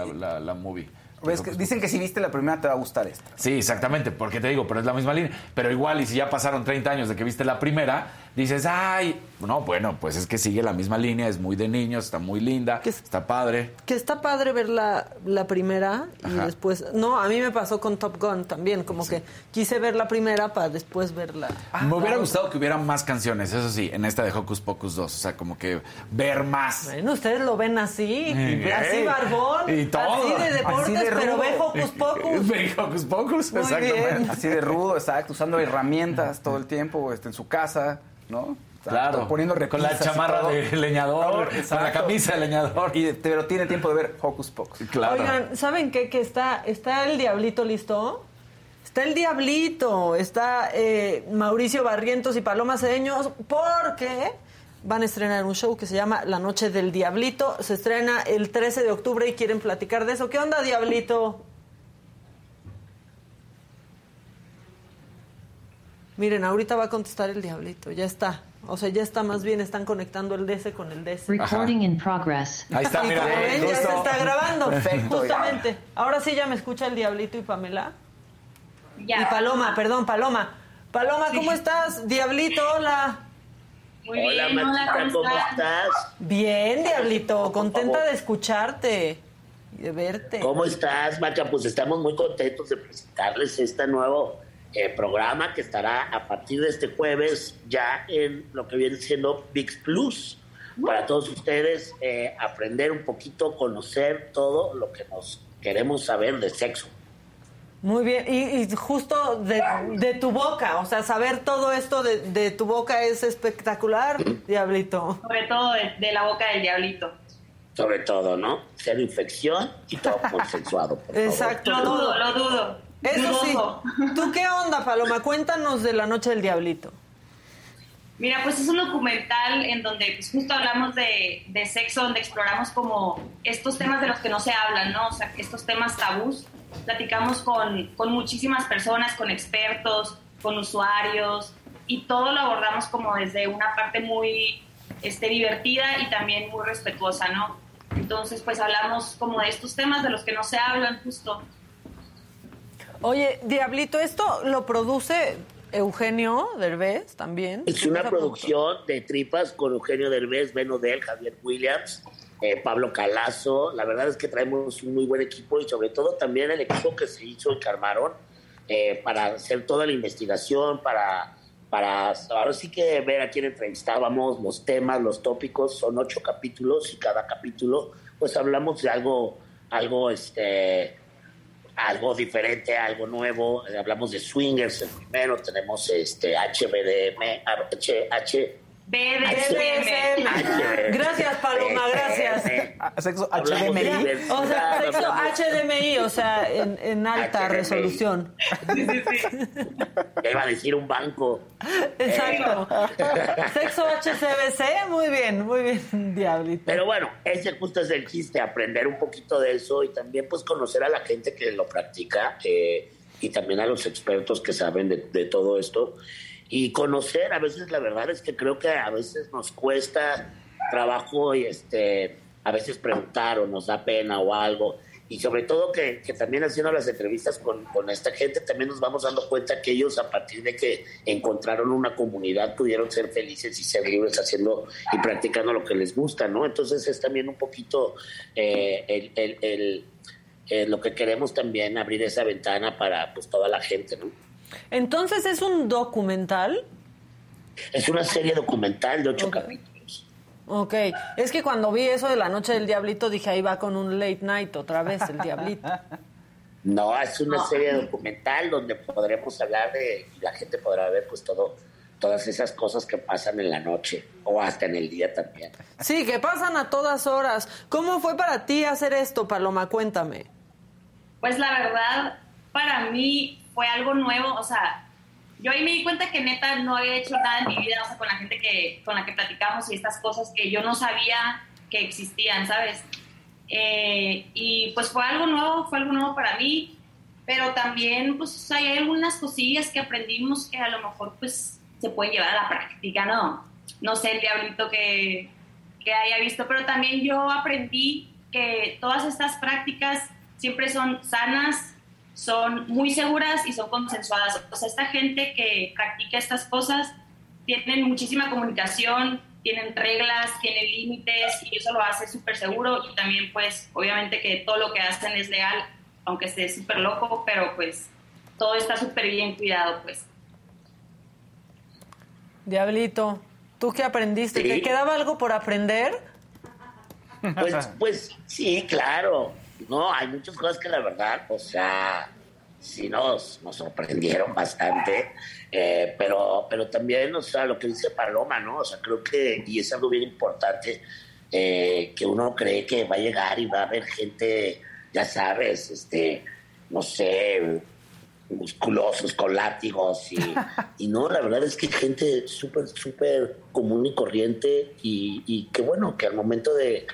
la movie.
Dicen que si viste la primera te va a gustar esta.
Sí, exactamente, porque te digo, pero es la misma línea. Pero igual, y si ya pasaron 30 años de que viste la primera, dices, ay, no, bueno, pues es que sigue la misma línea, es muy de niños, está muy linda, está padre.
Que está padre ver la primera y después... No, a mí me pasó con Top Gun también, como que quise ver la primera para después verla.
Me hubiera gustado que hubiera más canciones, eso sí, en esta de Hocus Pocus 2, o sea, como que ver más.
Bueno, ustedes lo ven así, así barbón,
y todo.
así de deportes, así de pero ve Hocus Pocus.
Ve Hocus Pocus,
muy
exactamente.
Bien.
Así de rudo, exacto, usando herramientas todo el tiempo, en su casa, ¿no?
Claro,
poniendo
con la chamarra de leñador, con la camisa de leñador.
Pero tiene tiempo de ver Hocus Pocus.
Claro.
Oigan, ¿saben qué? Que está el Diablito listo. Está el Diablito, está Mauricio Barrientos y Paloma Cedeños, porque van a estrenar un show que se llama La Noche del Diablito. Se estrena el 13 de octubre y quieren platicar de eso. ¿Qué onda, Diablito? Miren, ahorita va a contestar el Diablito, ya está. O sea, ya está, más bien están conectando el DS con el DS.
Recording in progress.
Ahí está, mira.
Ven, ya se está grabando.
Perfecto.
Justamente. Ahora sí ya me escucha el Diablito y Pamela.
Ya.
Y Paloma, perdón, Paloma. Paloma, ¿cómo estás? Diablito, hola.
Muy bien,
Matita, ¿cómo estás?
Bien, Diablito, contenta de escucharte y de verte.
¿Cómo estás, Maca? Pues estamos muy contentos de presentarles este nuevo programa que estará a partir de este jueves ya en lo que viene siendo ViX Plus. Para todos ustedes, aprender un poquito, conocer todo lo que nos queremos saber de sexo.
Muy bien, y justo de tu boca, o sea, saber todo esto de tu boca es espectacular, Diablito.
Sobre todo de la boca del Diablito.
Sobre todo, ¿no? Cero infección y todo consensuado, por
Exacto.
favor.
Lo dudo.
Eso sí. ¿Tú qué onda, Paloma? Cuéntanos de La Noche del Diablito.
Mira, pues es un documental en donde pues, justo hablamos de sexo, donde exploramos como estos temas de los que no se hablan, ¿no? O sea, estos temas tabús. Platicamos con muchísimas personas, con expertos, con usuarios, y todo lo abordamos como desde una parte muy divertida y también muy respetuosa, ¿no? Entonces, pues hablamos como de estos temas de los que no se hablan justo.
Oye, Diablito, ¿esto lo produce Eugenio Derbez también?
Es una producción de tripas con Eugenio Derbez, Ben Odell, Javier Williams, Pablo Calazo. La verdad es que traemos un muy buen equipo y sobre todo también el equipo que se hizo y que armaron para hacer toda la investigación, para ahora sí que ver a quién entrevistábamos, los temas, los tópicos. Son 8 capítulos y cada capítulo pues hablamos de algo diferente, algo nuevo. Hablamos de swingers el primero, tenemos
BDSM.
Gracias, Paloma, gracias.
Sexo HDMI.
O sea, sexo HDMI, o sea, en alta
HDMI.
resolución.
Sí.
Ya iba a decir un banco.
Exacto. Sexo HCBC, muy bien, Diablito.
Pero bueno, ese justo es el chiste, aprender un poquito de eso y también pues conocer a la gente que lo practica y también a los expertos que saben de todo esto. Y conocer, a veces la verdad es que creo que a veces nos cuesta trabajo y a veces preguntar o nos da pena o algo. Y sobre todo que también haciendo las entrevistas con esta gente también nos vamos dando cuenta que ellos a partir de que encontraron una comunidad pudieron ser felices y ser libres haciendo y practicando lo que les gusta, ¿no? Entonces es también un poquito lo que queremos también, abrir esa ventana para pues toda la gente, ¿no?
Entonces, ¿es un documental?
Es una serie documental de 8 capítulos.
Ok, es que cuando vi eso de La Noche del Diablito dije, ahí va con un late night otra vez el Diablito.
No, es una serie documental donde podremos hablar y la gente podrá ver pues todas esas cosas que pasan en la noche o hasta en el día también.
Sí, que pasan a todas horas. ¿Cómo fue para ti hacer esto, Paloma? Cuéntame.
Pues la verdad, para mí fue algo nuevo, o sea, yo ahí me di cuenta que neta no había hecho nada en mi vida, o sea, con la gente con la que platicamos y estas cosas que yo no sabía que existían, ¿sabes? Y pues fue algo nuevo para mí, pero también pues o sea, hay algunas cosillas que aprendimos que a lo mejor pues se pueden llevar a la práctica, no sé el Diablito que haya visto, pero también yo aprendí que todas estas prácticas siempre son sanas, son muy seguras y son consensuadas. O sea, esta gente que practica estas cosas tienen muchísima comunicación, tienen reglas, tienen límites y eso lo hace súper seguro y también pues obviamente que todo lo que hacen es legal, aunque esté súper loco, pero pues todo está súper bien cuidado pues.
Diablito, ¿tú qué aprendiste?
Sí.
¿Te quedaba algo por aprender?
Pues sí, claro. No, hay muchas cosas que la verdad, o sea, sí nos sorprendieron bastante, pero también, o sea, lo que dice Paloma, ¿no? O sea, creo que, y es algo bien importante, que uno cree que va a llegar y va a haber gente, ya sabes, no sé, musculosos con látigos y no, la verdad es que gente súper común y corriente y que bueno, que al momento de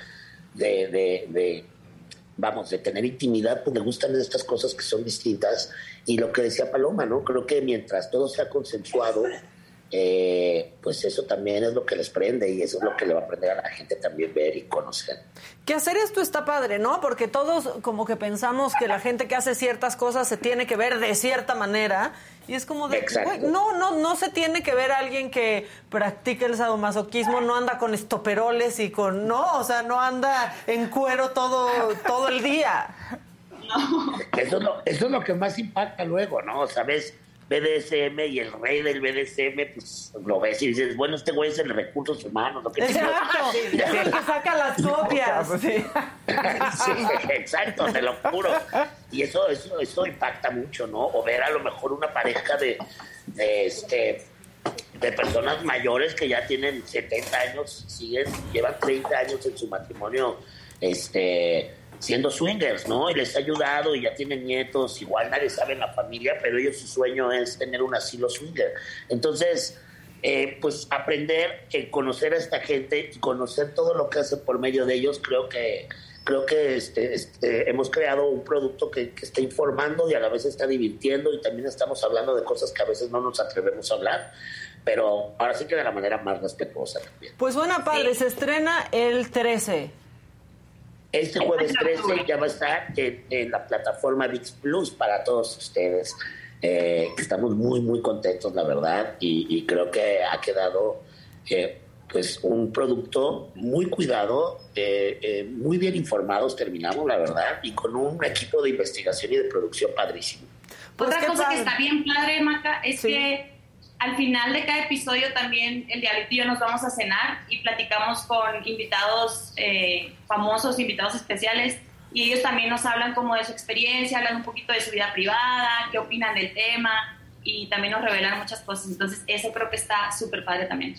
tener intimidad, pues le gustan estas cosas que son distintas. Y lo que decía Paloma, ¿no? Creo que mientras todo sea consensuado, pues eso también es lo que les prende y eso es lo que le va a aprender a la gente también ver y conocer. Que
hacer esto está padre, ¿no? Porque todos como que pensamos que la gente que hace ciertas cosas se tiene que ver de cierta manera y es como de, güey, no se tiene que ver a alguien que practique el sadomasoquismo, no anda con estoperoles y o sea, no anda en cuero todo el día.
No.
Eso es lo que más impacta luego, ¿no? ¿Sabes? BDSM y el rey del BDSM, pues lo ves y dices, bueno, este güey es el recursos humanos. Lo que
exacto, es el que saca las copias.
Sí, exacto, te lo juro. Y eso impacta mucho, ¿no? O ver a lo mejor una pareja de personas mayores que ya tienen 70 años, llevan 30 años en su matrimonio, siendo swingers, ¿no? Y les ha ayudado y ya tienen nietos, igual nadie sabe en la familia, pero ellos su sueño es tener un asilo swinger. Entonces, pues aprender, conocer a esta gente y conocer todo lo que hacen por medio de ellos, creo que hemos creado un producto que está informando y a la vez está divirtiendo y también estamos hablando de cosas que a veces no nos atrevemos a hablar, pero ahora sí que de la manera más respetuosa también.
Pues buena padre, se estrena el 13.
Este jueves 13 ya va a estar en la plataforma ViX Plus para todos ustedes. Estamos muy, muy contentos, la verdad, y creo que ha quedado pues un producto muy cuidado, muy bien informados, terminamos, la verdad, y con un equipo de investigación y de producción padrísimo.
Pues otra cosa que está bien padre, Maca, es que al final de cada episodio también el Diablito y yo nos vamos a cenar y platicamos con invitados famosos, invitados especiales, y ellos también nos hablan como de su experiencia, hablan un poquito de su vida privada, qué opinan del tema, y también nos revelan muchas cosas. Entonces eso creo que está súper padre también.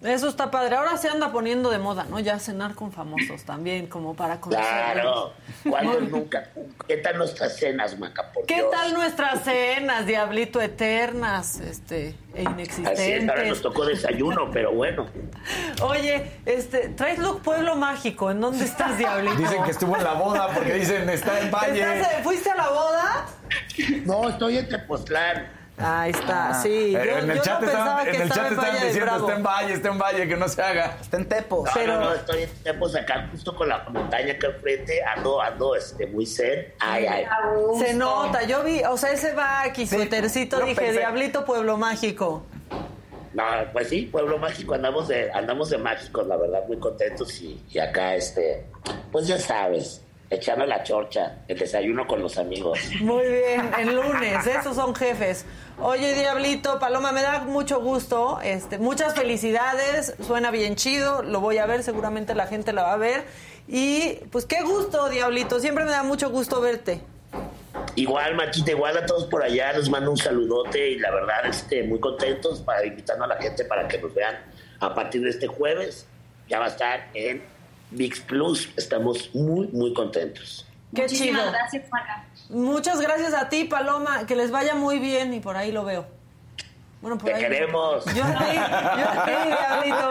Eso está padre. Ahora se anda poniendo de moda, ¿no? Ya cenar con famosos también, como para conocerlos.
Claro. ¿Cuándo nunca? ¿Qué tal nuestras cenas, Maca?
¿Qué tal nuestras cenas, Diablito, eternas, e inexistentes?
Así es, ahora nos tocó desayuno, pero bueno.
Oye, traes look Pueblo Mágico. ¿En dónde estás, Diablito?
Dicen que estuvo en la boda porque dicen está en Valle.
¿Fuiste a la boda?
No, estoy en Tepoztlán.
Ahí está, sí.
En el chat estaban diciendo está en Valle, que no se haga.
Está en Tepos.
No, estoy en Tepos acá, justo con la montaña acá enfrente. Ando muy zen. Ay.
Se nota, yo vi, o sea, ese va aquí, suétercito, dije, pensé. Diablito Pueblo Mágico.
No, pues sí, Pueblo Mágico, andamos de mágicos, la verdad, muy contentos y acá, pues ya sabes, echando la chorcha, el desayuno con los amigos.
Muy bien, el lunes, esos son jefes. Oye, Diablito, Paloma, me da mucho gusto, muchas felicidades, suena bien chido, lo voy a ver, seguramente la gente la va a ver. Y pues qué gusto, Diablito, siempre me da mucho gusto verte.
Igual, Machita, igual a todos por allá, les mando un saludote y la verdad, muy contentos para invitando a la gente para que nos vean a partir de este jueves. Ya va a estar en ViX Plus, estamos muy, muy contentos.
Qué
Muchísimas
chido.
gracias, Maca.
Muchas gracias a ti, Paloma, que les vaya muy bien y por ahí lo veo. Bueno, por
Te
ahí.
queremos.
Yo sí, Diablito,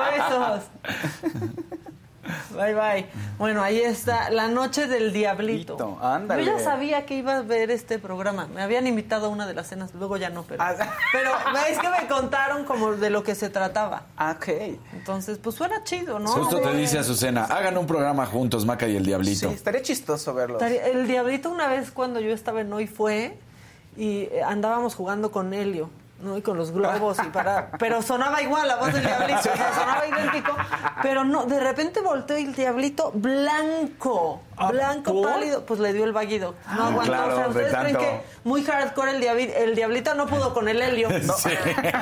besos. Bye, bye. Bueno, ahí está, La Noche del Diablito.
Ándale.
Yo ya sabía que iba a ver este programa. Me habían invitado a una de las cenas, luego ya no, pero es que me contaron como de lo que se trataba.
Ok.
Entonces, pues suena chido, ¿no?
Justo te dice Azucena, hagan un programa juntos, Maca y el Diablito.
Sí, estaría chistoso verlo.
El Diablito una vez cuando yo estaba en Hoy Fue y andábamos jugando con Helio, ¿no? Y con los globos pero sonaba igual la voz del Diablito, o sea, sonaba idéntico, pero no, de repente volteó y el Diablito blanco, pálido, pues le dio el vaguido. No aguantó,
claro,
o sea, ustedes creen que muy hardcore el Diablito no pudo con el Helio. No,
Sí.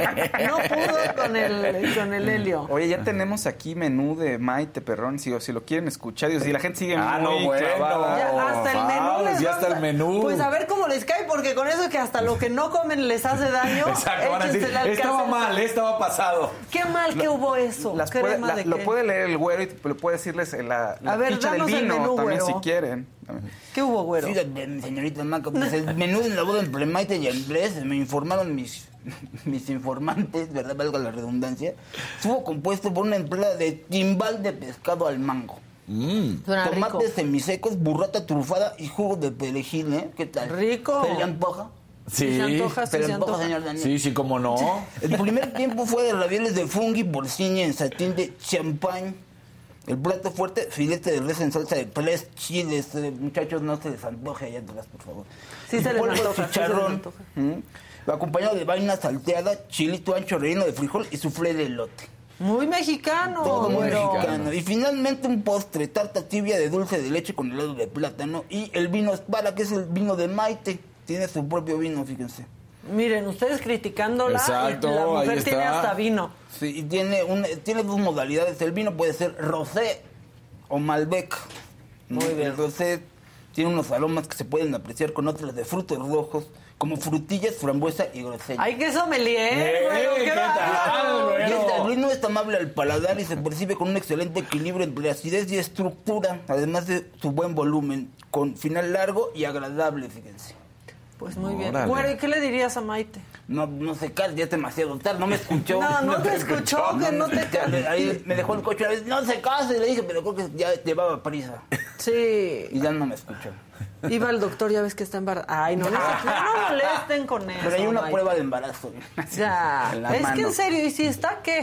no pudo con el Helio.
Oye, ya tenemos aquí menú de Maite Perrón, si lo quieren escuchar, si la gente sigue muy clavada.
Ya, hasta el menú
ya está el menú.
Pues a ver cómo les cae, porque con eso que hasta lo que no comen les hace daño.
Exacto, van a decir, estaba mal, estaba pasado.
Qué mal que hubo eso.
Lo puede leer el güero y le puede decirles la ficha del vino
menú,
también,
güero.
si quieren.
¿Qué hubo, güero?
Fíjate, señorita Maca, pues el menú de la boda entre Maite y Andrés, me informaron mis informantes, ¿verdad? Valga la redundancia. Estuvo compuesto por una entrada de timbal de pescado al mango.
Suena
Tomates
rico.
semisecos, burrata trufada y jugo de perejil, ¿eh? ¿Qué tal?
Rico.
¿Se le antoja?
Sí,
Se antoja,
¿Se le antoja, señor Daniel?
sí, cómo no.
El primer tiempo fue de ravioles de fungi, porcini en satín de champán. El plato fuerte, filete de res en salsa de 3 chiles. Muchachos, no se les antoje allá atrás, por favor.
Sí se les
Polvo de
antoja, sí se les
chicharrón,
antoja.
acompañado de vaina salteada, chilito ancho relleno de frijol y suflé de elote.
Muy mexicano,
Todo muy
güero.
mexicano. Y finalmente un postre, tarta tibia de dulce de leche con helado de plátano. Y el vino Espara, que es el vino de Maite. Tiene su propio vino, fíjense.
Miren, ustedes criticándola,
Exacto,
y la mujer
ahí
tiene
está.
hasta vino.
Sí, y tiene dos modalidades. El vino puede ser rosé o Malbec.
Muy bien.
El rosé tiene unos aromas que se pueden apreciar con otros de frutos rojos, como frutillas, frambuesa y grosella.
¡Ay, qué sommelier, güero! ¡Qué bárbaro!
Y el vino es amable al paladar y se percibe con un excelente equilibrio entre acidez y estructura, además de su buen volumen, con final largo y agradable, fíjense.
Pues muy bien.
Órale.
Güero, ¿y qué le dirías a Maite?
No se case, ya es demasiado tarde, no me escuchó.
No te escuchó, que no te cases.
Ahí me dejó el coche una vez, no se case, le dije, pero creo que ya llevaba prisa.
Sí.
Y ya no me escuchó.
Iba el doctor, ya ves que está embarazada. Ay, no molesten con eso.
Pero hay una
Maite.
prueba de embarazo.
Ya.
En la
Es
mano.
que en serio, ¿y si está qué?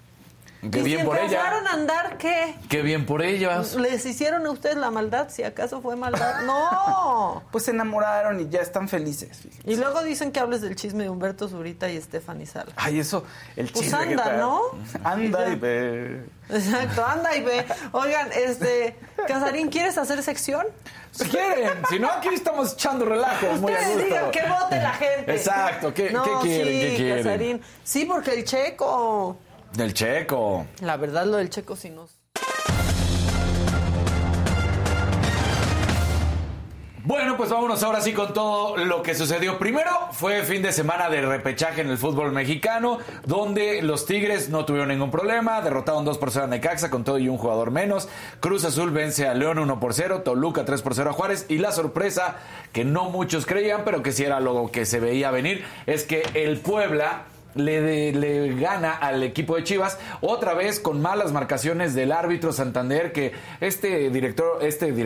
Qué
¿Y
bien
si
por ella.
empezaron a andar qué?
Qué bien por ellas.
¿Les hicieron a ustedes la maldad? Si acaso fue maldad. ¡No!
Pues se enamoraron y ya están felices, fíjense.
Y luego dicen que hables del chisme de Humberto Zurita y Stephanie Sala.
Ay, eso, el
Pues
chisme que
anda,
trae.
¿no?
Anda
Ya.
y ve.
Exacto, anda y ve. Oigan, Casarín, ¿quieres hacer sección?
Si quieren, si no, aquí estamos echando relajo. Muy a
Ustedes
gusto.
digan que vote la gente.
Exacto, ¿qué quieren?
Sí,
¿Qué quieren?
Casarín. Sí, porque el Checo.
Del Checo.
La verdad, lo del Checo sí nos.
Bueno, pues vámonos ahora sí con todo lo que sucedió. Primero fue fin de semana de repechaje en el fútbol mexicano, donde los Tigres no tuvieron ningún problema, derrotaron 2-0 a Necaxa con todo y un jugador menos. Cruz Azul vence a León 1-0, Toluca 3-0 a Juárez, y la sorpresa que no muchos creían, pero que sí era lo que se veía venir, es que el Puebla le gana al equipo de Chivas, otra vez con malas marcaciones del árbitro Santander, que director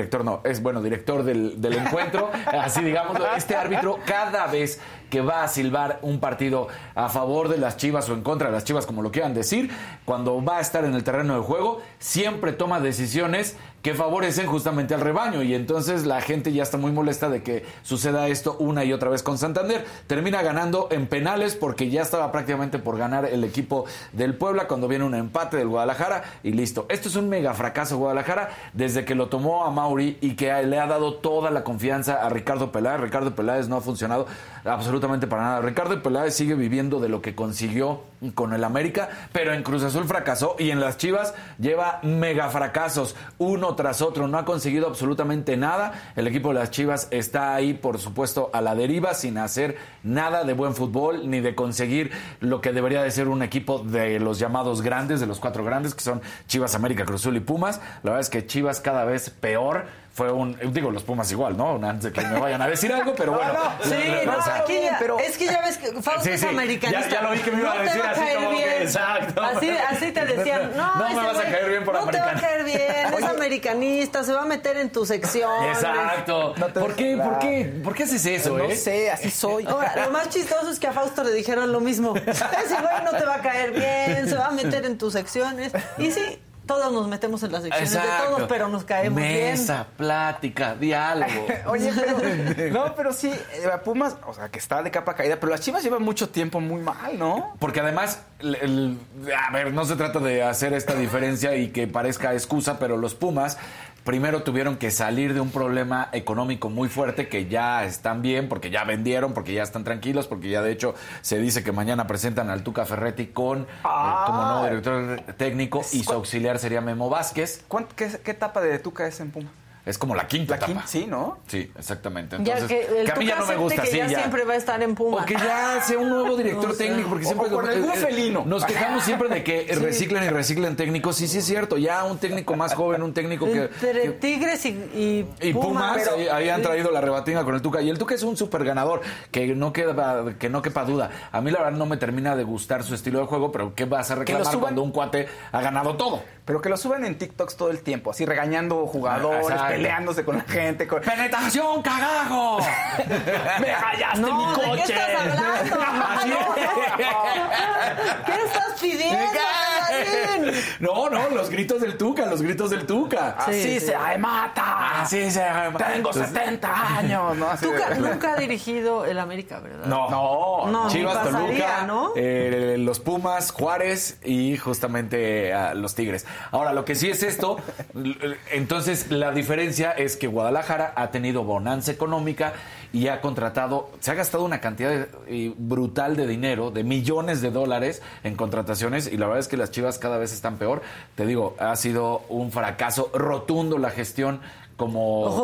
del encuentro, así digámoslo, este árbitro cada vez que va a silbar un partido a favor de las Chivas o en contra de las Chivas, como lo quieran decir, cuando va a estar en el terreno de juego, siempre toma decisiones que favorecen justamente al rebaño, y entonces la gente ya está muy molesta de que suceda esto una y otra vez con Santander. Termina ganando en penales porque ya estaba prácticamente por ganar el equipo del Puebla cuando viene un empate del Guadalajara y listo. Esto es un mega fracaso Guadalajara desde que lo tomó a Mauri y que le ha dado toda la confianza a Ricardo Peláez. Ricardo Peláez no ha funcionado absolutamente para nada. Ricardo Peláez sigue viviendo de lo que consiguió con el América, pero en Cruz Azul fracasó y en las Chivas lleva mega fracasos uno tras otro, no ha conseguido absolutamente nada. El equipo de las Chivas está ahí, por supuesto, a la deriva, sin hacer nada de buen fútbol, ni de conseguir lo que debería de ser un equipo de los llamados grandes, de los 4 grandes, que son Chivas, América, Cruz Azul y Pumas. La verdad es que Chivas cada vez peor. Los Pumas igual, ¿no? Antes de que me vayan a decir algo, pero bueno.
Es que ya ves que Fausto es americanista.
Ya lo vi que me iba a decir así como
bien.
que, exacto.
Así te decían, no me
vas a caer bien por americanista.
No te va a caer bien, es americanista, se va a meter en tu sección.
Exacto. ¿Por qué haces eso,
No sé, así soy.
Ahora, lo más chistoso es que a Fausto le dijeron lo mismo. Ese güey no te va a caer bien, se va a meter en tus secciones. Y sí, todos nos metemos en las secciones de todos, pero nos caemos bien.
Mesa, plática, diálogo.
Oye, pero sí, Pumas, o sea, que está de capa caída, pero las Chivas llevan mucho tiempo muy mal, ¿no?
Porque además, no se trata de hacer esta diferencia y que parezca excusa, pero los Pumas primero tuvieron que salir de un problema económico muy fuerte, que ya están bien, porque ya vendieron, porque ya están tranquilos, porque ya de hecho se dice que mañana presentan al Tuca Ferretti como nuevo director técnico y su auxiliar sería Memo Vázquez.
¿Qué etapa de Tuca es en Puma?
Es como la quinta etapa.
Sí, ¿no?
Sí, exactamente. Entonces,
que
a mí ya no me gusta así.
Ya siempre va a estar en Puma.
O que ya sea un nuevo director técnico, porque siempre
con algún felino.
Nos quejamos siempre de que reciclen técnicos. Sí, es cierto. Ya un técnico más joven, un técnico
Entre Tigres y
Pumas ahí han traído la rebatinga con el Tuca. Y el Tuca es un súper ganador, que no quepa duda. A mí la verdad no me termina de gustar su estilo de juego, pero ¿qué vas a reclamar cuando un cuate ha ganado todo?
Pero que lo suban en TikToks todo el tiempo, así regañando jugadores, peleándose con la gente.
¡Penetración, cagajo!
¡Me rayaste mi coche!
¿De qué estás hablando? ¿Qué estás pidiendo?
No, los gritos del Tuca.
Así se mata.
Así se mata.
Tengo 70 años. ¿No?
Tuca nunca ha dirigido el América, ¿verdad?
No. Chivas,
pasaría,
Toluca,
¿no?
Los Pumas, Juárez y justamente los Tigres. Ahora, lo que sí es esto, entonces la diferencia es que Guadalajara ha tenido bonanza económica y se ha gastado una cantidad brutal de dinero, de millones de dólares en contrataciones, y la verdad es que las Chivas cada vez están peor. Te digo, ha sido un fracaso rotundo la gestión como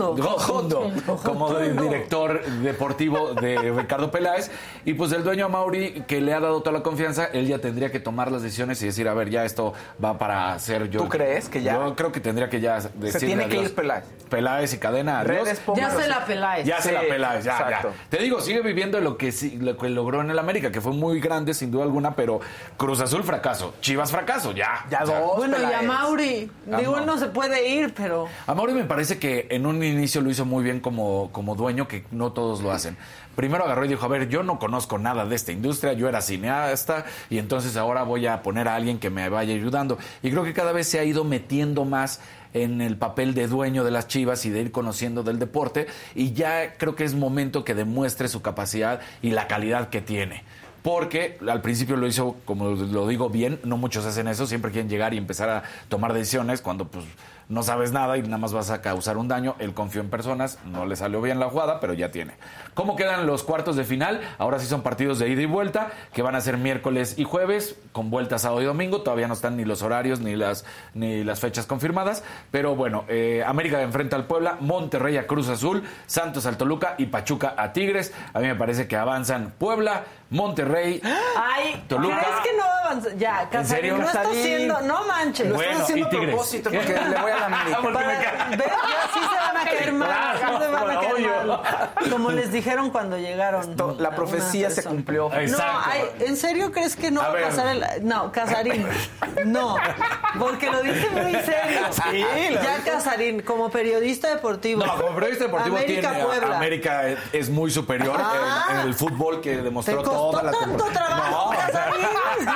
director deportivo de Ricardo Peláez, y pues el dueño Mauri, que le ha dado toda la confianza, él ya tendría que tomar las decisiones y decir, a ver, ya esto va para ser yo.
¿Tú crees que ya?
Yo creo que tendría que ya decir,
se tiene que ir
Peláez y cadena, adiós.
Ya se la Peláez.
Ya. Te digo, sigue viviendo lo que logró en el América, que fue muy grande sin duda alguna, pero Cruz Azul fracaso, Chivas fracaso, ya dos.
Bueno,
Peláez.
Y a Mauri, él no se puede ir, pero
a Mauri me parece que en un inicio lo hizo muy bien como dueño, que no todos lo hacen. Primero agarró y dijo, a ver, yo no conozco nada de esta industria, yo era cineasta y entonces ahora voy a poner a alguien que me vaya ayudando. Y creo que cada vez se ha ido metiendo más en el papel de dueño de las Chivas y de ir conociendo del deporte, y ya creo que es momento que demuestre su capacidad y la calidad que tiene. Porque al principio lo hizo, como lo digo, bien. No muchos hacen eso, siempre quieren llegar y empezar a tomar decisiones cuando pues no sabes nada y nada más vas a causar un daño. Él confió en personas, no le salió bien la jugada, pero ya tiene. ¿Cómo quedan los cuartos de final? Ahora sí son partidos de ida y vuelta, que van a ser miércoles y jueves, con vuelta sábado y domingo. Todavía no están ni los horarios ni las fechas confirmadas, pero bueno, América enfrenta al Puebla, Monterrey a Cruz Azul, Santos al Toluca y Pachuca a Tigres. A mí me parece que avanzan Puebla, Monterrey, Toluca.
¿Crees que no avanza? Ya,
¿En serio?
no está haciendo, no manches.
Lo estás haciendo a propósito porque le voy a la América.
Sí se van a caer mal, sí se van a caer mal. Como les dijeron cuando llegaron.
La profecía se cumplió.
Exacto.
No, ¿en serio crees que no va a pasar No, Casarín, no, porque lo dice muy serio.
Sí,
ya Casarín, como periodista deportivo.
No, como periodista deportivo América es muy superior en el fútbol que demostró toda la temporada.
¿Tanto trabajo, Casarín?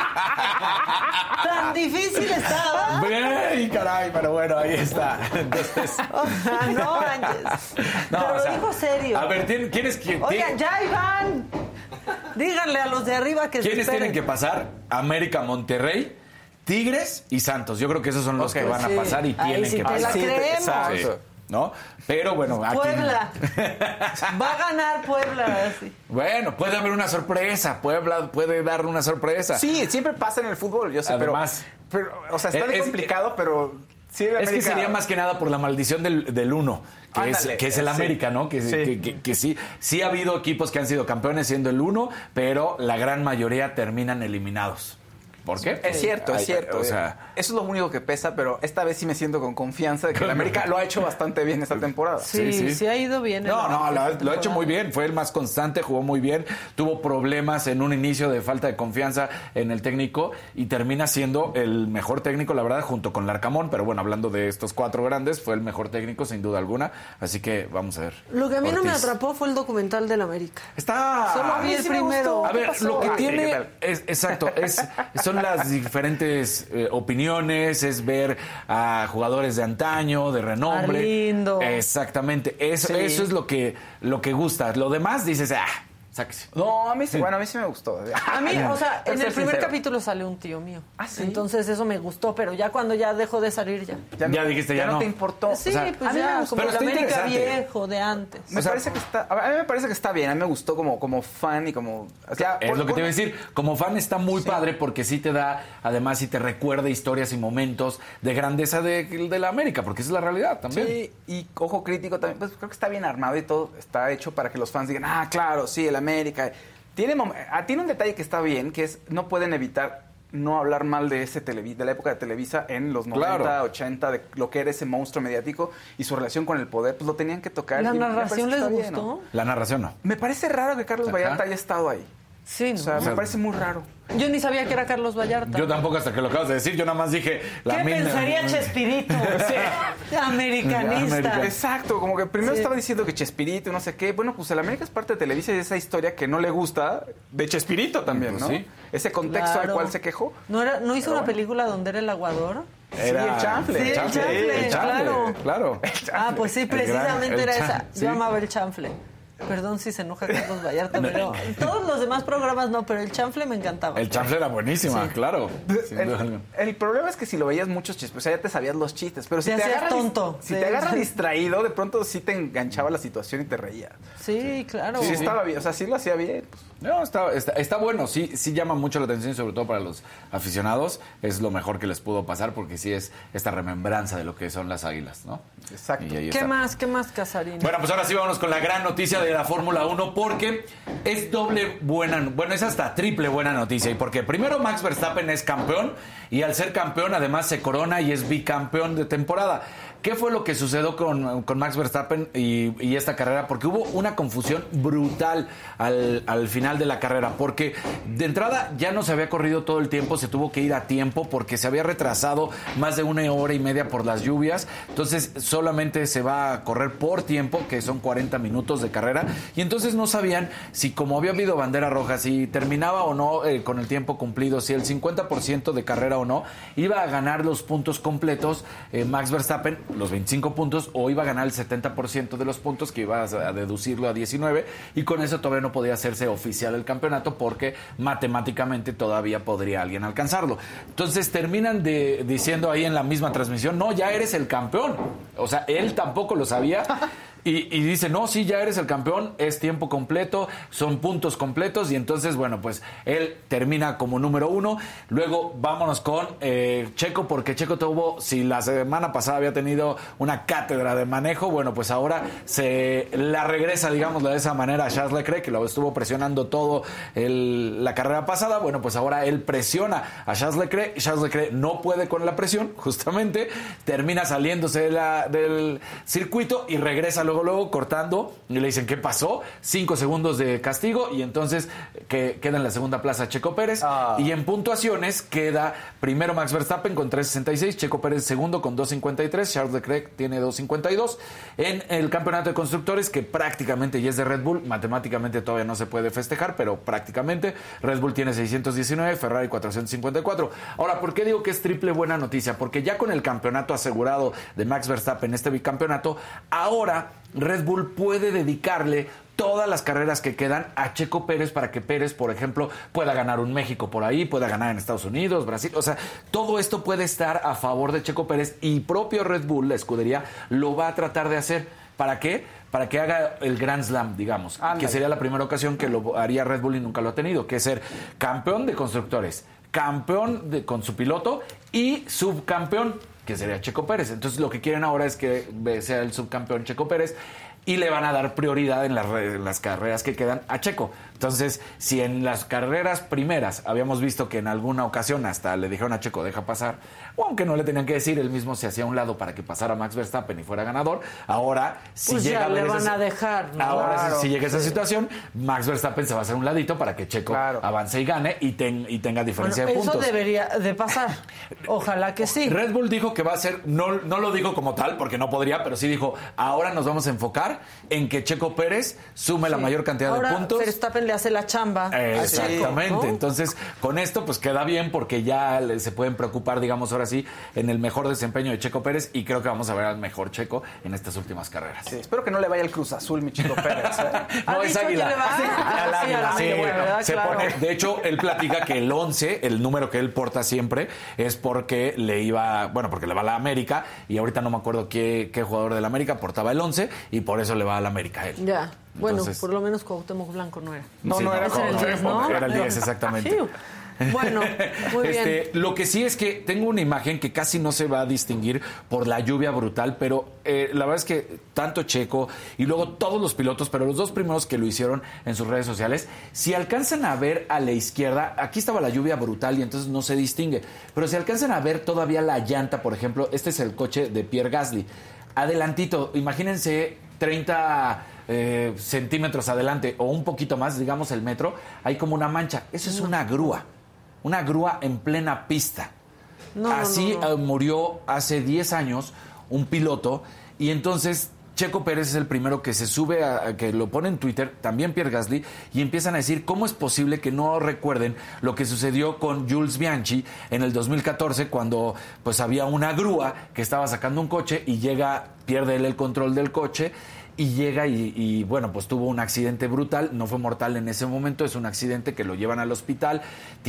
Tan difícil estaba.
Bien, caray, pero bueno, ahí está. Entonces...
no manches. Pero lo dijo serio.
A ver, ¿quién es quién?
Oigan, ya Iván. Díganle a los de arriba que
¿quiénes tienen que pasar? América, Monterrey, Tigres y Santos. Yo creo que esos son los que van a pasar y tienen que pasar.
Te la creemos.
Sí, ¿no? Pero bueno, aquí...
Puebla. Va a ganar Puebla. Sí.
Bueno, puede haber una sorpresa. Puebla puede dar una sorpresa.
Sí, siempre pasa en el fútbol, yo sé,
además,
pero o sea, está bien complicado, pero... Sí,
es que sería más que nada por la maldición del uno, que es el América, ¿no? Que sí ha habido equipos que han sido campeones siendo el uno, pero la gran mayoría terminan eliminados. ¿Por qué?
Es cierto, es cierto.
O sea,
eso es lo único que pesa, pero esta vez sí me siento con confianza de que el América lo ha hecho bastante bien esta temporada.
Sí ha ido bien.
No, lo ha hecho muy bien. Fue el más constante, jugó muy bien. Tuvo problemas en un inicio de falta de confianza en el técnico y termina siendo el mejor técnico, la verdad, junto con Larcamón. Pero bueno, hablando de estos 4 grandes, fue el mejor técnico, sin duda alguna. Así que vamos a ver.
Lo que a mí no me atrapó fue el documental del América.
Solo
vi el primero.
A ver, lo que tiene... Exacto, son las diferentes opiniones, es ver a jugadores de antaño, de renombre.
Arlindo.
Exactamente, eso es lo que gusta. Lo demás dices, sáquese.
No, a mí sí me gustó.
A mí, o sea, en el primer capítulo salió un tío mío.
¿Sí?
Entonces eso me gustó, pero ya cuando ya dejó de salir
ya dijiste, ya no
te importó.
Sí, pues ya, como el América viejo de antes.
A mí me parece que está bien, a mí me gustó como fan y como... O sea,
es lo que te iba a decir, como fan está muy padre porque sí te da, además sí te recuerda historias y momentos de grandeza de la América, porque esa es la realidad también.
Sí, y ojo crítico también, pues creo que está bien armado y todo está hecho para que los fans digan, claro, sí, el América. Tiene un detalle que está bien, que es no pueden evitar no hablar mal de de la época de Televisa en los 90, 80, de lo que era ese monstruo mediático y su relación con el poder, pues lo tenían que tocar.
¿La narración les gustó?
Bien, ¿no?
La narración no.
Me parece raro que Carlos Vallarta haya estado ahí.
Sí, ¿no?
O sea, me parece muy raro.
Yo ni sabía que era Carlos Vallarta.
Yo tampoco, hasta que lo acabas de decir. Yo nada más dije...
¿Qué pensaría Chespirito? Americanista.
Exacto, como que primero estaba diciendo que Chespirito, no sé qué. Bueno, pues el América es parte de Televisa y esa historia que no le gusta de Chespirito también, ¿no? Sí. Ese contexto al cual se quejó.
¿No hizo una película donde era el aguador?
Era
el chanfle.
Sí, el chanfle,
claro.
Pues sí, precisamente era esa. Yo amaba el chanfle. Perdón si se enoja Carlos Vallarta, pero todos los demás programas no, pero el chanfle me encantaba.
El chanfle era buenísima, claro.
El problema es que si lo veías muchos chistes, o sea, ya te sabías los chistes, pero si te agarras
tonto.
Si te agarras distraído, de pronto sí te enganchaba la situación y te reías.
Sí, claro.
Sí estaba bien, o sea, sí lo hacía bien.
No, está bueno, sí llama mucho la atención, sobre todo para los aficionados. Es lo mejor que les pudo pasar porque sí es esta remembranza de lo que son las Águilas, ¿no?
Exacto.
¿Qué más, Casarín?
Bueno, pues ahora sí vámonos con la gran noticia de la Fórmula 1 porque es es hasta triple buena noticia. Y porque primero Max Verstappen es campeón y al ser campeón además se corona y es bicampeón de temporada. ¿Qué fue lo que sucedió con Max Verstappen y esta carrera? Porque hubo una confusión brutal al final de la carrera, porque de entrada ya no se había corrido todo el tiempo, se tuvo que ir a tiempo porque se había retrasado más de 1 hora y media por las lluvias, entonces solamente se va a correr por tiempo, que son 40 minutos de carrera, y entonces no sabían si como había habido bandera roja, si terminaba o no con el tiempo cumplido, si el 50% de carrera o no, iba a ganar los puntos completos Max Verstappen, los 25 puntos o iba a ganar el 70% de los puntos, que iba a deducirlo a 19, y con eso todavía no podía hacerse oficial el campeonato porque matemáticamente todavía podría alguien alcanzarlo. Entonces terminan diciendo ahí en la misma transmisión, no, ya eres el campeón. O sea, él tampoco lo sabía. Y dice, no, sí, ya eres el campeón, es tiempo completo, son puntos completos, y entonces, bueno, pues él termina como número 1. Luego vámonos con Checo, porque Checo tuvo, si la semana pasada había tenido una cátedra de manejo, bueno, pues ahora se la regresa, digámoslo de esa manera, a Charles Leclerc, que lo estuvo presionando todo la carrera pasada. Bueno, pues ahora él presiona a Charles Leclerc, y Charles Leclerc no puede con la presión, justamente, termina saliéndose del circuito y regresa luego cortando, y le dicen, ¿qué pasó? 5 segundos de castigo, y entonces queda en la segunda plaza Checo Pérez. Y en puntuaciones queda primero Max Verstappen con 3.66, Checo Pérez segundo con 2.53, Charles Leclerc tiene 2.52. En el campeonato de constructores, que prácticamente ya es de Red Bull, matemáticamente todavía no se puede festejar, pero prácticamente Red Bull tiene 619, Ferrari 454. Ahora, ¿por qué digo que es triple buena noticia? Porque ya con el campeonato asegurado de Max Verstappen, este bicampeonato, ahora Red Bull puede dedicarle todas las carreras que quedan a Checo Pérez para que Pérez, por ejemplo, pueda ganar un México por ahí, pueda ganar en Estados Unidos, Brasil. O sea, todo esto puede estar a favor de Checo Pérez, y propio Red Bull, la escudería, lo va a tratar de hacer. ¿Para qué? Para que haga el Grand Slam, digamos, que sería la primera ocasión que lo haría Red Bull y nunca lo ha tenido, que es ser campeón de constructores, campeón con su piloto y subcampeón, que sería Checo Pérez. Entonces lo que quieren ahora es que sea el subcampeón Checo Pérez, y le van a dar prioridad en las carreras que quedan a Checo. Entonces, si en las carreras primeras habíamos visto que en alguna ocasión hasta le dijeron a Checo, deja pasar, o aunque no le tenían que decir, él mismo se hacía a un lado para que pasara Max Verstappen y fuera ganador, ahora si
pues
llega
ya le van a dejar, ¿no?
Ahora
Claro,
si llega esa situación, Max Verstappen se va a hacer un ladito para que Checo avance y gane y tenga diferencia de puntos.
Eso debería de pasar. Ojalá que sí.
Red Bull dijo que va a ser, no lo dijo como tal, porque no podría, pero sí dijo, ahora nos vamos a enfocar en que Checo Pérez sume la mayor cantidad de puntos.
Ahora Verstappen le hace la chamba.
Exactamente.
¿no?
Entonces, con esto pues queda bien, porque ya se pueden preocupar, digamos, ahora sí, en el mejor desempeño de Checo Pérez, y creo que vamos a ver al mejor Checo en estas últimas carreras.
Sí, espero que no le vaya el Cruz Azul, mi Checo Pérez.
No, es Águila.
Al Águila,
sí,
¿verdad?
se
Claro.
pone, de hecho, él platica que el 11, el número que él porta siempre, es porque porque le va a la América, y ahorita no me acuerdo qué jugador de la América portaba el 11, y por eso le va a la América a él.
Ya. Bueno,
Entonces,
por lo menos Cuauhtémoc Blanco no era.
No era
Ese era el 10, ¿no?
Era el 10, exactamente.
Bueno, muy bien.
Lo que sí es que tengo una imagen que casi no se va a distinguir por la lluvia brutal, pero la verdad es que tanto Checo y luego todos los pilotos, pero los dos primeros que lo hicieron en sus redes sociales, si alcanzan a ver a la izquierda, aquí estaba la lluvia brutal y entonces no se distingue, pero si alcanzan a ver todavía la llanta, por ejemplo, este es el coche de Pierre Gasly, adelantito, imagínense 30 centímetros adelante o un poquito más, digamos el metro, hay como una mancha, eso es una grúa en plena pista. Así murió hace 10 años un piloto, y entonces Checo Pérez es el primero que se sube, que lo pone en Twitter, también Pierre Gasly, y empiezan a decir cómo es posible que no recuerden lo que sucedió con Jules Bianchi en el 2014, cuando pues había una grúa que estaba sacando un coche y pierde él el control del coche, y llega y bueno, pues tuvo un accidente brutal, no fue mortal en ese momento, es un accidente que lo llevan al hospital,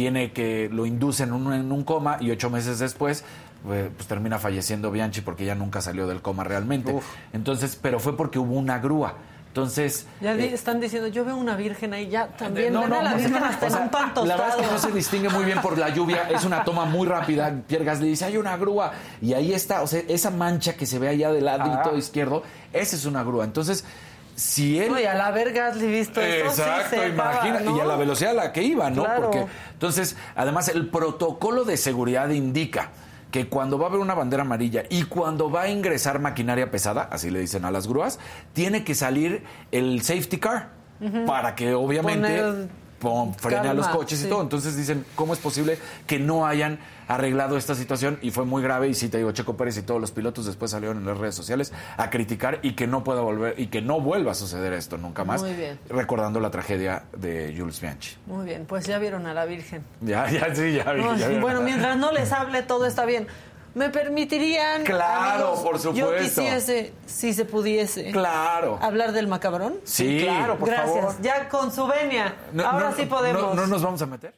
lo inducen en un coma, y 8 meses después pues termina falleciendo Bianchi, porque ya nunca salió del coma realmente. Entonces, pero fue porque hubo una grúa. Entonces... Ya
están diciendo, yo veo una virgen ahí, ya también la virgen hasta en un pan tostado.
La verdad es que no se distingue muy bien por la lluvia, es una toma muy rápida. Pierre Gasly dice, hay una grúa, y ahí está, o sea, esa mancha que se ve allá del ladito izquierdo, esa es una grúa. Entonces, si él...
y al haber Gasly visto esto,
exacto,
sí
imagina, ¿no? Y a la velocidad a la que iba, ¿no?
Claro.
Porque, entonces, además, el protocolo de seguridad indica que cuando va a haber una bandera amarilla y cuando va a ingresar maquinaria pesada, así le dicen a las grúas, tiene que salir el safety car para que obviamente frene a los coches y todo. Entonces dicen, ¿cómo es posible que no hayan arreglado esta situación? Y fue muy grave, y sí te digo, Checo Pérez y todos los pilotos después salieron en las redes sociales a criticar, y que no pueda volver, y que no vuelva a suceder esto nunca más.
Muy bien.
Recordando la tragedia de Jules Bianchi.
Muy bien, pues ya vieron a la Virgen.
Ya vi.
Bueno, mientras no les hable, todo está bien. ¿me permitirían?
Claro,
amigos,
por supuesto.
Yo quisiese, si se pudiese.
Claro.
¿Hablar del macabrón?
Sí, claro, por
Gracias.
favor.
Ya con su venia. Ahora sí podemos.
¿No nos vamos a meter?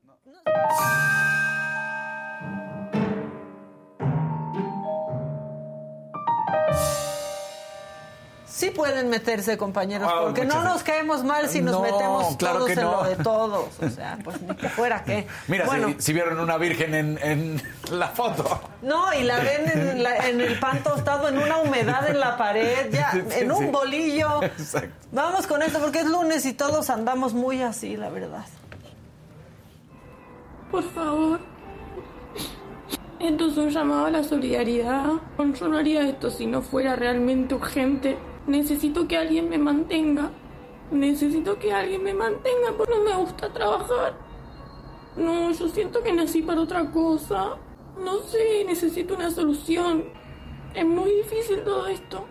Sí pueden meterse, compañeros, porque no nos caemos mal si nos metemos todos en lo de todos. O sea, pues ni que fuera qué.
Mira,
bueno,
si vieron una virgen en la foto.
No, y la ven en el pan tostado, en una humedad en la pared, ya, en un bolillo.
Exacto.
Vamos con esto, porque es lunes y todos andamos muy así, la verdad.
Por favor. Esto es un llamado a la solidaridad. Yo no haría esto si no fuera realmente urgente. Necesito que alguien me mantenga. Necesito que alguien me mantenga porque no me gusta trabajar. No, yo siento que nací para otra cosa. No sé, necesito una solución. Es muy difícil todo esto.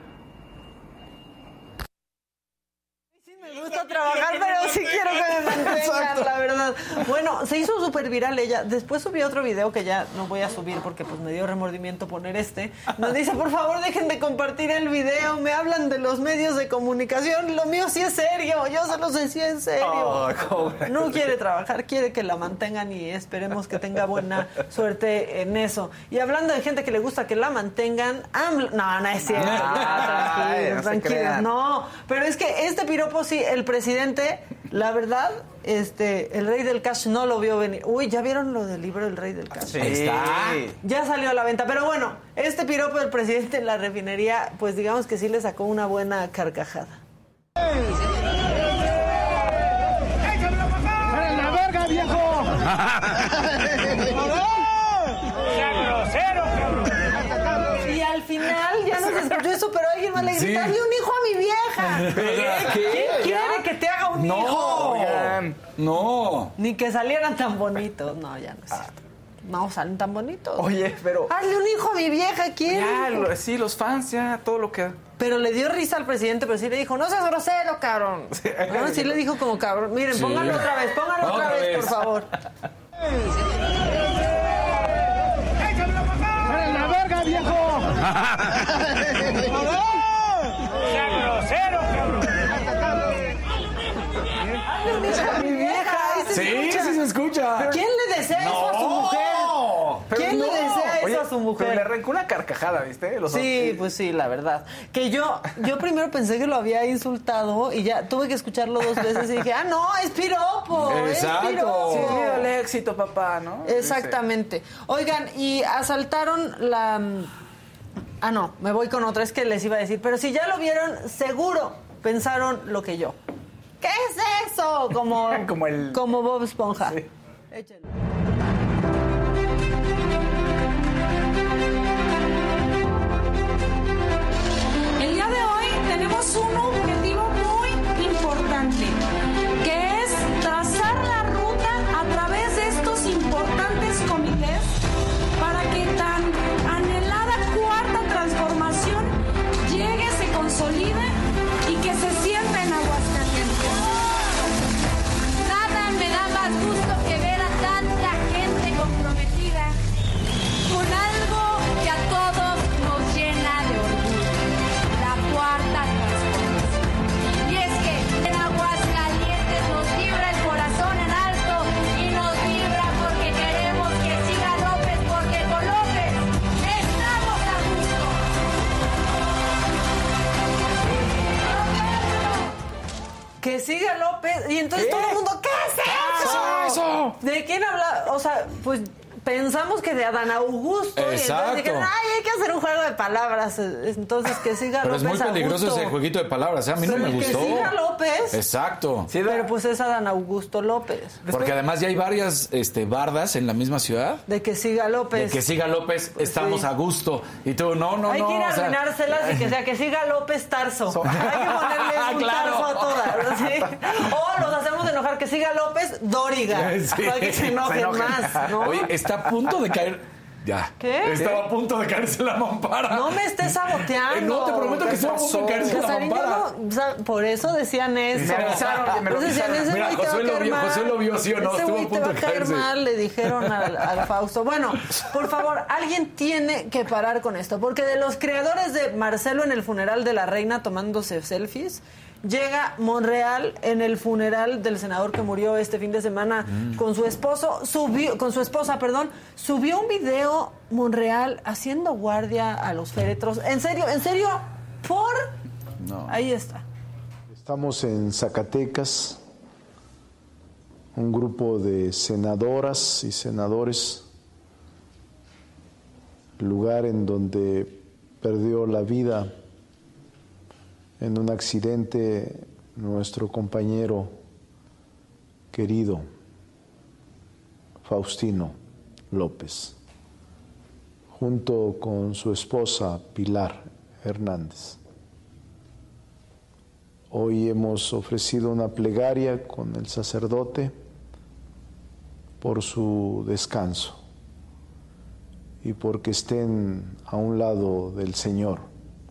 Me gusta trabajar, pero sí quiero que me mantengan, la verdad. Bueno, se hizo súper viral ella. Después subí otro video que ya no voy a subir porque pues me dio remordimiento poner este. Nos dice, por favor, dejen de compartir el video. Me hablan de los medios de comunicación. Lo mío sí es serio. Yo se los decía en serio. No quiere trabajar, quiere que la mantengan y esperemos que tenga buena suerte en eso. Y hablando de gente que le gusta que la mantengan, no es cierto. Tranquilos. No, pero es que este piropo sí, el presidente, la verdad, el Rey del Cash no lo vio venir. Uy, ¿ya vieron lo del libro El Rey del Cash?
Sí. Ahí está.
Ya salió a la venta. Pero bueno, este piropo del presidente en la refinería, pues digamos que sí le sacó una buena carcajada.
¡Para la verga, viejo!
Y al final ya no se escuchó eso, pero alguien más le grita, ¡dale un hijo a mi vieja! ¿Quién quiere que te haga un hijo?
No.
Ni que salieran tan bonitos. No, ya no es cierto. No, salen tan bonitos.
Oye, pero...
¡Hazle un hijo a mi vieja! ¿Quién?
Ya, sí, los fans, ya, todo lo que...
Pero le dio risa al presidente, pero sí le dijo, no seas grosero, cabrón. Sí le dijo como cabrón. Miren, sí. Pónganlo otra vez, otra vez, por favor.
¡Para la verga, viejo! ¡Sea grosero, cabrón!
Mi vieja,
sí se escucha.
¿Pero quién le desea eso a su mujer? ¿Quién le desea eso a su mujer?
Pero le arrancó una carcajada, ¿viste?
Sí, pues sí, la verdad. Que yo primero pensé que lo había insultado y ya tuve que escucharlo 2 veces y dije, no, es piropo.
Exacto.
Es piropo.
Sí, mira el éxito, papá, ¿no?
Exactamente. Oigan, y asaltaron la... no, me voy con otra, es que les iba a decir, pero si ya lo vieron, seguro pensaron lo que yo. ¿Qué es eso? Como Bob Esponja. Sí. Échenlo.
El día de hoy tenemos un objetivo muy importante, que es trazar la ruta a través de estos importantes comités para que tan anhelada cuarta transformación llegue, se consolide y que se sienta en Aguascalientes.
Nada me da más gusto que ver a tanta gente comprometida con algo que a todos nos llena de orgullo, la cuarta transformación. Y es que en Aguascalientes nos vibra el corazón en alto y nos vibra porque queremos que siga López, porque con López estamos a gusto.
Que siga López. Y entonces todo el mundo, ¿qué es eso? ¿De quién habla? O sea, pues pensamos que de Adán Augusto.
Exacto.
Y entonces dijeron, hay que hacer un juego de palabras. Entonces que siga
Pero
López.
es muy peligroso
Augusto.
ese jueguito de palabras, ¿eh? A mí no me gustó.
Que siga López.
Exacto.
Sí, pero pues es Adán Augusto López.
Porque además ya hay varias bardas en la misma ciudad.
De que siga López.
De que siga López, pues estamos a gusto. Y tú, no.
Hay que ir a arruinárselas y que sea que siga López Tarso. Hay que ponerle un Tarso a todas. ¿Sí? O los hacemos enojar que siga López Dóriga. Sí, para que se enojen más, ¿no?
Oye, está a punto de caer Ya.
¿Qué?
Estaba a punto de caerse la mampara.
No me estés saboteando.
No, te prometo que estaba a punto de caerse la
Casarín,
mampara.
o sea, por eso decían eso.
Me avisaron, me lo
Entonces decían, ese
Mira,
güey te va a caer mal.
José lo vio, ¿sí o no?
Ese
Estuvo
güey
a
te
punto
va a
de
caer
caerse.
mal, le dijeron al Fausto. Bueno, por favor, alguien tiene que parar con esto, porque de los creadores de Marcelo en el funeral de la reina tomándose selfies, llega Monreal en el funeral del senador que murió este fin de semana con su esposa, subió un video Monreal haciendo guardia a los féretros. En serio, ¿por?
No.
Ahí está.
Estamos en Zacatecas, un grupo de senadoras y senadores, lugar en donde perdió la vida en un accidente nuestro compañero querido Faustino López, junto con su esposa Pilar Hernández. Hoy hemos ofrecido una plegaria con el sacerdote por su descanso y porque estén a un lado del Señor.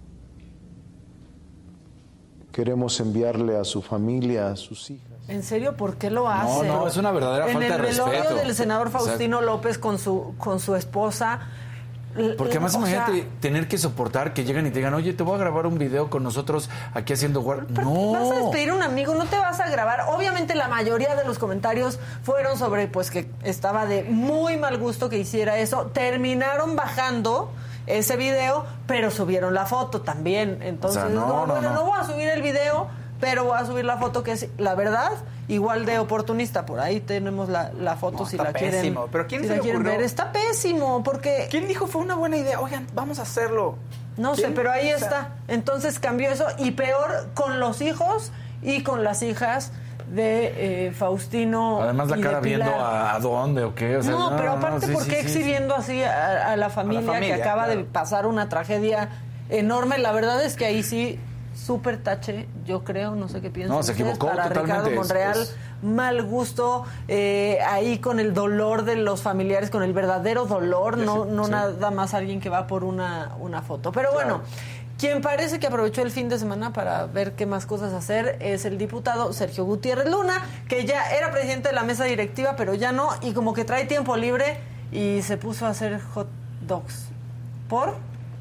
Queremos enviarle a su familia, a sus hijas.
¿En serio? ¿Por qué lo hace?
No, es una verdadera falta de respeto.
En el velorio del senador Faustino López con su esposa.
Porque además imagínate tener que soportar que lleguen y te digan, oye, te voy a grabar un video con nosotros aquí haciendo guardia. No.
Vas a despedir a un amigo, no te vas a grabar. Obviamente la mayoría de los comentarios fueron sobre pues que estaba de muy mal gusto que hiciera eso. Terminaron bajando ese video, pero subieron la foto también. Entonces,
o sea, no
voy a subir el video, pero voy a subir la foto que es, la verdad, igual de oportunista. Por ahí tenemos la foto si la quieren.
Pésimo. ¿Pero quién
si
se
la
le
quieren
ocurrió?
ver. Está pésimo, porque...
¿Quién dijo fue una buena idea? Oigan, vamos a hacerlo.
No sé, pero ahí
O sea,
está. Entonces cambió eso, y peor con los hijos y con las hijas de Faustino.
Además la
y
cara
de Pilar.
viendo a dónde o qué. O sea,
No, pero aparte,
sí,
¿por qué
sí,
exhibiendo así a la familia que acaba de pasar una tragedia enorme? La verdad es que ahí sí, súper tache, yo creo, no sé qué piensan
No, se
ustedes,
equivocó
para
totalmente.
Ricardo Monreal, mal gusto, ahí con el dolor de los familiares, con el verdadero dolor, no nada más alguien que va por una foto. Pero bueno, quien parece que aprovechó el fin de semana para ver qué más cosas hacer es el diputado Sergio Gutiérrez Luna, que ya era presidente de la mesa directiva, pero ya no, y como que trae tiempo libre y se puso a hacer hot dogs. ¿Por?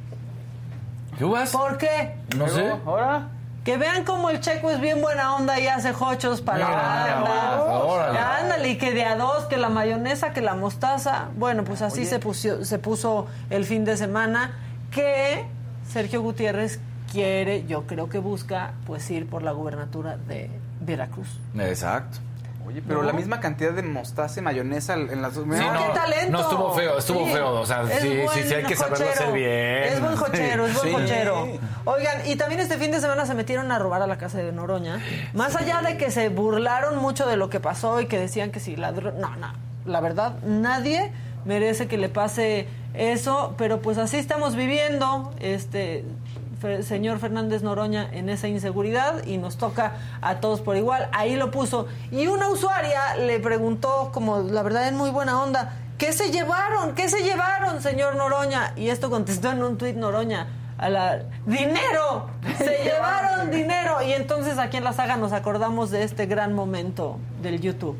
¿Qué vas?
¿Por qué?
No sé.
¿Ahora?
Que vean cómo el Checo es bien buena onda y hace hochos para la banda.
órale.
Ándale, y que de a dos, que la mayonesa, que la mostaza. Bueno, pues así se puso el fin de semana, que Sergio Gutiérrez quiere, yo creo que busca, pues ir por la gubernatura de Veracruz.
Exacto.
Oye, pero la misma cantidad de mostaza y mayonesa en las dos...
Sí, qué talento.
No estuvo feo, estuvo feo. O sea,
Es
sí
buen
hay que saberlo
jochero.
hacer bien.
Es buen jochero, es buen
Sí.
jochero. Oigan, y también este fin de semana se metieron a robar a la casa de Noroña. Más allá de que se burlaron mucho de lo que pasó y que decían que si ladrón... No, la verdad, nadie merece que le pase eso, pero pues así estamos viviendo, señor Fernández Noroña, en esa inseguridad, y nos toca a todos por igual. Ahí lo puso. Y una usuaria le preguntó, como la verdad en muy buena onda, ¿qué se llevaron? ¿Qué se llevaron, señor Noroña? Y esto contestó en un tuit Noroña, ¡dinero! Se llevaron dinero. Y entonces aquí en La Saga nos acordamos de este gran momento del YouTube.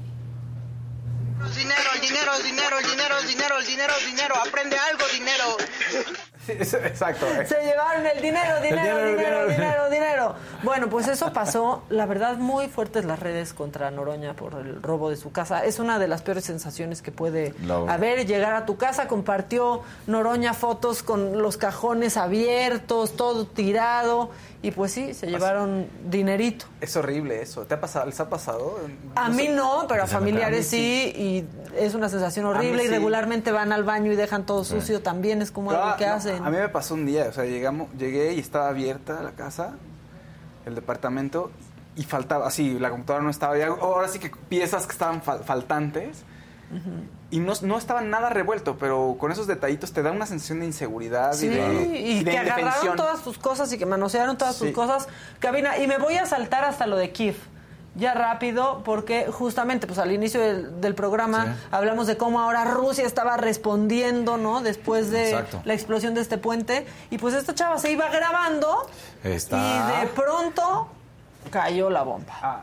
Dinero, aprende algo, dinero.
Sí, exacto.
Se llevaron el dinero. Bueno, pues eso pasó, la verdad, muy fuertes las redes contra Noroña por el robo de su casa. Es una de las peores sensaciones que puede haber, llegar a tu casa. Compartió Noroña fotos con los cajones abiertos, todo tirado, y pues sí, se llevaron dinerito.
Es horrible eso. ¿Te ha pasado? ¿Les ha pasado?
A mí no, pero a familiares sí, y es una sensación horrible, y regularmente van al baño y dejan todo sucio, también es como algo que hacen.
A mí me pasó un día, o sea, llegué y estaba abierta la casa, el departamento, y faltaba, así, la computadora no estaba, ahora sí que piezas que estaban faltantes, y no estaba nada revuelto, pero con esos detallitos te da una sensación de inseguridad y de
que agarraron
indefensión.
todas tus cosas y que manosearon todas tus cosas. Cabina, y me voy a saltar hasta lo de Kiev. ya rápido, porque justamente pues al inicio del programa hablamos de cómo ahora Rusia estaba respondiendo, ¿no? Después de la explosión de este puente. Y pues esta chava se iba grabando y de pronto cayó la bomba.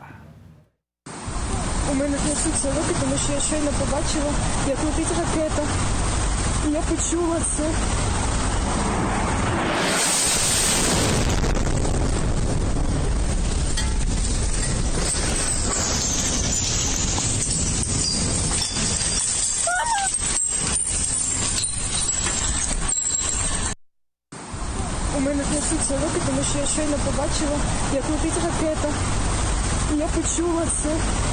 У мене трясуться руки, тому що я щойно побачила, як летить ракета. І я почула це. У мене трясуться руки, тому що я щойно побачила, як летить ракета. І я почула це.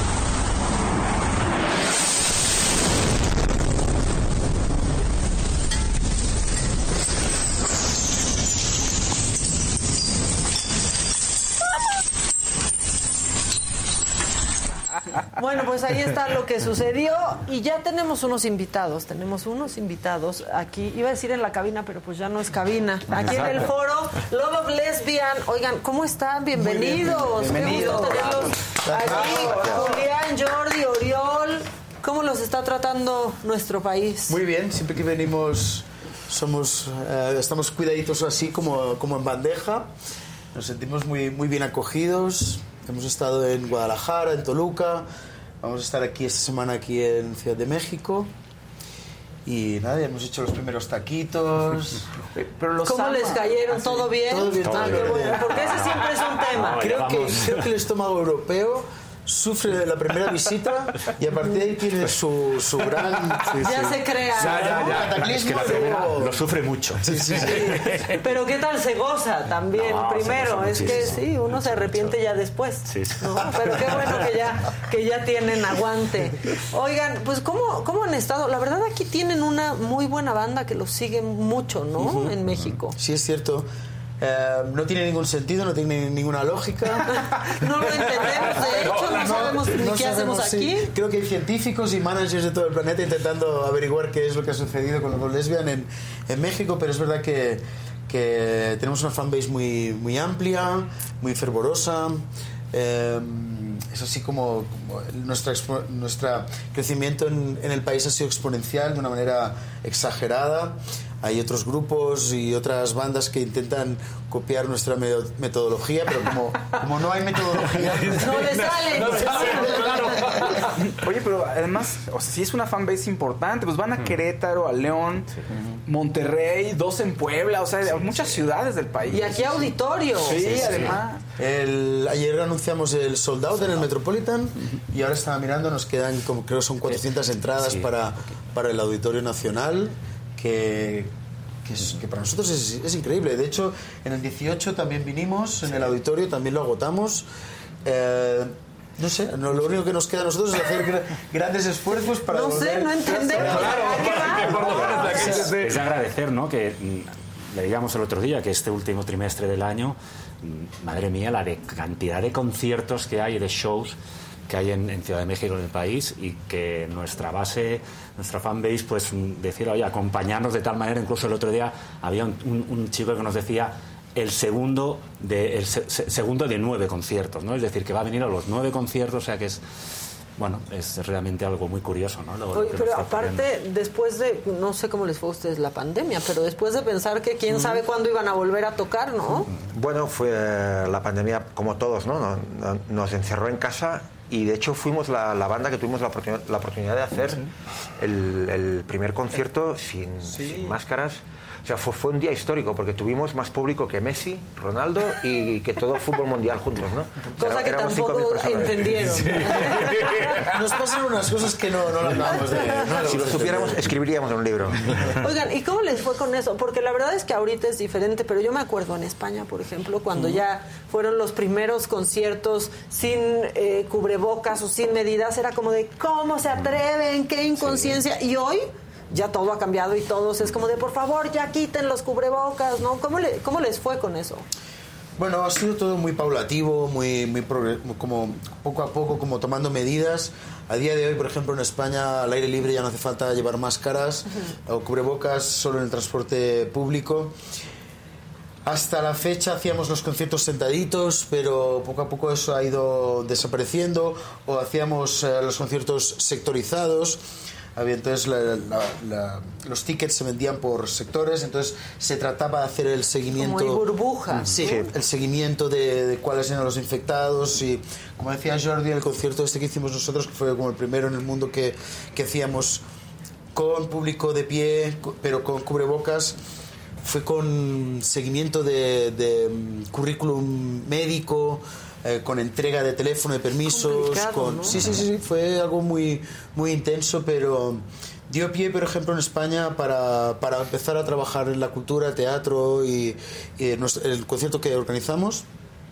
Bueno, pues ahí está lo que sucedió y ya tenemos unos invitados aquí, iba a decir en la cabina, pero pues ya no es cabina, aquí en el foro Love of Lesbian. Oigan, ¿cómo están? Bienvenidos. Qué gusto tenerlos aquí. Julián, Jordi, Oriol, ¿cómo los está tratando nuestro país?
Muy bien, siempre que venimos estamos cuidaditos así como en bandeja, nos sentimos muy bien acogidos. Hemos estado en Guadalajara, en Toluca, vamos a estar aquí esta semana aquí en Ciudad de México y nada, ya hemos hecho los primeros taquitos.
Pero ¿cómo les cayeron? ¿Todo bien?
Todo bien.
Bueno, porque ese siempre es un tema.
Creo que el estómago europeo sufre de la primera visita y a partir de ahí tiene su gran...
Ya se crea.
Cataclismo.
Es que la primera lo sufre mucho.
Sí.
Pero ¿qué tal se goza también? Primero, es que sí, uno se arrepiente ya después. ¿No? Pero qué bueno que ya tienen aguante. Oigan, pues ¿cómo han estado? La verdad aquí tienen una muy buena banda que los sigue mucho, ¿no? En México.
Sí, es cierto. No tiene ningún sentido, no tiene ninguna lógica.
No lo entendemos, de hecho, no sabemos ni qué hacemos aquí.
Creo que hay científicos y managers de todo el planeta intentando averiguar qué es lo que ha sucedido con los Lesbian en México, pero es verdad que tenemos una fanbase muy amplia, muy fervorosa. Es así como nuestro crecimiento en el país ha sido exponencial de una manera exagerada. Hay otros grupos y otras bandas que intentan copiar nuestra metodología, pero como no hay metodología...
¡No les sale!
Claro. Oye, pero además, o sea, si es una fanbase importante, pues van a Querétaro, a León, Monterrey, 2 en Puebla, o sea, muchas ciudades del país.
Y aquí auditorio.
Sí, además.
Ayer anunciamos el sold out en el Metropolitan y ahora estaba mirando, nos quedan como creo son 400 entradas para el Auditorio Nacional. Que para nosotros es increíble. De hecho, en el 18 también vinimos, en el auditorio también lo agotamos. No sé, lo único que nos queda a nosotros es hacer grandes esfuerzos para...
No sé, no entendemos.
Es agradecer, ¿no? Que le digamos el otro día que este último trimestre del año, madre mía, la cantidad de conciertos que hay, de shows que hay en Ciudad de México, en el país, y que nuestra base, nuestra fanbase, pues decir, oye, acompañarnos de tal manera. Incluso el otro día había un chico que nos decía el segundo de 9 conciertos, ¿no? Es decir, que va a venir a los 9 conciertos, o sea que es... Bueno, es realmente algo muy curioso, ¿no?
Oye, pero aparte, después de, no sé cómo les fue a ustedes la pandemia, pero después de pensar que quién sabe cuándo iban a volver a tocar, ¿no?
Bueno, fue la pandemia, como todos, ¿no? Nos encerró en casa y de hecho fuimos la banda que tuvimos la oportunidad de hacer el primer concierto sin máscaras. O sea, fue un día histórico porque tuvimos más público que Messi, Ronaldo y que todo el fútbol mundial juntos, ¿no?
Cosa que tampoco entendieron.
Sí. Nos pasan unas cosas que no lo acabamos de...
Si lo supiéramos, escribiríamos un libro.
Oigan, ¿y cómo les fue con eso? Porque la verdad es que ahorita es diferente, pero yo me acuerdo en España, por ejemplo, cuando ya fueron los primeros conciertos sin cubrebocas o sin medidas, era como de ¿cómo se atreven? ¿Qué inconsciencia? Y hoy... ya todo ha cambiado y todos es como de por favor ya quiten los cubrebocas, ¿no? ¿Cómo les fue con eso?
Bueno, ha sido todo muy paulativo, como poco a poco, como tomando medidas. A día de hoy, por ejemplo, en España al aire libre ya no hace falta llevar máscaras o cubrebocas solo en el transporte público. Hasta la fecha hacíamos los conciertos sentaditos, pero poco a poco eso ha ido desapareciendo, o hacíamos los conciertos sectorizados. Entonces los tickets se vendían por sectores, entonces se trataba de hacer el seguimiento.
Como hay burbujas.
Sí, el seguimiento de cuáles eran los infectados. Y como decía Jordi, el concierto que hicimos nosotros, que fue como el primero en el mundo que hacíamos con público de pie, pero con cubrebocas, fue con seguimiento de currículum médico, con entrega de teléfono, de permisos, ¿no? Sí, fue algo muy intenso, pero dio pie, por ejemplo, en España para empezar a trabajar en la cultura, teatro y el concierto que organizamos.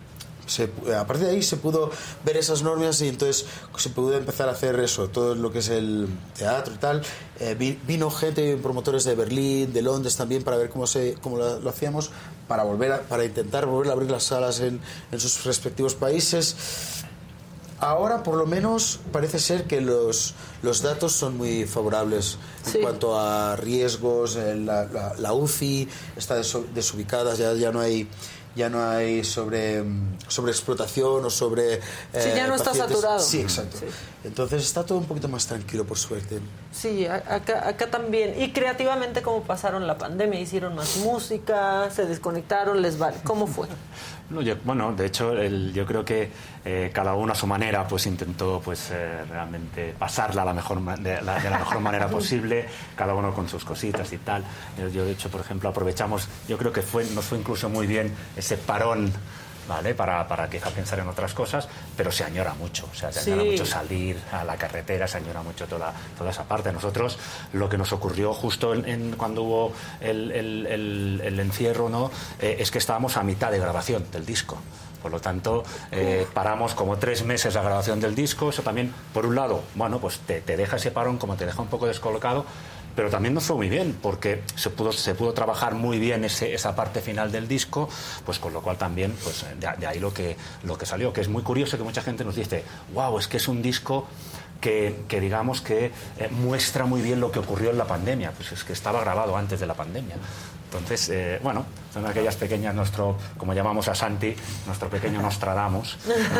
A partir de ahí se pudo ver esas normas y entonces se pudo empezar a hacer eso, todo lo que es el teatro y tal. Vino gente, promotores de Berlín, de Londres también, para ver cómo lo hacíamos, para intentar volver a abrir las salas en sus respectivos países. Ahora, por lo menos, parece ser que los datos son muy favorables en cuanto a riesgos. La UCI está desubicada, ya no hay sobreexplotación o sobre
ya no está saturado.
Sí, exacto. Sí. Entonces está todo un poquito más tranquilo, por suerte.
Sí, acá también. Y creativamente, ¿cómo pasaron la pandemia? ¿Hicieron más música? ¿Se desconectaron? ¿Les vale? ¿Cómo fue?
Bueno, de hecho, yo creo que cada uno a su manera pues intentó realmente pasarla de la mejor manera posible, cada uno con sus cositas y tal. Yo, de hecho, por ejemplo, aprovechamos, yo creo que nos fue incluso muy bien ese parón, ¿vale? Para quizá pensar en otras cosas, pero se añora mucho, se añora mucho salir a la carretera, se añora mucho toda esa parte. Nosotros, lo que nos ocurrió justo cuando hubo el encierro, ¿no? Es que estábamos a mitad de grabación del disco. Por lo tanto, paramos como 3 meses la grabación del disco. Eso también, por un lado, bueno, pues te deja ese parón, como te deja un poco descolocado, pero también nos fue muy bien, porque se pudo trabajar muy bien esa parte final del disco, pues con lo cual también, pues de ahí lo que salió, que es muy curioso, que mucha gente nos dice, wow, es que es un disco que digamos que muestra muy bien lo que ocurrió en la pandemia. Pues es que estaba grabado antes de la pandemia. Entonces, son aquellas pequeñas, como llamamos a Santi, nuestro pequeño Nostradamus.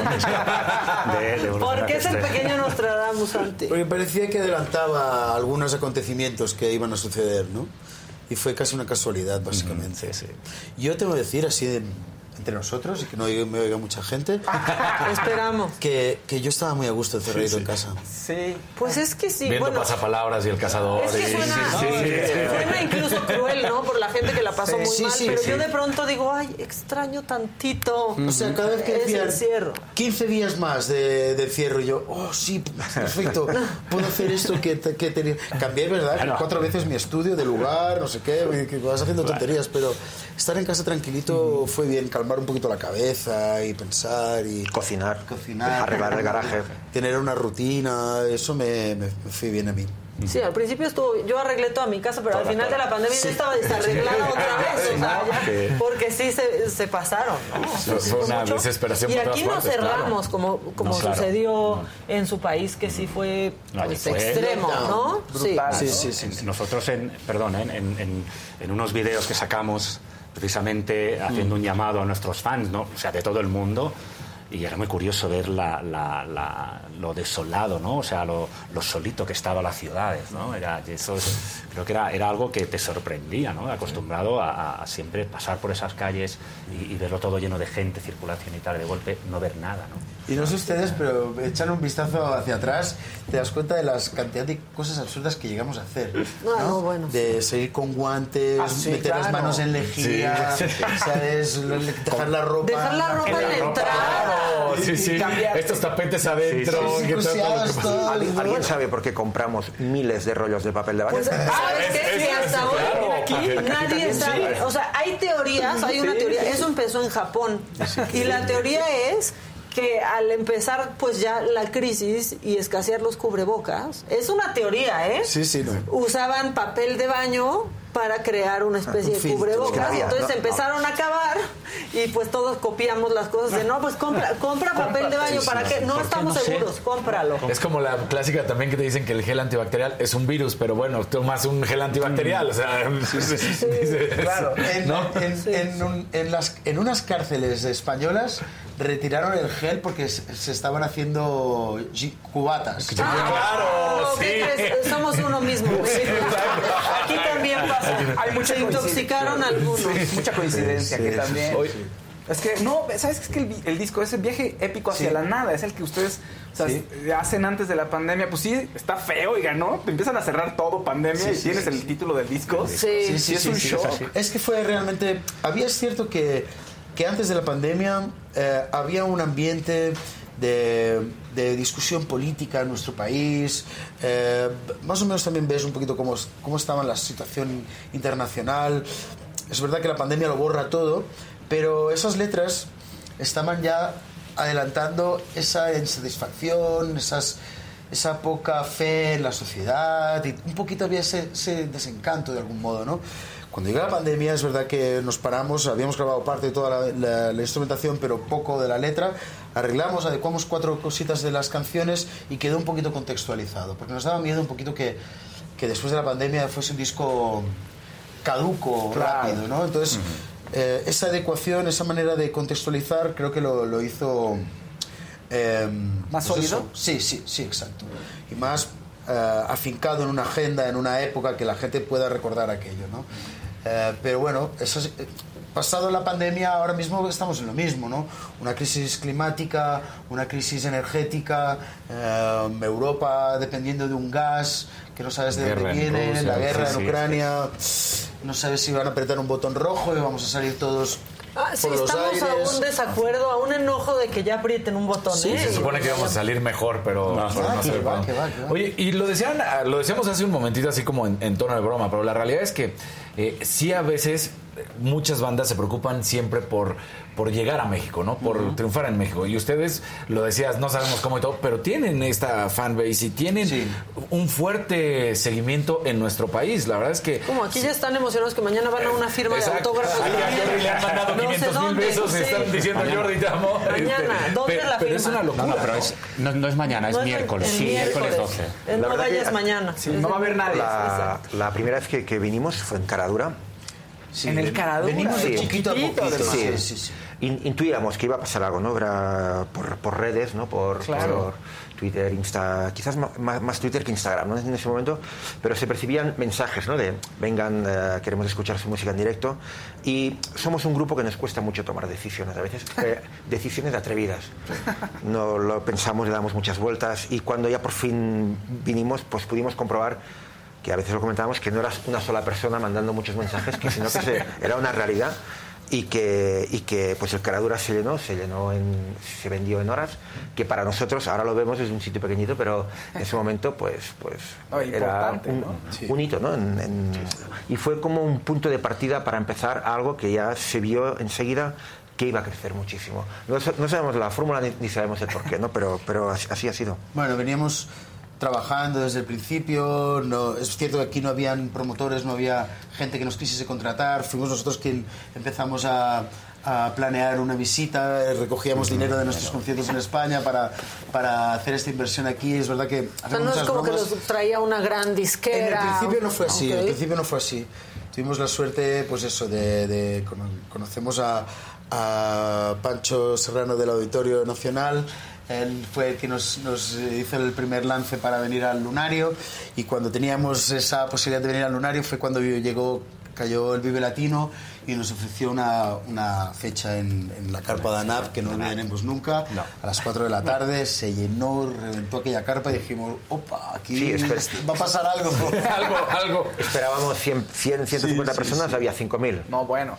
¿Por qué es el pequeño Nostradamus, Santi?
Porque parecía que adelantaba algunos acontecimientos que iban a suceder, ¿no? Y fue casi una casualidad, básicamente. Sí. Yo tengo que decir, así entre nosotros, y que no me oiga mucha gente,
esperamos
que yo estaba muy a gusto encerrado en casa.
Sí, pues es que sí.
Viendo Pasapalabras y El Cazador.
Es que suena incluso cruel, ¿no? Por la gente que la pasó muy mal, pero yo de pronto digo, ay, extraño tantito.
O sea, cada vez que decían
encierro.
15 días más de encierro, y yo, oh, sí, perfecto, puedo hacer esto que tenía. Cambié, ¿verdad? 4 veces mi estudio de lugar, no sé qué, que vas haciendo tonterías, pero estar en casa tranquilito fue bien, calmar un poquito la cabeza y pensar y
cocinar, arreglar el garaje,
tener una rutina, eso me fue bien a mí.
Sí, al principio yo arreglé toda mi casa, pero al final de la pandemia ya estaba desarreglada otra vez, o sea, porque sí se pasaron, ¿no?
Fue una desesperación.
Y aquí no cerramos, como sucedió en su país, que sí fue extremo, ¿no?
Brutal,
sí.
Nosotros en unos videos que sacamos precisamente haciendo un llamado a nuestros fans, ¿no? O sea, de todo el mundo, y era muy curioso ver lo desolado, ¿no? O sea, lo solito que estaban las ciudades, ¿no? Creo que era algo que te sorprendía, ¿no? Acostumbrado a siempre pasar por esas calles y verlo todo lleno de gente, circulación y tal, de golpe no ver nada, ¿no?
Y no sé ustedes, pero echar un vistazo hacia atrás, te das cuenta de las cantidad de cosas absurdas que llegamos a hacer, ¿no?
Bueno.
De seguir con guantes, meter las manos en lejía, ¿sabes? Dejar la ropa
en la entrada.
Sí. Estos tapetes adentro.
¿Alguien sabe por qué compramos miles de rollos de papel de baño?
Pues, ¿sabes qué? Sí, hasta hoy aquí nadie sabe. O sea, hay teorías, hay una teoría. Eso empezó en Japón. Y la teoría es que al empezar pues ya la crisis y escasear los cubrebocas, es una teoría, ¿eh?
Sí, no.
Usaban papel de baño para crear una especie de cubrebocas, entonces empezaron a acabar y pues todos copiamos las cosas de no, pues compra papel de baño, ¿para qué? No estamos seguros, cómpralo.
Es como la clásica también que te dicen que el gel antibacterial es un virus, pero bueno, tomas un gel antibacterial, o sea,
claro, en unas cárceles españolas retiraron el gel porque se estaban haciendo cubatas.
Claro, ¿qué crees? Somos uno mismo. Aquí también pasa.
Hay mucha
se intoxicaron algunos.
Mucha coincidencia que también. Es que, no, ¿sabes qué? Es que el disco es el viaje épico hacia la nada. Es el que ustedes hacen antes de la pandemia. Pues sí, está feo, oiga, ¿no? Te empiezan a cerrar todo pandemia y tienes el título del disco. Sí, es un show.
Es que fue realmente... Es cierto que antes de la pandemia había un ambiente de discusión política en nuestro país. Más o menos también ves un poquito cómo estaba la situación internacional. Es verdad que la pandemia lo borra todo, pero esas letras estaban ya adelantando esa insatisfacción, esa poca fe en la sociedad, y un poquito había ese desencanto de algún modo, ¿no? Cuando llegó la pandemia es verdad que nos paramos, habíamos grabado parte de toda la instrumentación, pero poco de la letra, adecuamos 4 cositas de las canciones y quedó un poquito contextualizado, porque nos daba miedo un poquito que después de la pandemia fuese un disco caduco, rápido, ¿no? Entonces, esa adecuación, esa manera de contextualizar, creo que lo hizo...
¿Más sólido?
Sí, exacto. Y más afincado en una agenda, en una época que la gente pueda recordar aquello, ¿no? Pero bueno, pasado la pandemia, ahora mismo estamos en lo mismo, ¿no? Una crisis climática, una crisis energética, Europa dependiendo de un gas que no sabes de dónde viene, Rusia, la guerra en Ucrania, no sabes si van a apretar un botón rojo y vamos a salir todos...
sí, estamos a un desacuerdo, a un enojo de que ya aprieten un botón.
Sí, se supone que íbamos a salir mejor, pero no se va. Oye, y lo decíamos hace un momentito así como en tono de broma, pero la realidad es que sí a veces muchas bandas se preocupan siempre por llegar a México, ¿no? Por triunfar en México. Y ustedes, lo decías, no sabemos cómo y todo, pero tienen esta fanbase y tienen un fuerte seguimiento en nuestro país. La verdad es que...
Como aquí ya están emocionados que mañana van a una firma de autógrafos.
Aquí a Jordi le han mandado 500,000 besos, están diciendo Jordi, te amo.
Mañana, ¿dónde es la firma?
Pero es una locura.
No, pero no es mañana, es miércoles. Miércoles 12.
No vayas mañana.
No va a haber nadie.
La primera vez que vinimos fue en Caradura.
Sí, en el Caradura.
Venimos de chiquito a poquito.
Sí. Intuíamos que iba a pasar algo, ¿no? Era por redes, ¿no? Por Twitter, Insta, quizás más Twitter que Instagram, ¿no? En ese momento, pero se percibían mensajes, ¿no? De vengan, queremos escuchar su música en directo, y somos un grupo que nos cuesta mucho tomar decisiones, a veces decisiones atrevidas. No lo pensamos, le damos muchas vueltas, y cuando ya por fin vinimos, pues pudimos comprobar que a veces lo comentábamos, que no eras una sola persona mandando muchos mensajes, sino que era una realidad. Y que pues el Caradura se vendió en horas, que para nosotros, ahora lo vemos, es un sitio pequeñito, pero en ese momento pues era un hito, ¿no? Y fue como un punto de partida para empezar algo que ya se vio enseguida que iba a crecer muchísimo. No sabemos la fórmula ni sabemos el porqué, ¿no? Pero así ha sido.
Bueno, veníamos trabajando desde el principio, es cierto que aquí no habían promotores, no había gente que nos quisiese contratar, fuimos nosotros quien empezamos a planear una visita, recogíamos dinero de nuestros conciertos en España para hacer esta inversión aquí. Es verdad que
no es como que nos traía una gran disquera.
En el principio no fue así, al principio no fue así. Tuvimos la suerte, pues eso, conocemos a Pancho Serrano del Auditorio Nacional. Él fue el que nos hizo el primer lance para venir al Lunario, y cuando teníamos esa posibilidad de venir al Lunario fue cuando cayó el Vive Latino y nos ofreció una fecha en la carpa de ANAP que no olvidaremos nunca. A las 4 de la tarde se llenó, reventó aquella carpa y dijimos, opa, aquí va a pasar algo.
algo.
Esperábamos 150 personas, había 5.000.
No, bueno.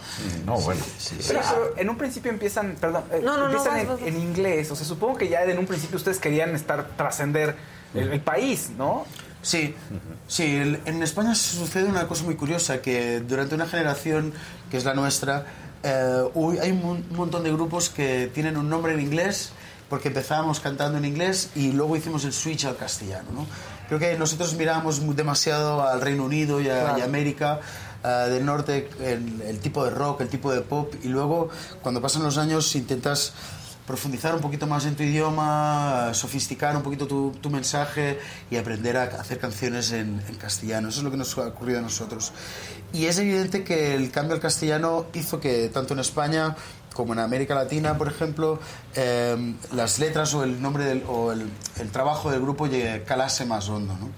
Pero en un principio empiezan en inglés. O sea, supongo que ya en un principio ustedes querían trascender el país, ¿no?
Sí. En España sucede una cosa muy curiosa, que durante una generación, que es la nuestra, hay un montón de grupos que tienen un nombre en inglés, porque empezábamos cantando en inglés y luego hicimos el switch al castellano, ¿no? Creo que nosotros mirábamos demasiado al Reino Unido y a América del Norte, el tipo de rock, el tipo de pop, y luego cuando pasan los años intentas profundizar un poquito más en tu idioma, sofisticar un poquito tu mensaje y aprender a hacer canciones en castellano. Eso es lo que nos ha ocurrido a nosotros. Y es evidente que el cambio al castellano hizo que tanto en España como en América Latina, por ejemplo, las letras o el nombre el trabajo del grupo calase más hondo, ¿no?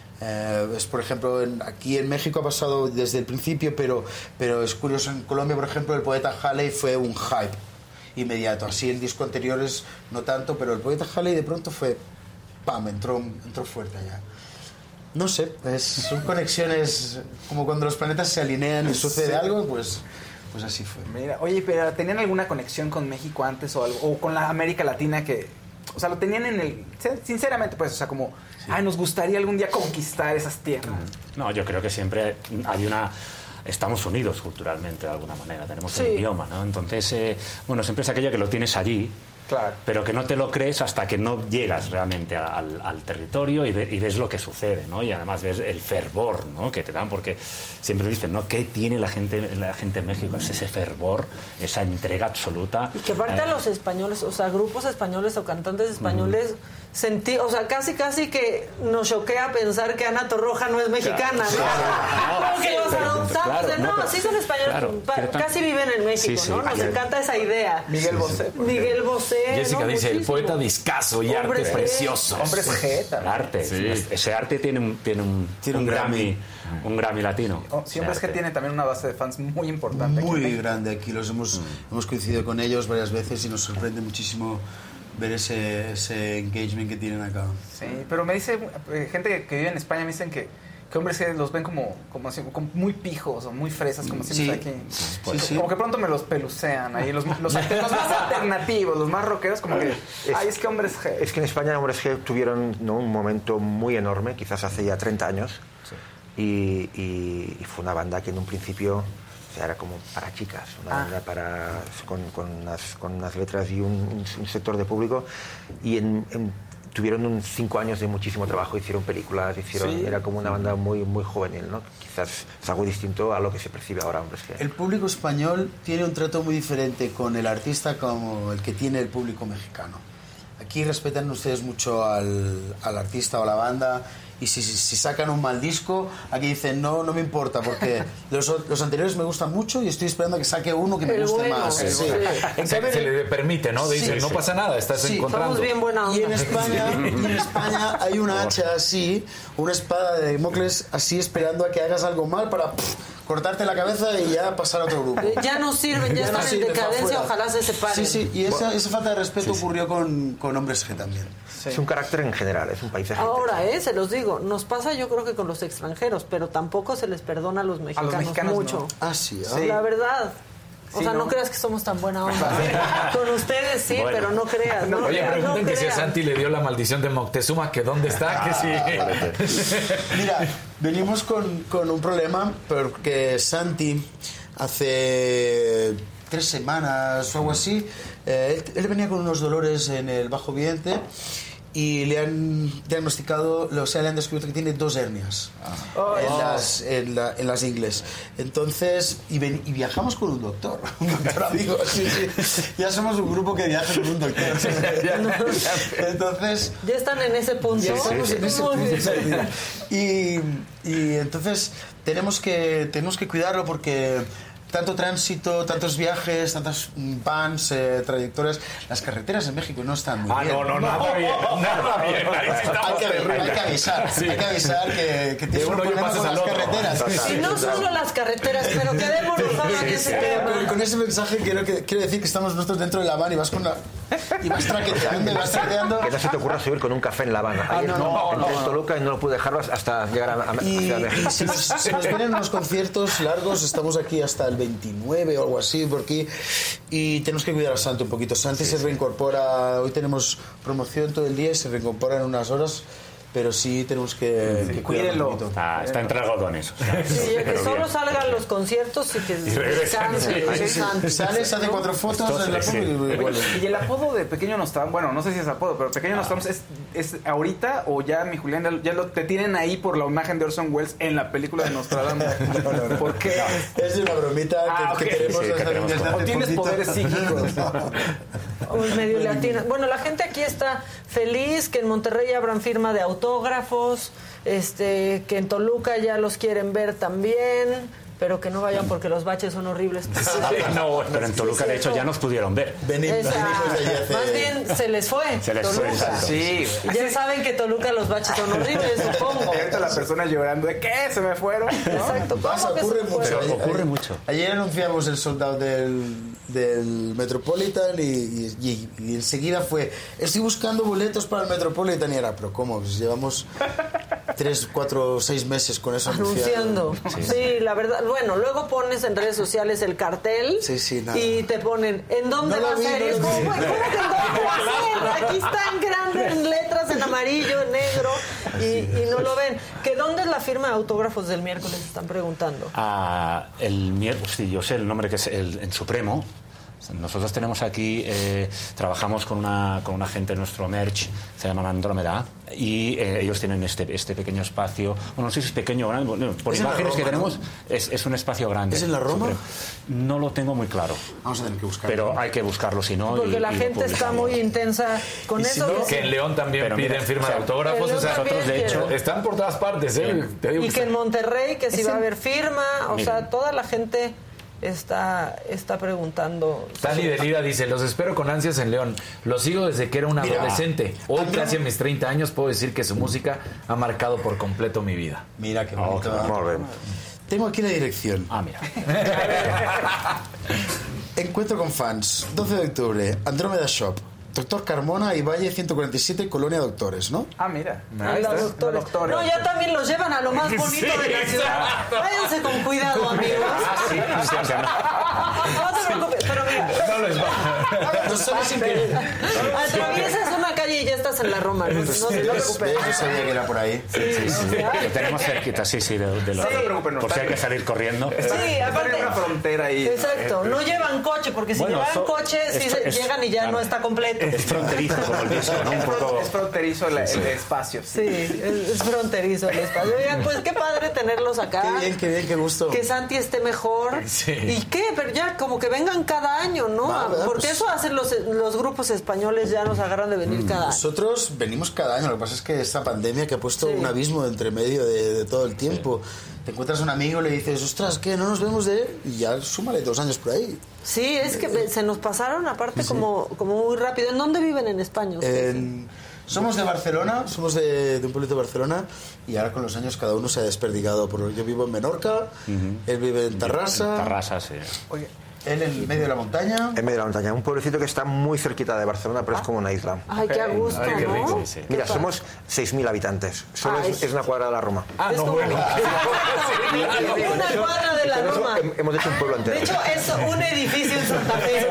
Es, por ejemplo, aquí en México ha pasado desde el principio, pero es curioso, en Colombia, por ejemplo, el Poeta Halley fue un hype inmediato. Así el disco anteriores no tanto, pero el Poeta Halley de pronto fue ¡pam! Entró fuerte allá. No sé, son conexiones como cuando los planetas se alinean y sucede algo, pues así fue.
Mira, oye, pero ¿tenían alguna conexión con México antes o algo? O con la América Latina que... O sea, lo tenían en el... Sinceramente, pues, o sea, como... Ay, nos gustaría algún día conquistar esas tierras.
No, yo creo que siempre hay una... Estamos unidos culturalmente de alguna manera, tenemos el idioma, ¿no? Entonces, bueno, siempre es aquello que lo tienes allí, claro, pero que no te lo crees hasta que no llegas realmente al territorio y ves lo que sucede, ¿no? Y además ves el fervor, ¿no?, que te dan, porque siempre dicen, ¿no?, ¿qué tiene la gente en México? Es ese fervor, esa entrega absoluta.
Y que aparte a los españoles, o sea, grupos españoles o cantantes españoles, o sea, casi que nos choquea pensar que Ana Torroja no es mexicana, ¿no? Porque los adoptamos, sí son españoles, casi viven en México, ¿no? Nos encanta esa idea.
Miguel Bosé.
Jessica dice, el poeta discazo y arte precioso.
Hombres G.
Arte, ese arte tiene un Grammy. Un Grammy latino.
Siempre es que tiene también una base de fans muy importante.
Muy grande aquí. Hemos coincidido con ellos varias veces y nos sorprende muchísimo ver ese engagement que tienen acá.
Sí, pero me dice gente que vive en España, me dicen que hombres que los ven como muy pijos o muy fresas, como siempre aquí. Sí. Como que pronto me los pelucean ahí, los más alternativos, los más rockeros, como que... es que Hombres G.
Es que en España Hombres G tuvieron, ¿no?, un momento muy enorme, quizás hace ya 30 años, y fue una banda que en un principio... O sea, era como para chicas, una banda con unas letras y un sector de público, y tuvieron 5 años de muchísimo trabajo, hicieron películas, era como una banda muy, muy juvenil, ¿no? Quizás es algo distinto a lo que se percibe ahora, Hombres G.
El público español tiene un trato muy diferente con el artista como el que tiene el público mexicano. Aquí respetan ustedes mucho al artista o a la banda, y si sacan un mal disco, aquí dicen, no me importa, porque los anteriores me gustan mucho y estoy esperando a que saque uno que me guste más.
Se le permite, ¿no? Dicen, no pasa nada, estás encontrando.
Estamos bien buena onda.
Y en España hay una hacha así, una espada de Damocles así, esperando a que hagas algo mal para cortarte la cabeza y ya pasar a otro grupo.
Ya no sirven, ya están en decadencia, ojalá se separen.
Sí, y esa falta de respeto ocurrió con Hombres G también.
Es un carácter en general, es un país de gente.
Ahora, se los digo, nos pasa yo creo que con los extranjeros, pero tampoco se les perdona a los mexicanos mucho.
No. Sí.
La verdad. O sea, no creas que somos tan buena onda. Con ustedes sí, bueno, pero no creas.
Oye, pregunten que si a Santi le dio la maldición de Moctezuma, que dónde está, que sí.
Mira, venimos con un problema porque Santi hace 3 semanas o algo así, él venía con unos dolores en el bajo vientre y le han diagnosticado, le han descubierto que tiene 2 hernias en las ingles. Entonces, y viajamos con un doctor amigo. Sí. Ya somos un grupo que viaja con un doctor. Entonces,
ya están en ese punto.
Ya estamos en ese punto. Y entonces tenemos que cuidarlo porque tanto tránsito, tantos viajes, tantas vans, trayectorias. Las carreteras en México no están muy bien.
Nada bien.
Hay que avisar que tiene un problema con las carreteras.
Y no solo las carreteras, pero quedémonos en ese tema.
Con ese mensaje quiero decir que estamos nosotros dentro de la van y vas traqueteando.
Que no se te ocurra subir con un café en La Habana. Entré en Toluca y no lo pude dejar hasta llegar a México.
Y si nos vienen unos conciertos largos, estamos aquí hasta el 29 o algo así por aquí, y tenemos que cuidar a Santi un poquito. Santi se reincorpora, hoy tenemos promoción todo el día y se reincorpora en unas horas pero sí tenemos que cuidarlo.
Está entre algodones.
Sí, que solo salgan los conciertos y que descanse.
Sales, hace 4 fotos en la foto
y el apodo de Pequeño Nostradamus, bueno, no sé si es apodo, pero Pequeño Nostradamus es ahorita o ya, mi Julián, ya te tienen ahí por la imagen de Orson Welles en la película de Nostradamus.
No.
¿Por qué?
Es una bromita que tenemos desde hace
¿O tienes
poquito?
poderes psíquicos?
Un medio latino. Bueno, la gente aquí está feliz que en Monterrey abran firma de autógrafos, que en Toluca ya los quieren ver también, pero que no vayan porque los baches son horribles.
Pero en Toluca, de hecho, ya nos pudieron ver.
Más bien se les fue. Toluca.
Sí.
Ya saben que Toluca los baches son horribles, supongo.
Ahorita la persona llorando de ¿qué? Se me fueron.
Exacto.
Ocurre mucho.
Ayer anunciamos el sold out del Metropolitan y enseguida fue, estoy buscando boletos para el Metropolitan, y era, pero ¿cómo? Pues llevamos 3, 4, 6 meses con eso
anunciando. Sí, la verdad. Bueno, luego pones en redes sociales el cartel y te ponen ¿en dónde va a ser? Es como, ¿cómo que en dónde va a ser? Aquí están grandes letras en amarillo, en negro y no lo ven. ¿Que dónde es la firma de autógrafos del miércoles? Están preguntando.
El miércoles, sí, yo sé el nombre que es en Supremo. Nosotros tenemos aquí, trabajamos con una gente de nuestro merch, se llaman Andrómeda, y ellos tienen este pequeño espacio. Bueno, no sé si es pequeño o grande, bueno, por imágenes que tenemos, es un espacio grande.
¿Es en la Roma?
No lo tengo muy claro.
Vamos a tener que buscarlo.
Pero hay que buscarlo, si no.
Porque la gente está muy intensa con eso.
No, que en León también piden firma de autógrafos. O sea, nosotros, de hecho, están por todas partes. Te digo
y que en Monterrey, que si va a haber firma, o sea, toda la gente está preguntando.
Tali de Lira dice, los espero con ansias en León. Los sigo desde que era un adolescente. Hoy, casi a mis 30 años, puedo decir que su música ha marcado por completo mi vida.
Mira qué bonito. Tengo aquí la dirección.
Mira.
Encuentro con fans, 12 de octubre, Andrómeda Shop, Doctor Carmona y Valle 147, Colonia Doctores, ¿no?
Mira.
Los doctores. No, ya también los llevan a lo más bonito de la ciudad. Váyanse con cuidado, amigos. No te preocupes, pero mira.
No sabes sin querer.
Atraviesas una calle y ya estás en la Roma. No te preocupes.
Yo sabía que era por ahí.
Lo tenemos cerquita, de
no te preocupes,
por si hay que salir corriendo.
Sí, aparte.
Hay una frontera ahí.
Exacto. No llevan coche, porque si llevan coche, llegan y ya no está completo.
Es fronterizo como el disco, ¿no? Un poco...
Es fronterizo el espacio.
Sí, es fronterizo el espacio. Oigan, pues qué padre tenerlos acá.
Qué bien, qué gusto.
Que Santi esté mejor.
Sí.
¿Y qué? Pero ya como que vengan cada año, ¿no? Porque eso hacen los grupos españoles, ya nos agarran de venir cada año.
Nosotros venimos cada año. Lo que pasa es que esta pandemia que ha puesto un abismo entre medio de todo el tiempo. Te encuentras a un amigo y le dices, ostras, ¿qué? ¿No nos vemos de él? Y ya súmale 2 años por ahí.
Sí, es que se nos pasaron aparte como muy rápido. ¿En dónde viven en España?
Somos de Barcelona, somos de un pueblito de Barcelona, y ahora con los años cada uno se ha desperdigado. Yo vivo en Menorca, él vive en Tarrasa.
Tarrasa, sí.
Oye, él en medio de la montaña.
En medio de la montaña, un pueblecito que está muy cerquita de Barcelona, pero es como una isla.
Ay, qué a gusto, ¿no?
Qué rico.
Sí.
Mira, somos 6.000 habitantes. Solo es una cuadra de la Roma.
Es como una cuadra de la Roma.
Hemos hecho un pueblo entero.
De hecho, es un edificio en Santa Fe.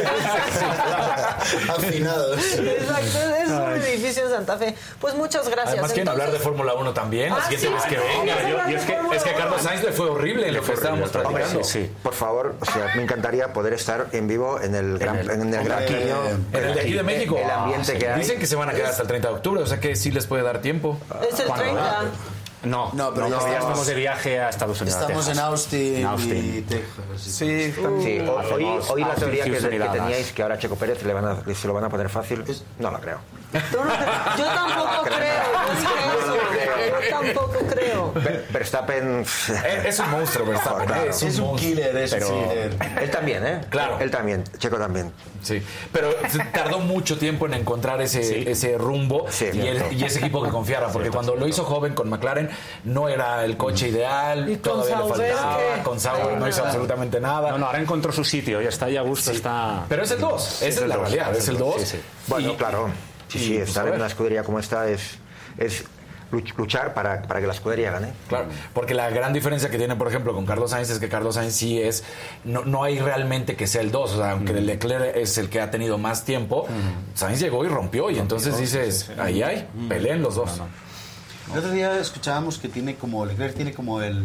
Afinados.
Exacto, es un edificio en Santa Fe. Pues muchas gracias.
Además quieren hablar de Fórmula 1 también. La siguiente vez que venga. Es que a Carlos Sainz le fue horrible lo que estábamos platicando.
Sí. Por favor, o sea, me encantaría poder estar en vivo en el Gran Premio.
En el de aquí de México.
El ambiente que hay.
Dicen que se van a quedar hasta el 30 de octubre, o sea que sí les puede dar tiempo.
Es el 30.
No,
pero
ya estamos de viaje a Estados Unidos.
Estamos en Austin y Texas.
Sí.
Hoy la teoría que teníais, que ahora a Checo Pérez se lo van a poner fácil, no la creo.
Yo tampoco creo. Yo tampoco creo.
Verstappen
es un monstruo, Verstappen.
Claro, es un killer,
Él también, ¿eh?
Claro.
Él también, Checo también.
Sí, pero tardó mucho tiempo en encontrar ese rumbo y ese equipo que confiara, porque cuando lo hizo joven con McLaren no era el coche ideal,
y
todavía le faltaba, con Sauber no hizo absolutamente nada.
No, ahora encontró su sitio, ya está ahí a gusto, está...
Pero es el 2, esa es la realidad, es el 2.
Sí. Bueno, claro, sí, estar en una escudería como esta es luchar para que la escudería gane.
Claro, porque la gran diferencia que tiene, por ejemplo, con Carlos Sainz es que Carlos Sainz sí es, no hay realmente que sea el 2, o sea, aunque Leclerc es el que ha tenido más tiempo, Sainz llegó y rompió, y entonces dices, ahí hay, peleen los dos.
El otro día escuchábamos que Leclerc tiene como el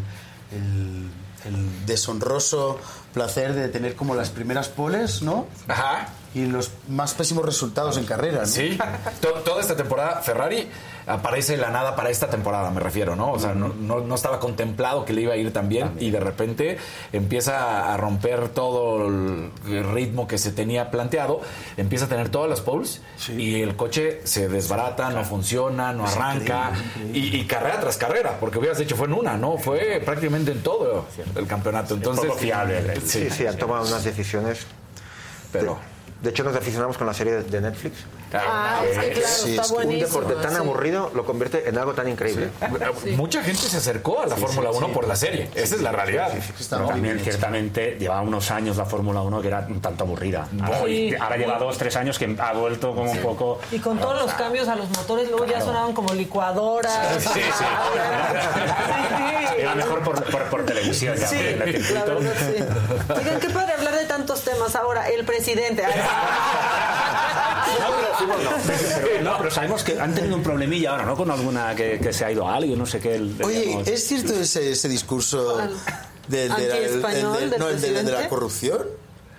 deshonroso placer de tener como las primeras poles, ¿no?
Ajá.
Y los más pésimos resultados en carrera, ¿no?
Sí, toda esta temporada Ferrari aparece de la nada para esta temporada, me refiero, ¿no? O sea, no estaba contemplado que le iba a ir tan bien y de repente empieza a romper todo el ritmo que se tenía planteado, empieza a tener todas las poles y el coche se desbarata, no funciona, no arranca y carrera tras carrera, porque hubieras dicho fue en una, ¿no? Fue prácticamente en todo el campeonato. Entonces,
es poco fiable.
Sí, han tomado unas decisiones, pero... De hecho, nos aficionamos con la serie de Netflix.
Está buenísimo.
Un deporte tan aburrido lo convierte en algo tan increíble.
Mucha gente se acercó a la Fórmula 1 por la serie. Esa es la realidad.
Pero también, ciertamente, llevaba unos años la Fórmula 1 que era un tanto aburrida. Ahora lleva 2-3 años que ha vuelto como un poco...
Y con todos los cambios a los motores, luego ya sonaban como licuadoras.
Sí. Era mejor por televisión. Ya,
sí, la verdad, sí. Oigan, qué padre hablar de tantos temas ahora. El presidente...
pero sabemos que han tenido un problemilla ahora, ¿no? Con alguna que se ha ido a alguien, no sé qué.
Oye, ¿es cierto ese discurso de la corrupción?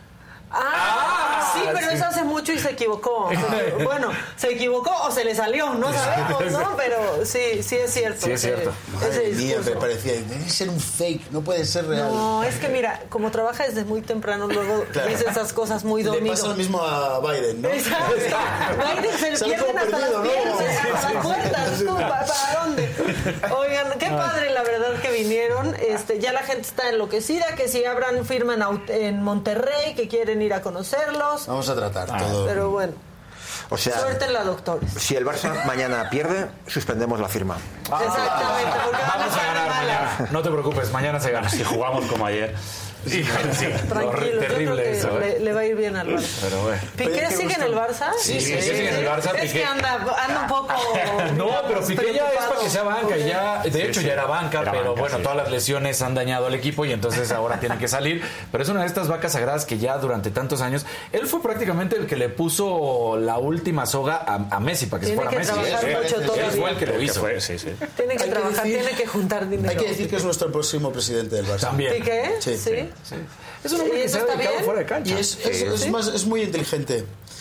Sí, pero eso hace mucho y se equivocó. Bueno, se equivocó o se le salió, no sabemos, ¿no? Pero sí es cierto.
Sí es cierto.
Madre mía, me parecía, debe ser un fake, no puede ser real.
No, es que mira, como trabaja desde muy temprano, luego dice esas cosas muy dormido.
Le pasa lo mismo a Biden, ¿no?
Exacto. Biden se le pierden hasta las piernas, hasta las puertas. ¿Para dónde? Oigan, qué padre la verdad que vinieron. Ya la gente está enloquecida, que si abran firma en Monterrey, que quieren ir a conocerlos.
Vamos a tratar todo.
Pero bueno.
O sea,
suéltenla, doctores.
Si el Barça mañana pierde, suspendemos la firma.
Exactamente, porque
vamos a ganar mañana. No te preocupes, mañana se gana.
Si jugamos como ayer.
Sí.
Tranquilo,
terrible
yo creo que
eso.
le va a ir bien al Barça.
Pero bueno.
¿Piqué sigue en el Barça?
Sí, sigue en el Barça.
Es que anda un poco...
No, pero Piqué ya es para que sea banca. De hecho, ya era banca, pero bueno, todas las lesiones han dañado al equipo y entonces ahora tiene que salir. Pero es una de estas vacas sagradas que ya durante tantos años, él fue prácticamente el que le puso la última soga a Messi para que se fuera Messi. Él fue el que lo hizo.
Tiene que trabajar, tiene que juntar dinero.
Hay que decir que es nuestro próximo presidente del Barça.
También.
¿Piqué?
Sí.
Es un hombre que se ha dedicado fuera de cancha.
Y es muy inteligente.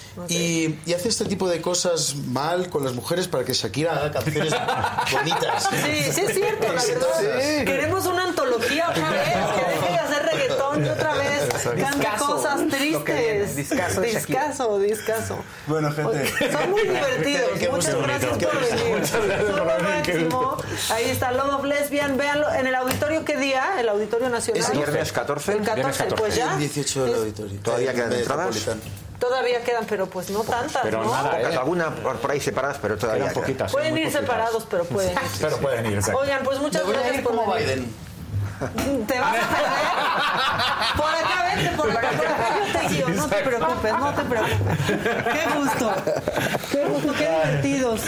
Y hace este tipo de cosas mal con las mujeres para que Shakira haga canciones bonitas.
Sí, es cierto, la verdad. Queremos una antología otra vez, que deje de hacer reggaetón y otra vez cante cosas tristes. Discaso.
Bueno, gente.
Son muy divertidos. Muchas gracias por venir. Son lo máximo. Ahí está Love of Lesbian. Véanlo en el auditorio. ¿Qué día? El Auditorio Nacional.
Es viernes 14.
El 14, pues ya.
El 18 del auditorio.
Todavía quedan entradas.
Todavía quedan, pero pues no tantas,
pero
¿no?
Nada,
alguna por ahí separadas, pero todavía
quedan poquitas.
Pueden ir separados, pero pueden ir.
Pero pueden ir, exacto.
Oigan, pues muchas gracias por
como
venir.
Biden.
¿Te vas a perder? Por acá, vente, por acá yo te guío. No te preocupes. Qué gusto, qué divertidos.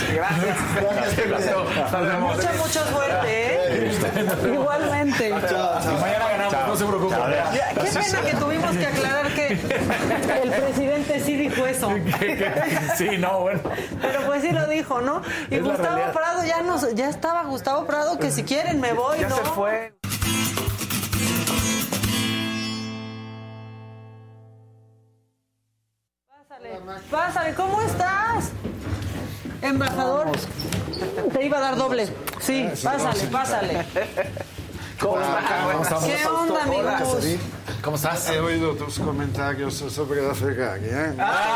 Gracias.
Mucha suerte, Igualmente.
Mañana ganamos, no se preocupen.
Qué pena que tuvimos que aclarar que el presidente sí dijo eso.
Sí, no, bueno.
Pero pues sí lo dijo, ¿no? Y Gustavo Prado, ya estaba Gustavo Prado, que si quieren me voy, ¿no?
Ya se fue.
Pásale, ¿cómo estás? Embajador, te iba a dar doble. Sí, pásale.
¿Cómo estás?
¿Qué onda, amigos?
¿Cómo estás?
He oído tus comentarios sobre la Ferrari, ¿eh?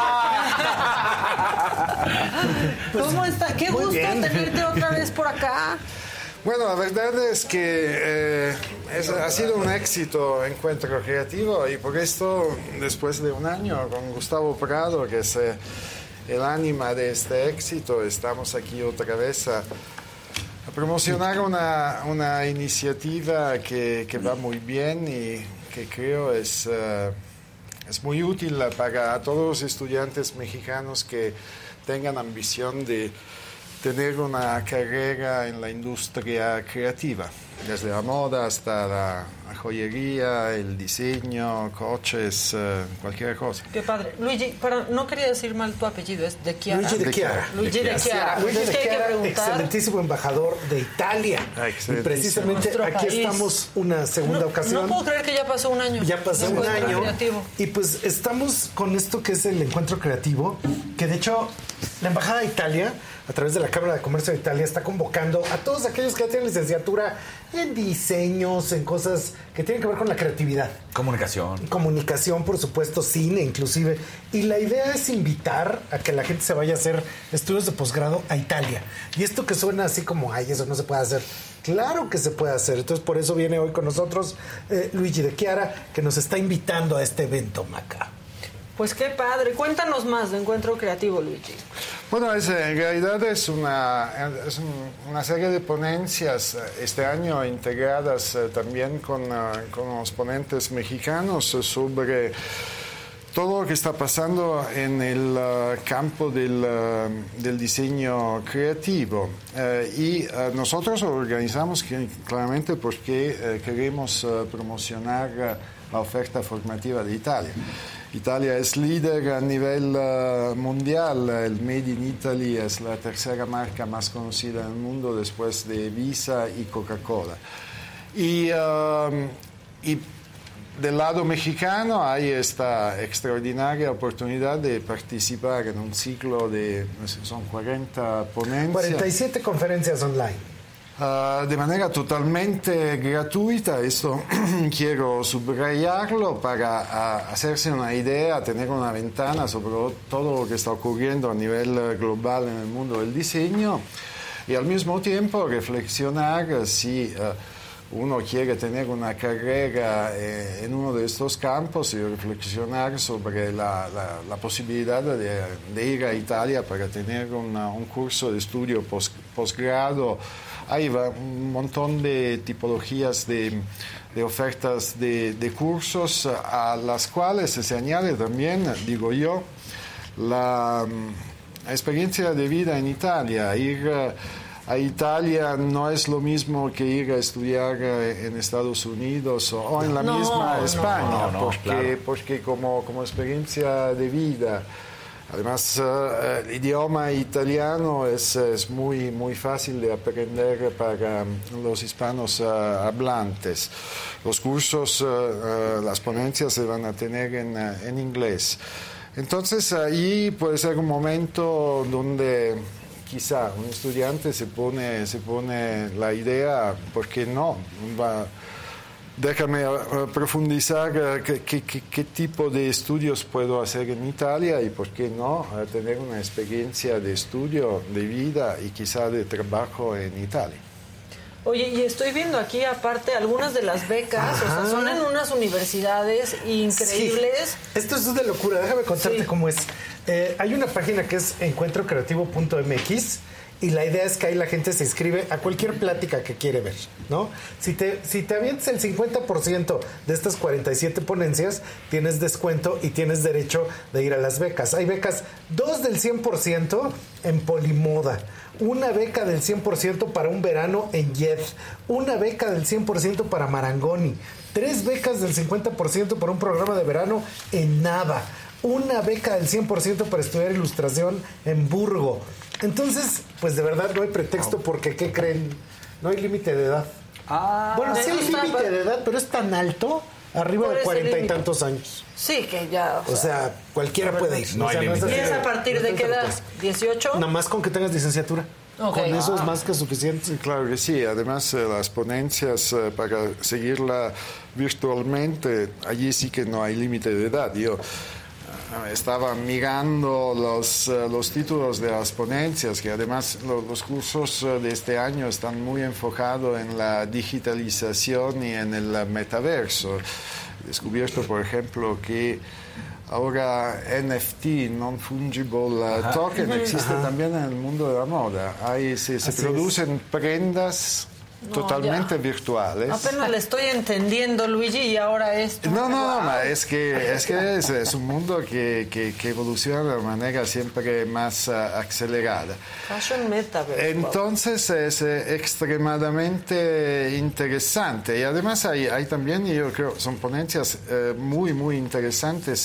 ¿Cómo está? Qué gusto tenerte otra vez por acá.
Bueno, la verdad es que ha sido un éxito encuentro creativo y por esto, después de un año con Gustavo Prado, que es el ánima de este éxito, estamos aquí otra vez a promocionar una iniciativa que va muy bien y que creo es muy útil para todos los estudiantes mexicanos que tengan ambición de tener una carrera en la industria creativa, desde la moda hasta joyería, el diseño, coches, cualquier cosa.
Qué padre. Luigi, no quería decir mal tu apellido, es de Chiara.
Luigi de Chiara.
Luigi de Chiara.
Luigi de Chiara,
preguntar...
excelentísimo embajador de Italia. Y precisamente aquí
país.
Estamos una segunda ocasión.
No puedo creer que ya pasó un año.
Ya pasó un año.
Creativo.
Y pues estamos con esto que es el encuentro creativo, que de hecho la Embajada de Italia, a través de la Cámara de Comercio de Italia, está convocando a todos aquellos que ya tienen licenciatura en diseños, en cosas que tienen que ver con la creatividad. Comunicación, por supuesto, cine inclusive. Y la idea es invitar a que la gente se vaya a hacer estudios de posgrado a Italia. Y esto que suena así como, ay, eso no se puede hacer. Claro que se puede hacer. Entonces, por eso viene hoy con nosotros Luigi de Chiara, que nos está invitando a este evento, Maca.
Pues qué padre. Cuéntanos más de Encuentro Creativo, Luigi.
Bueno, en realidad es una serie de ponencias este año integradas también con los ponentes mexicanos sobre todo lo que está pasando en el campo del diseño creativo. Y nosotros lo organizamos claramente porque queremos promocionar la oferta formativa de Italia. Italia es líder a nivel mundial. El Made in Italy es la tercera marca más conocida en el mundo después de Visa y Coca-Cola. Y del lado mexicano hay esta extraordinaria oportunidad de participar en un ciclo de, son 40 ponencias.
47 conferencias online.
De manera totalmente gratuita, esto quiero subrayarlo para hacerse una idea, tener una ventana sobre todo lo que está ocurriendo a nivel global en el mundo del diseño y al mismo tiempo reflexionar si uno quiere tener una carrera en uno de estos campos y reflexionar sobre la posibilidad de ir a Italia para tener un curso de estudio posgrado. Hay un montón de tipologías de ofertas de cursos a las cuales se añade también, digo yo, la experiencia de vida en Italia. Ir a Italia no es lo mismo que ir a estudiar en Estados Unidos o en la misma España, porque como experiencia de vida. Además, el idioma italiano es muy fácil de aprender para los hispanos hablantes. Los cursos, las ponencias se van a tener en inglés. Entonces, ahí puede ser un momento donde quizá un estudiante se pone la idea, ¿por qué no? Déjame profundizar qué tipo de estudios puedo hacer en Italia y por qué no tener una experiencia de estudio, de vida y quizá de trabajo en Italia.
Oye, y estoy viendo aquí aparte algunas de las becas, o sea, son en unas universidades increíbles.
Sí. Esto es de locura, déjame contarte cómo es. Hay una página que es encuentrocreativo.mx y la idea es que ahí la gente se inscribe a cualquier plática que quiere ver, ¿no? Si te avientas el 50% de estas 47 ponencias, tienes descuento y tienes derecho de ir a las becas. Hay becas, 2 del 100% en Polimoda, una beca del 100% para un verano en YED, una beca del 100% para Marangoni, 3 becas del 50% para un programa de verano en Nava, una beca del 100% para estudiar ilustración en Burgo. Entonces, pues de verdad no hay pretexto porque, ¿qué creen? No hay límite de edad. Bueno, sí hay límite de edad, pero es tan alto, arriba de 40 y tantos años.
Sí, que ya...
O sea, cualquiera puede ir.
No hay límite.
¿Y es a partir de qué edad? ¿18?
Nada más con que tengas licenciatura.
Okay.
Con eso es más que suficiente.
Sí, claro que sí. Además, las ponencias para seguirla virtualmente, allí sí que no hay límite de edad. Yo estaba mirando los títulos de las ponencias, que además los cursos de este año están muy enfocados en la digitalización y en el metaverso. He descubierto, por ejemplo, que ahora NFT, Non-Fungible Token, existe también en el mundo de la moda. Se producen prendas totalmente virtuales.
Apenas le estoy entendiendo, Luigi, y ahora esto.
No, es que es un mundo que evoluciona de manera siempre más acelerada.
Fashion metaverse.
Entonces es extremadamente interesante y además hay también, yo creo, son ponencias muy, muy interesantes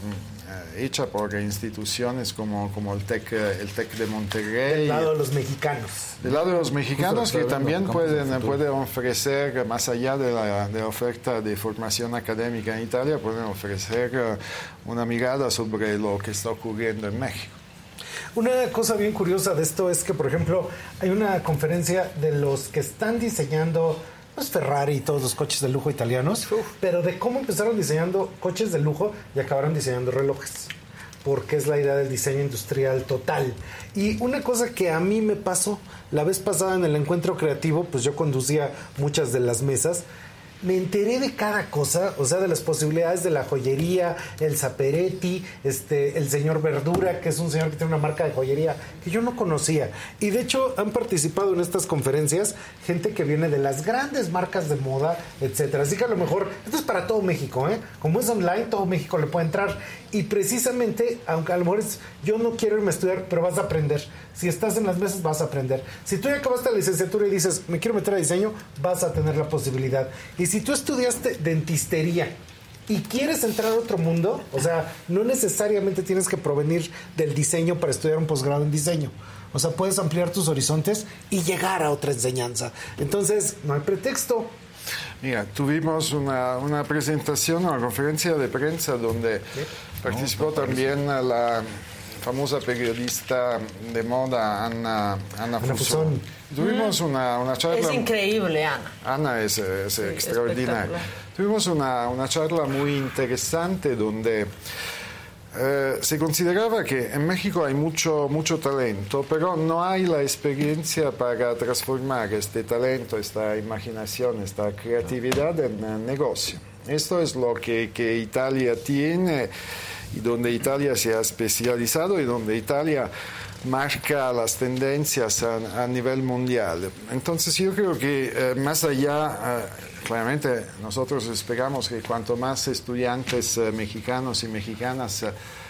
hecha por instituciones como el TEC de Monterrey.
Del lado de los mexicanos.
Del lado de los mexicanos que también pueden ofrecer, más allá de la oferta de formación académica en Italia, pueden ofrecer una mirada sobre lo que está ocurriendo en México.
Una cosa bien curiosa de esto es que, por ejemplo, hay una conferencia de los que están diseñando Ferrari y todos los coches de lujo italianos, pero de cómo empezaron diseñando coches de lujo y acabaron diseñando relojes, porque es la idea del diseño industrial total. Y una cosa que a mí me pasó la vez pasada en el encuentro creativo, pues yo conducía muchas de las mesas, me enteré de cada cosa, o sea, de las posibilidades de la joyería, el Saperetti, el señor Verdura, que es un señor que tiene una marca de joyería que yo no conocía. Y de hecho han participado en estas conferencias gente que viene de las grandes marcas de moda, etcétera. Así que a lo mejor, esto es para todo México, ¿eh? Como es online, todo México le puede entrar. Y precisamente, aunque a lo mejor yo no quiero irme a estudiar, pero vas a aprender. Si estás en las mesas, vas a aprender. Si tú ya acabaste la licenciatura y dices, me quiero meter a diseño, vas a tener la posibilidad. Y si tú estudiaste dentistería y quieres entrar a otro mundo, o sea, no necesariamente tienes que provenir del diseño para estudiar un posgrado en diseño. O sea, puedes ampliar tus horizontes y llegar a otra enseñanza. Entonces, no hay pretexto.
Mira, tuvimos una presentación, una conferencia de prensa donde participó también la famosa periodista de moda Ana Fusón. Tuvimos una charla.
Es increíble, Ana.
Ana es extraordinaria. Tuvimos una charla muy interesante donde se consideraba que en México hay mucho talento, pero no hay la experiencia para transformar este talento, esta imaginación, esta creatividad en negocio. Esto es lo que Italia tiene y donde Italia se ha especializado y donde Italia marca las tendencias a nivel mundial. Entonces yo creo que más allá, claramente nosotros esperamos que cuanto más estudiantes mexicanos y mexicanas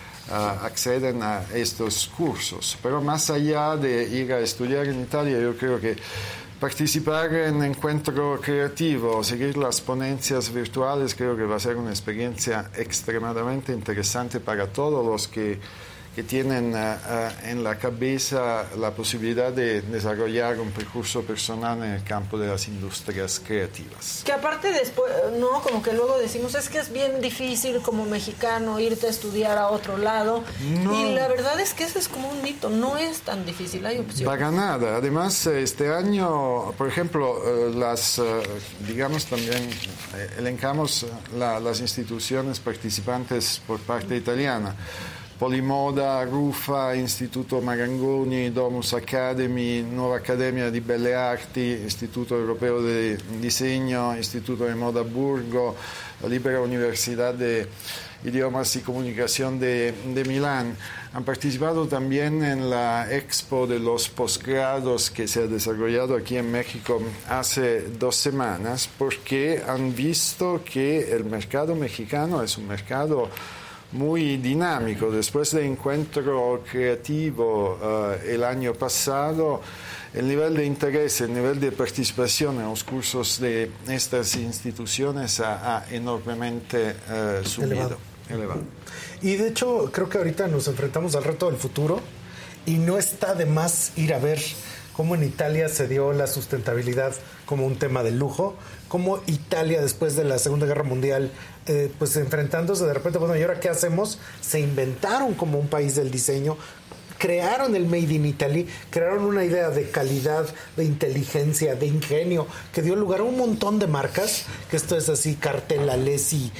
acceden a estos cursos, pero más allá de ir a estudiar en Italia, yo creo que participar en encuentro creativo, seguir las ponencias virtuales, creo que va a ser una experiencia extremadamente interesante para todos los que tienen en la cabeza la posibilidad de desarrollar un percurso personal en el campo de las industrias creativas.
Que aparte después, no, como que luego decimos, es que es bien difícil como mexicano irte a estudiar a otro lado. No. Y la verdad es que eso es como un mito, no es tan difícil, hay opciones.
Para nada. Además, este año, por ejemplo, digamos también, elencamos las instituciones participantes por parte italiana. Polimoda, Rufa, Istituto Marangoni, Domus Academy, Nuova Accademia di Belle Arti, Instituto Europeo de Diseño, Instituto de Moda Burgo, la Libera Universidad de Idiomas y Comunicación de Milán. Han participado también en la Expo de los Posgrados que se ha desarrollado aquí en México hace 2 semanas, porque han visto que el mercado mexicano es un mercado muy dinámico. Después del encuentro creativo el año pasado, el nivel de interés, el nivel de participación en los cursos de estas instituciones ha enormemente subido. Elevado.
Y de hecho, creo que ahorita nos enfrentamos al reto del futuro y no está de más ir a ver cómo en Italia se dio la sustentabilidad como un tema de lujo, cómo Italia después de la Segunda Guerra Mundial, pues enfrentándose de repente, bueno, ¿y ahora qué hacemos? Se inventaron como un país del diseño, crearon el Made in Italy, crearon una idea de calidad, de inteligencia, de ingenio, que dio lugar a un montón de marcas, que esto es así, Cartel, Alessi,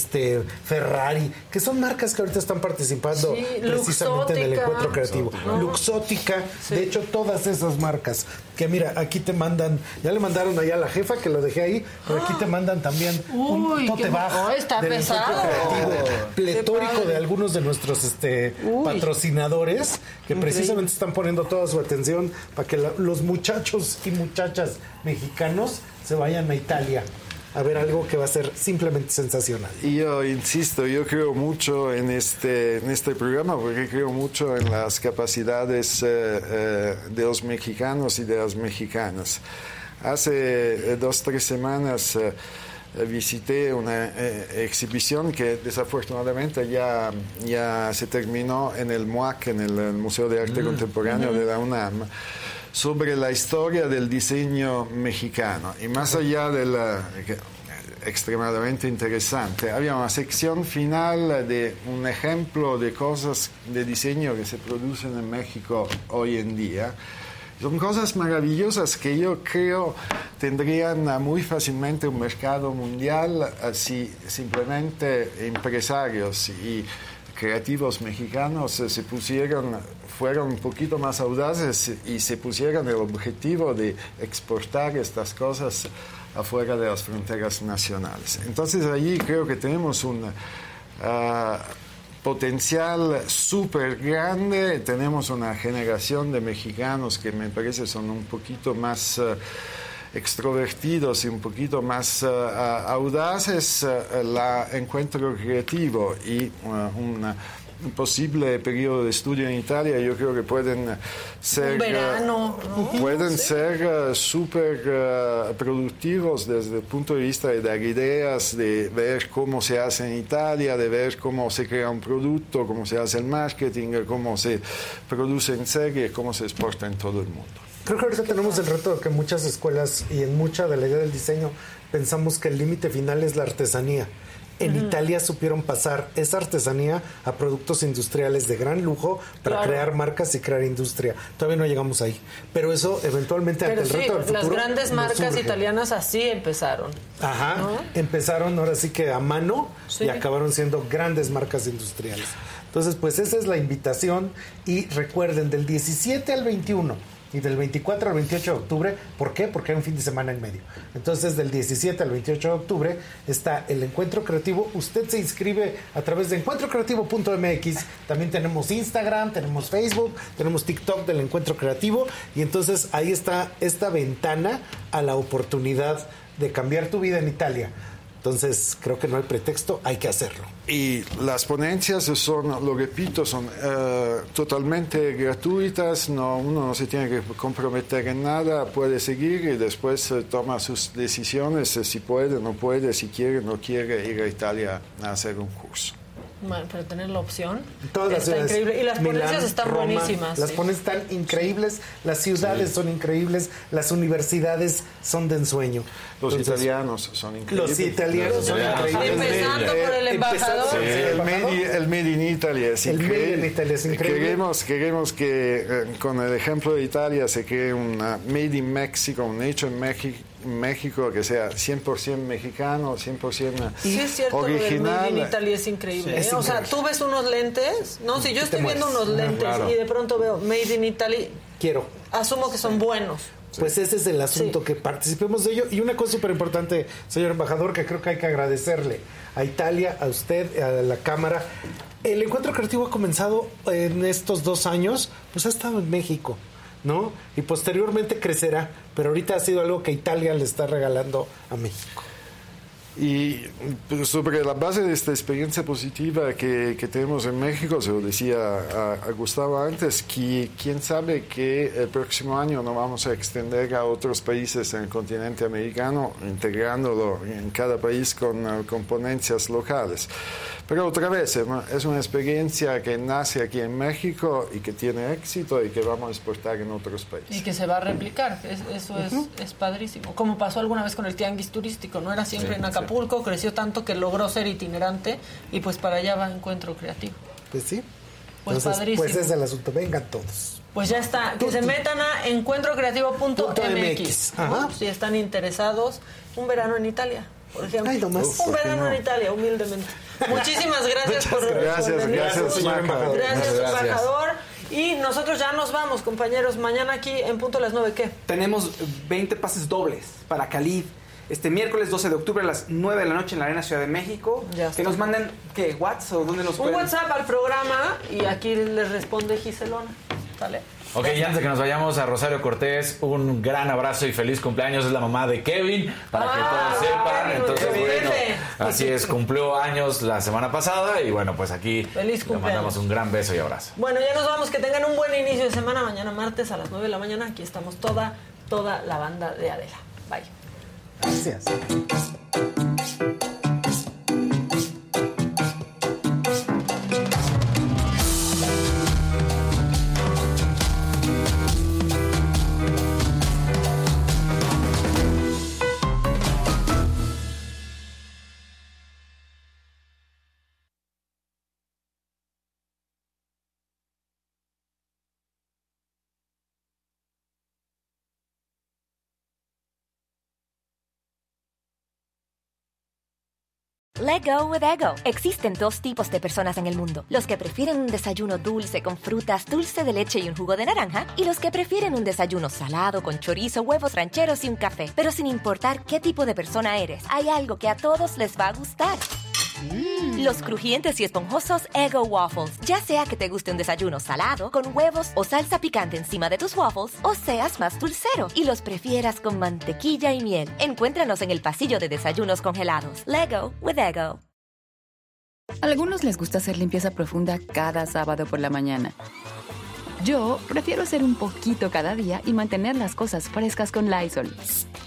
Ferrari, que son marcas que ahorita están participando precisamente en el encuentro creativo. Luxótica, de hecho, todas esas marcas, que mira, aquí te mandan, ya le mandaron allá a la jefa, que lo dejé ahí, pero aquí te mandan también un tote bag
está
del
pesado.
encuentro creativo, pletórico de algunos de nuestros patrocinadores, que precisamente están poniendo toda su atención para que los muchachos y muchachas mexicanos se vayan a Italia a ver algo que va a ser simplemente sensacional.
Y yo insisto, yo creo mucho en este programa porque creo mucho en las capacidades de los mexicanos y de las mexicanas. Hace 2-3 semanas visité una exhibición que desafortunadamente ya se terminó en el MUAC, en el Museo de Arte Contemporáneo de la UNAM, sobre la historia del diseño mexicano. Y más allá de extremadamente interesante, había una sección final de un ejemplo de cosas de diseño que se producen en México hoy en día. Son cosas maravillosas que yo creo tendrían muy fácilmente un mercado mundial si simplemente empresarios y creativos mexicanos fueran un poquito más audaces y se pusieran el objetivo de exportar estas cosas afuera de las fronteras nacionales. Entonces allí creo que tenemos un potencial súper grande. Tenemos una generación de mexicanos que me parece son un poquito más extrovertidos y un poquito más audaces. La encuentro creativo y un posible periodo de estudio en Italia, yo creo que pueden ser
un verano, ¿no?
Pueden ser súper productivos desde el punto de vista de dar ideas, de ver cómo se hace en Italia, de ver cómo se crea un producto, cómo se hace el marketing, cómo se produce en serie, cómo se exporta en todo el mundo.
Creo que ahorita tenemos el reto de que muchas escuelas y en mucha de la idea del diseño pensamos que el límite final es la artesanía. En Italia supieron pasar esa artesanía a productos industriales de gran lujo para crear marcas y crear industria. Todavía no llegamos ahí. Pero eso eventualmente ante el reto del futuro.
Las grandes marcas italianas así empezaron.
Ajá. ¿No? Empezaron ahora sí que a mano y acabaron siendo grandes marcas industriales. Entonces, pues esa es la invitación. Y recuerden, del 17 al 21 y del 24 al 28 de octubre, ¿por qué? Porque hay un fin de semana en medio. Entonces, del 17 al 28 de octubre está el Encuentro Creativo. Usted se inscribe a través de encuentrocreativo.mx. También tenemos Instagram, tenemos Facebook, tenemos TikTok del Encuentro Creativo. Y entonces ahí está esta ventana a la oportunidad de cambiar tu vida en Italia. Entonces, creo que no hay pretexto, hay que hacerlo.
Y las ponencias son, lo repito, son totalmente gratuitas, uno no se tiene que comprometer en nada, puede seguir y después toma sus decisiones, si puede, no puede, si quiere, no quiere ir a Italia a hacer un curso.
Bueno, pero tener la opción
todas
está increíble. Y las ponencias
Milán,
están
Roma,
buenísimas.
Las ponencias están increíbles, las ciudades son increíbles, las universidades son de ensueño.
Los italianos son increíbles.
Los italianos son increíbles.
Empezando por el embajador.
Sí, el Made in Italy es increíble.
El Made in Italy es increíble.
Queremos que con el ejemplo de Italia se cree una Made in Mexico, un hecho en México que sea 100% mexicano, 100%
sí, es cierto,
original.
Made in Italy es increíble.
Sí,
O sea, tú ves unos lentes, no, si yo estoy viendo unos lentes y de pronto veo Made in Italy, asumo que son buenos.
Pues ese es el asunto, que participemos de ello. Y una cosa súper importante, señor embajador, que creo que hay que agradecerle a Italia, a usted, a la Cámara. El Encuentro Creativo ha comenzado en estos 2 años, pues ha estado en México, ¿no? Y posteriormente crecerá, pero ahorita ha sido algo que Italia le está regalando a México.
Y sobre la base de esta experiencia positiva que tenemos en México, se lo decía a Gustavo antes, que quién sabe que el próximo año nos vamos a extender a otros países en el continente americano, integrándolo en cada país con ponencias locales. Pero otra vez, es una experiencia que nace aquí en México y que tiene éxito y que vamos a exportar en otros países.
Y que se va a replicar, eso es padrísimo. Como pasó alguna vez con el tianguis turístico, no era siempre en Acapulco, creció tanto que logró ser itinerante y pues para allá va Encuentro Creativo.
Pues sí.
Pues entonces, padrísimo.
Pues es el asunto, vengan todos.
Pues ya está, que se metan a encuentrocreativo.mx, ¿no? Si están interesados, un verano en Italia, por ejemplo.
Ay, nomás.
Un verano en Italia, humildemente. Muchísimas gracias por venir.
Gracias, señor embajador.
Gracias, embajador. Y nosotros ya nos vamos, compañeros. Mañana aquí en punto a las 9, ¿qué?
Tenemos 20 pases dobles para Khalid. Este miércoles 12 de octubre a las 9 de la noche en la Arena Ciudad de México. Que nos manden, ¿qué? ¿WhatsApp o dónde nos pueden?
Un WhatsApp al programa y aquí les responde Giselona. ¿Sale?
Ok, y antes de que nos vayamos a Rosario Cortés, un gran abrazo y feliz cumpleaños. Es la mamá de Kevin, para que todos sepan. Entonces, bueno, así es, cumplió años la semana pasada y bueno, pues aquí le mandamos un gran beso y abrazo.
Bueno, ya nos vamos, que tengan un buen inicio de semana. Mañana martes a las 9 de la mañana, aquí estamos toda la banda de Adela. Bye.
Gracias.
Let go with ego. Existen dos tipos de personas en el mundo. Los que prefieren un desayuno dulce con frutas, dulce de leche y un jugo de naranja. Y los que prefieren un desayuno salado con chorizo, huevos rancheros y un café. Pero sin importar qué tipo de persona eres, hay algo que a todos les va a gustar. Los crujientes y esponjosos Eggo Waffles. Ya sea que te guste un desayuno salado, con huevos o salsa picante encima de tus waffles, o seas más dulcero y los prefieras con mantequilla y miel. Encuéntranos en el pasillo de desayunos congelados. Lego with Eggo.
A algunos les gusta hacer limpieza profunda cada sábado por la mañana. Yo prefiero hacer un poquito cada día y mantener las cosas frescas con Lysol.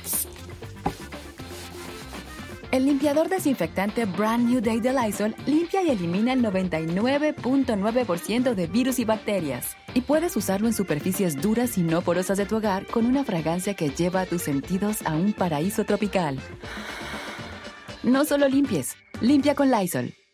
El limpiador desinfectante Brand New Day de Lysol limpia y elimina el 99.9% de virus y bacterias. Y puedes usarlo en superficies duras y no porosas de tu hogar con una fragancia que lleva a tus sentidos a un paraíso tropical. No solo limpies, limpia con Lysol.